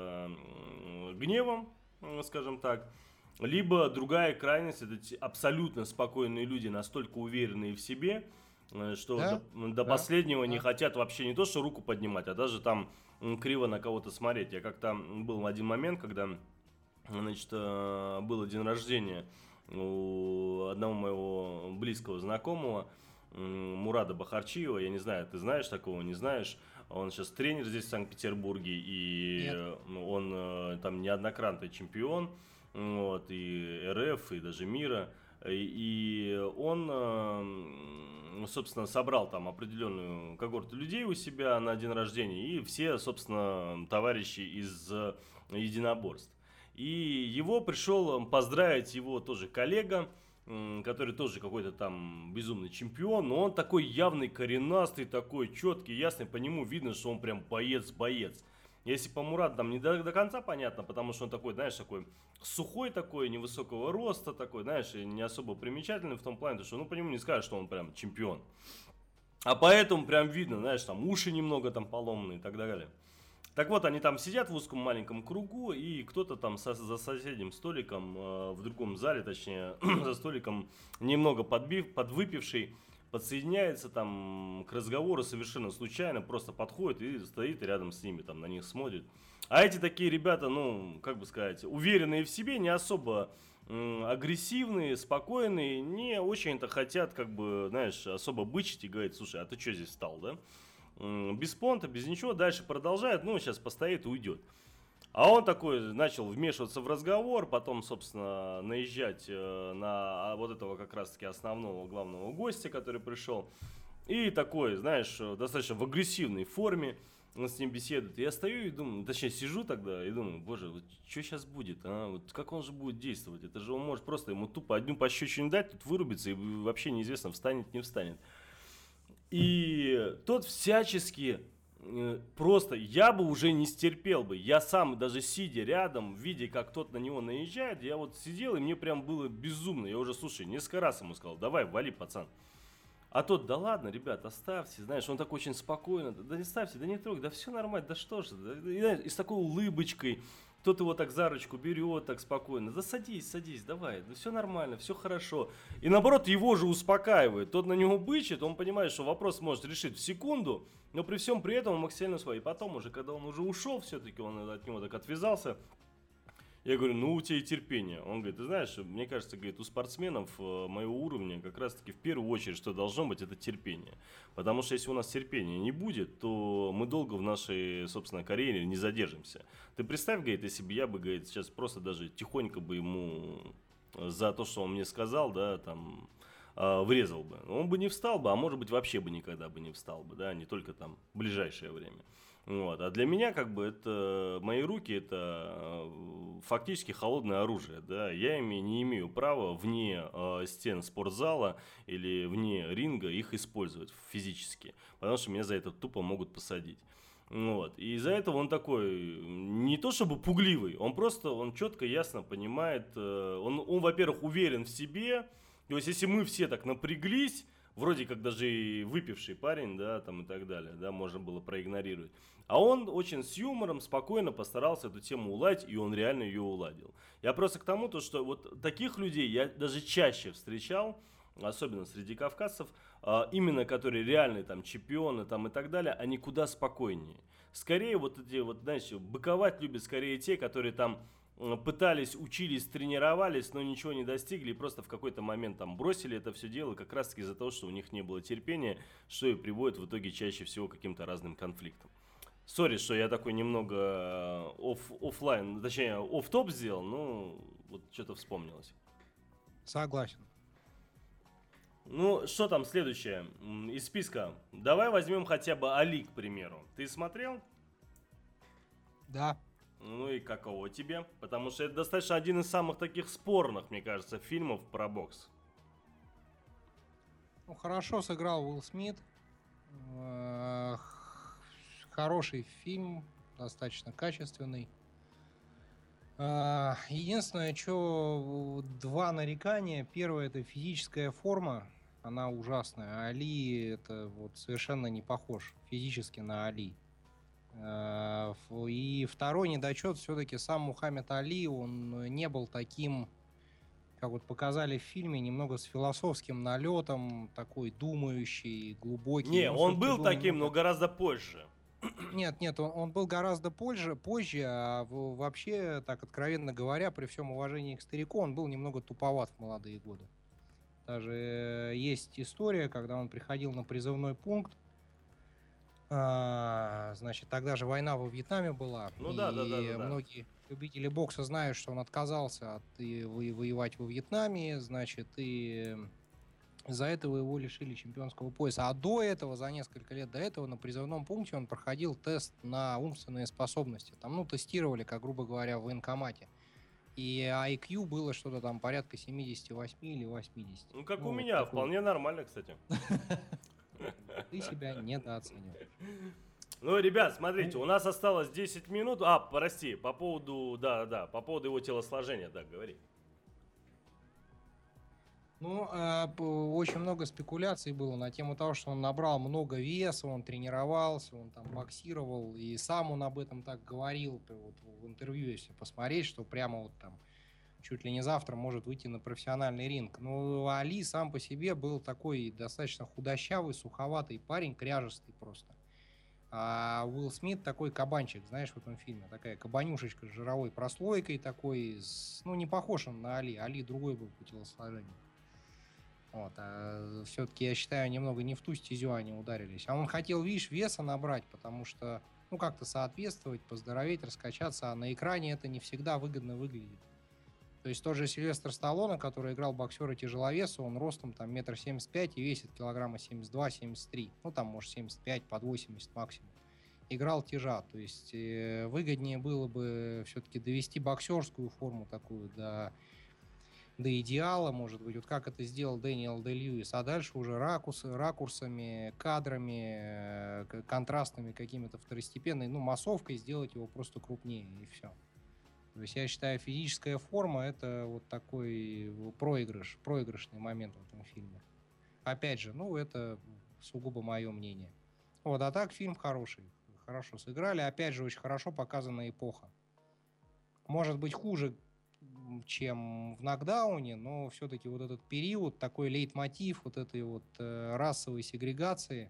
гневом, скажем так. Либо другая крайность — это абсолютно спокойные люди, настолько уверенные в себе, что до последнего не хотят вообще не то, что руку поднимать, а даже там криво на кого-то смотреть. Я как-то был в один момент, когда, значит, был день рождения у одного моего близкого знакомого, Мурада Бахарчиева. Я не знаю, ты знаешь такого, не знаешь? Он сейчас тренер здесь в Санкт-Петербурге, и он там неоднократный чемпион, вот, и РФ, и даже мира. И он, собственно, собрал там определенную когорту людей у себя на день рождения, и все, собственно, товарищи из единоборств. И его пришел поздравить его тоже коллега, который тоже какой-то там безумный чемпион, но он такой явный, коренастый, такой четкий, ясный, по нему видно, что он прям боец-боец. Если по Мураду там не до конца понятно, потому что он такой, знаешь, такой сухой такой, невысокого роста такой, знаешь, и не особо примечательный в том плане, что, по нему не скажешь, что он прям чемпион. А поэтому прям видно, знаешь, там уши немного там поломанные и так далее. Так вот, они там сидят в узком маленьком кругу, и кто-то там за соседним столиком, в другом зале, точнее, за столиком, немного подвыпивший, подсоединяется там к разговору совершенно случайно, просто подходит и стоит рядом с ними, там на них смотрит. А эти такие ребята, как бы сказать, уверенные в себе, не особо агрессивные, спокойные, не очень-то хотят, как бы, знаешь, особо бычить и говорить: слушай, а ты что здесь встал, да? Без понта, без ничего, дальше продолжает, сейчас постоит и уйдет. А он такой начал вмешиваться в разговор, потом, собственно, наезжать на вот этого как раз-таки основного главного гостя, который пришел. И такой, знаешь, достаточно в агрессивной форме он с ним беседует. Я стою и думаю, точнее сижу тогда и думаю: боже, вот что сейчас будет, а? Вот как он же будет действовать? Это же он может просто ему тупо одну пощечину дать, тут вырубится, и вообще неизвестно, встанет, не встанет. И тот всячески просто, я бы уже не стерпел бы. Я сам, даже сидя рядом, видя, как тот на него наезжает, я вот сидел, и мне прям было безумно. Я уже, слушай, несколько раз ему сказал: давай, вали, пацан. А тот: да ладно, ребят, оставьте. Знаешь, он такой очень спокойно: да не ставьте, да не трогай, да все нормально, да что ж. И с такой улыбочкой. Тот его так за ручку берет, так спокойно: да садись, давай, да все нормально, все хорошо. И наоборот, его же успокаивает. Тот на него бычит, он понимает, что вопрос может решить в секунду, но при всем при этом он максимально свой. И потом уже, когда он уже ушел, все-таки он от него так отвязался. Я говорю: у тебя и терпение. Он говорит: ты знаешь, мне кажется, говорит, у спортсменов моего уровня как раз-таки в первую очередь, что должно быть, это терпение. Потому что если у нас терпения не будет, то мы долго в нашей, собственно, карьере не задержимся. Ты представь, говорит, если бы я бы, говорит, сейчас просто даже тихонько бы ему за то, что он мне сказал, да, там, врезал бы. Он бы не встал бы, а может быть вообще бы никогда бы не встал бы, да, не только там в ближайшее время. Вот. А для меня, как бы, это мои руки это фактически холодное оружие. Да? Я не имею права вне стен спортзала или вне ринга их использовать физически. Потому что меня за это тупо могут посадить. Вот. И из-за этого он такой, не то чтобы пугливый, он четко, ясно понимает, он, во-первых, уверен в себе. То есть, если мы все так напряглись, вроде как даже и выпивший парень, да, там и так далее, да, можно было проигнорировать. А он очень с юмором, спокойно постарался эту тему уладить, и он реально ее уладил. Я просто к тому, что вот таких людей я даже чаще встречал, особенно среди кавказцев, именно которые реальные там чемпионы там и так далее, они куда спокойнее. Скорее вот эти вот, знаете, быковать любят скорее те, которые там пытались, учились, тренировались, но ничего не достигли и просто в какой-то момент там бросили это все дело как раз таки из-за того, что у них не было терпения, что и приводит в итоге чаще всего к каким-то разным конфликтам. Сори, что я такой немного оффлайн, точнее офф-топ сделал, ну вот что-то вспомнилось. Согласен. Ну, что там следующее из списка? Давай возьмем хотя бы Али, к примеру. Ты смотрел? Да. Ну и каково тебе? Потому что это достаточно один из самых таких спорных, мне кажется, фильмов про бокс. Ну, хорошо сыграл Уилл Смит. Хороший фильм, достаточно качественный. Единственное, что два нарекания. Первое — это физическая форма. Она ужасная. Али это вот совершенно не похож физически на Али. И второй недочет, все-таки сам Мухаммед Али, он не был таким, как вот показали в фильме, немного с философским налетом, такой думающий, глубокий. Не, он был таким, но гораздо позже. Нет, он был гораздо позже, а вообще, так откровенно говоря, при всем уважении к старику, он был немного туповат в молодые годы. Даже есть история, когда он приходил на призывной пункт, значит, тогда же война во Вьетнаме была, Ну и да. многие любители бокса знают, что он отказался от воевать во Вьетнаме, значит, и за этого его лишили чемпионского пояса. А до этого, за несколько лет до этого, на призывном пункте он проходил тест на умственные способности. Там, ну, тестировали, как, грубо говоря, в военкомате. И IQ было что-то там порядка 78 или 80. Ну, как у меня, такой... вполне нормально, кстати. Ты себя недооцениваешь. Ну, ребят, смотрите, у нас осталось 10 минут. Прости, по поводу, по поводу его телосложения, да, говори. Ну, очень много спекуляций было на тему того, что он набрал много веса, он тренировался, он там боксировал, и сам он об этом так говорил, вот в интервью, если посмотреть, что прямо вот там чуть ли не завтра может выйти на профессиональный ринг. Но Али сам по себе был такой достаточно худощавый, суховатый парень, кряжестый просто. А Уилл Смит такой кабанчик, знаешь, в этом фильме. Такая кабанюшечка с жировой прослойкой такой. Ну, не похож он на Али. Али другой был по телосложению. Вот, а все-таки, я считаю, немного не в ту стезю они ударились. А он хотел, видишь, веса набрать, потому что, ну, как-то соответствовать, поздороветь, раскачаться. А на экране это не всегда выгодно выглядит. То есть тот же Сильвестр Сталлоне, который играл боксера-тяжеловеса, он ростом там 1,75 м и весит килограмма 72-73. Ну, там, может, 75, под 80 максимум. Играл тяжа. То есть выгоднее было бы все-таки довести боксерскую форму такую до идеала, может быть. Вот как это сделал Дэниел Дэ-Льюис. А дальше уже ракурсами, кадрами, контрастными какими-то второстепенной, ну, массовкой сделать его просто крупнее, и все. То есть я считаю, физическая форма — это вот такой проигрышный момент в этом фильме. Опять же, ну, это сугубо мое мнение. Вот, а так фильм хороший. Хорошо сыграли. Опять же, очень хорошо показана эпоха. Может быть, хуже, чем в «Нокдауне», но все-таки вот этот период, такой лейтмотив вот этой вот расовой сегрегации,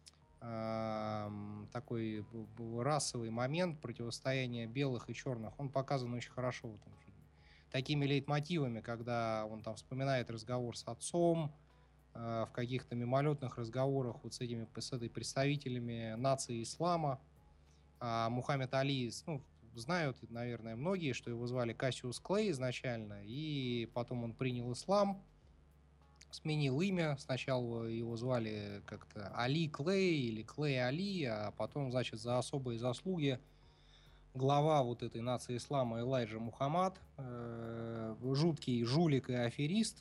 такой расовый момент противостояния белых и черных, он показан очень хорошо в этом фильме. Такими лейтмотивами, когда он там вспоминает разговор с отцом, в каких-то мимолетных разговорах вот с этой представителями нации ислама. Мухаммед Али, ну, знают, наверное, многие, что его звали Кассиус Клей изначально, и потом он принял ислам, сменил имя. Сначала его звали как-то Али Клей или Клей Али, а потом, значит, за особые заслуги глава вот этой нации ислама Элайджа Мухаммад, жуткий жулик и аферист,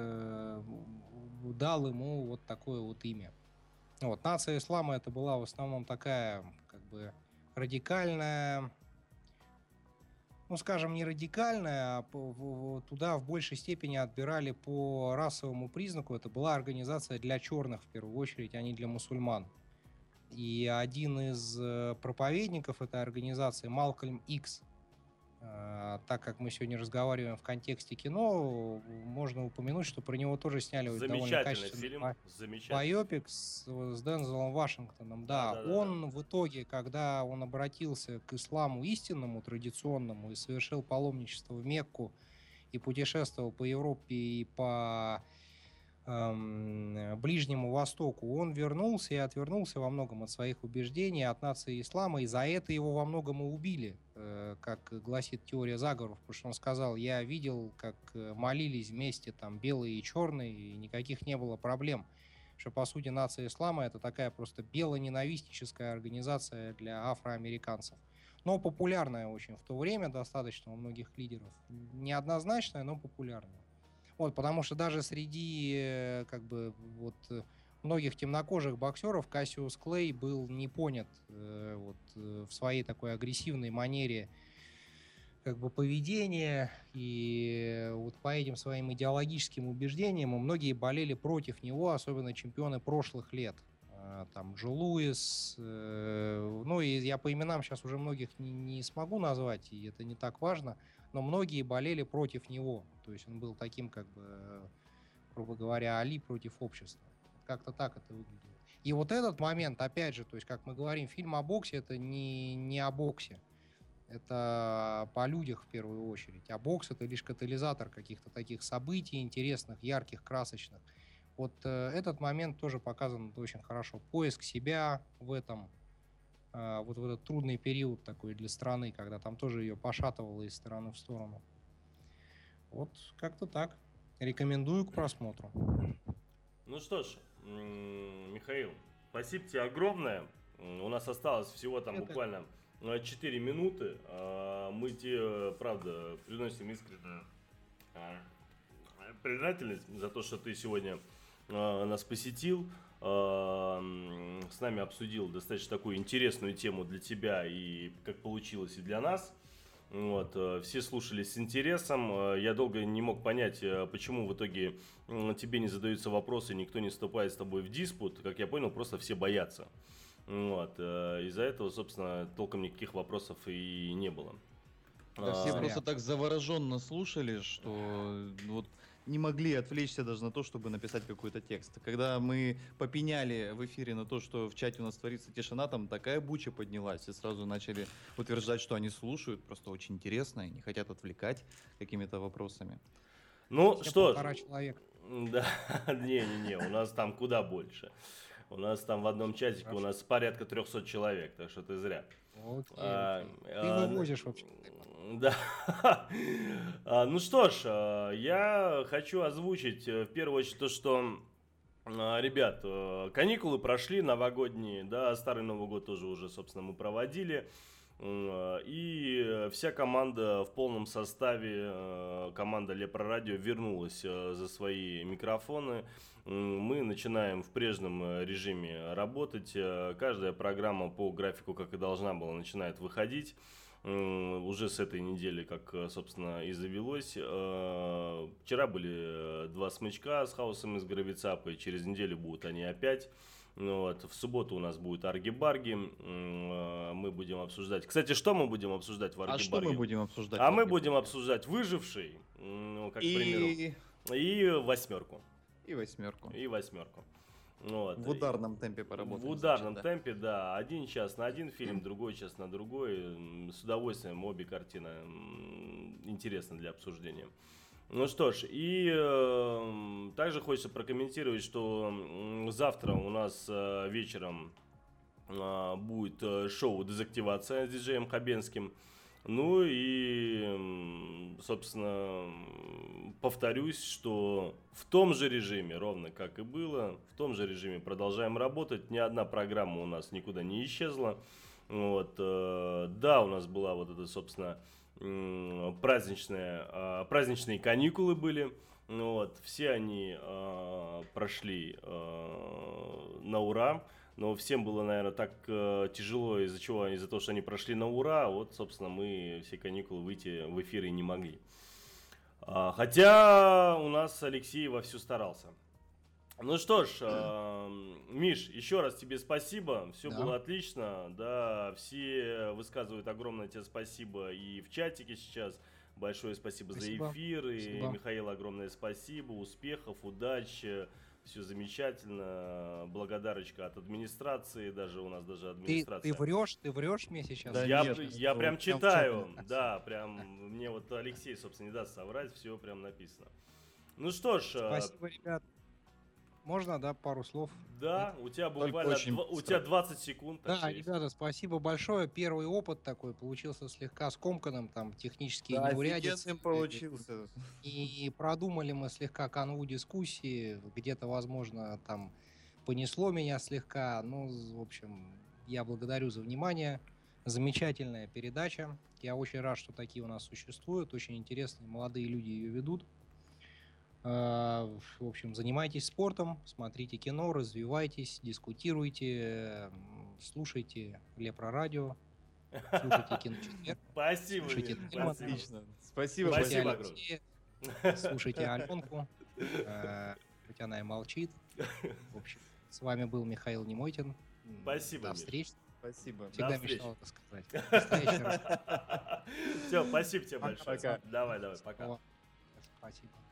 дал ему вот такое вот имя. Вот, нация ислама это была в основном такая, как бы, радикальная, ну, скажем, не радикальная, а туда в большей степени отбирали по расовому признаку. Это была организация для черных, в первую очередь, а не для мусульман. И один из проповедников этой организации, Малкольм Икс, так как мы сегодня разговариваем в контексте кино, можно упомянуть, что про него тоже сняли довольно качественный фильм, байопик с Дензелом Вашингтоном. Да, он в итоге, когда он обратился к исламу истинному, традиционному, и совершил паломничество в Мекку, и путешествовал по Европе и по Ближнему Востоку, он вернулся и отвернулся во многом от своих убеждений, от нации ислама, и за это его во многом и убили, как гласит теория заговоров, потому что он сказал: я видел, как молились вместе там белые и черные, и никаких не было проблем. Что, по сути, нация ислама — это такая просто белоненавистническая организация для афроамериканцев. Но популярная очень в то время, достаточно у многих лидеров. Неоднозначная, но популярная. Вот, потому что даже среди как бы вот многих темнокожих боксеров Кассиус Клей был не понят в своей такой агрессивной манере как бы поведения, и вот по этим своим идеологическим убеждениям многие болели против него, особенно чемпионы прошлых лет. Там Джо Луис, ну и я по именам сейчас уже многих не смогу назвать, и это не так важно, но многие болели против него. То есть он был таким, как бы, грубо говоря, Али против общества. Как-то так это выглядело. И вот этот момент, опять же, то есть, как мы говорим, фильм о боксе — это не о боксе. Это по людях в первую очередь. А бокс — это лишь катализатор каких-то таких событий интересных, ярких, красочных. Вот этот момент тоже показан очень хорошо. Поиск себя в этом, вот в этот трудный период такой для страны, когда там тоже ее пошатывало из стороны в сторону. Вот как-то так. Рекомендую к просмотру. Ну что ж, Михаил, спасибо тебе огромное. У нас осталось всего там буквально 4 минуты. Мы тебе, правда, приносим искреннюю признательность за то, что ты сегодня нас посетил, с нами обсудил достаточно такую интересную тему для тебя, и как получилось и для нас. Вот, все слушали с интересом. Я долго не мог понять, почему в итоге тебе не задаются вопросы, никто не вступает с тобой в диспут. Как я понял, просто все боятся. Вот, из-за этого, собственно, толком никаких вопросов и не было. Да, все просто так завороженно слушали, что вот не могли отвлечься даже на то, чтобы написать какой-то текст. Когда мы попеняли в эфире на то, что в чате у нас творится тишина, там такая буча поднялась, и сразу начали утверждать, что они слушают, просто очень интересно, и не хотят отвлекать какими-то вопросами. Ну Все что полтора ж, человека. да, не, у нас там куда больше. У нас там в одном чатике у нас порядка 300 человек, так что ты зря. Окей. Ты вывозишь вообще. Да. Ну что ж, я хочу озвучить в первую очередь то, что, ребят, каникулы прошли новогодние, да, Старый Новый год тоже уже, собственно, мы проводили. И вся команда в полном составе, команда Лепро Радио вернулась за свои микрофоны. Мы начинаем в прежнем режиме работать. Каждая программа по графику, как и должна была, начинает выходить. Уже с этой недели, как, собственно, и завелось. Вчера были 2 смычка с хаосом из Гравицапа, и через неделю будут они опять. Вот. В субботу у нас будет Арги-Барги. Мы будем обсуждать... Кстати, что мы будем обсуждать в Арги-Барге? А что мы будем обсуждать? Мы будем обсуждать «Выживший», ну, как, к примеру, и «Восьмерку». И «Восьмерку». Вот. В ударном темпе поработаем. В ударном темпе, да. Один час на один фильм, другой час на другой. С удовольствием обе картины интересны для обсуждения. Ну что ж, и также хочется прокомментировать, что завтра у нас вечером будет шоу «Дезактивация» с диджеем Хабенским. Ну и, собственно, повторюсь, что в том же режиме, ровно как и было, в том же режиме продолжаем работать. Ни одна программа у нас никуда не исчезла. Вот, да, у нас была вот эта, собственно, праздничные каникулы были. Вот, все они прошли на ура. Но всем было, наверное, так тяжело из-за чего? Из-за того, что они прошли на ура. Вот, собственно, мы все каникулы выйти в эфир и не могли. Хотя у нас Алексей вовсю старался. Ну что ж, Миш, еще раз тебе спасибо. Все было отлично. Да, все высказывают огромное тебе спасибо и в чатике сейчас. Большое спасибо за эфир. И Михаил, огромное спасибо. Успехов, удачи. Все замечательно. Благодарочка от администрации. Даже у нас даже администрация. Ты врешь мне сейчас? Да Я прям читаю. Да, прям мне вот Алексей, собственно, не даст соврать. Все прям написано. Ну что ж. Спасибо, ребят. Можно, да, пару слов? Да, у тебя буквально у тебя 20 секунд. Да, ребята, спасибо большое. Первый опыт такой получился слегка скомканным, там технические неурядицы. Получился. И продумали мы слегка канву дискуссии. Где-то, возможно, там понесло меня слегка. Ну, в общем, я благодарю за внимание. Замечательная передача. Я очень рад, что такие у нас существуют. Очень интересные молодые люди ее ведут. В общем, занимайтесь спортом, смотрите кино, развивайтесь, дискутируйте, слушайте Лепро-радио, слушайте Киночетверг. Спасибо, слушайте Отлично. Спасибо. Спасибо огромное. Слушайте Аленку, хоть она и молчит. В общем, с вами был Михаил Немойтин. Спасибо. До встречи. Спасибо. Всегда мечтал это сказать. Все, спасибо тебе большое. Пока. Давай, пока. Спасибо.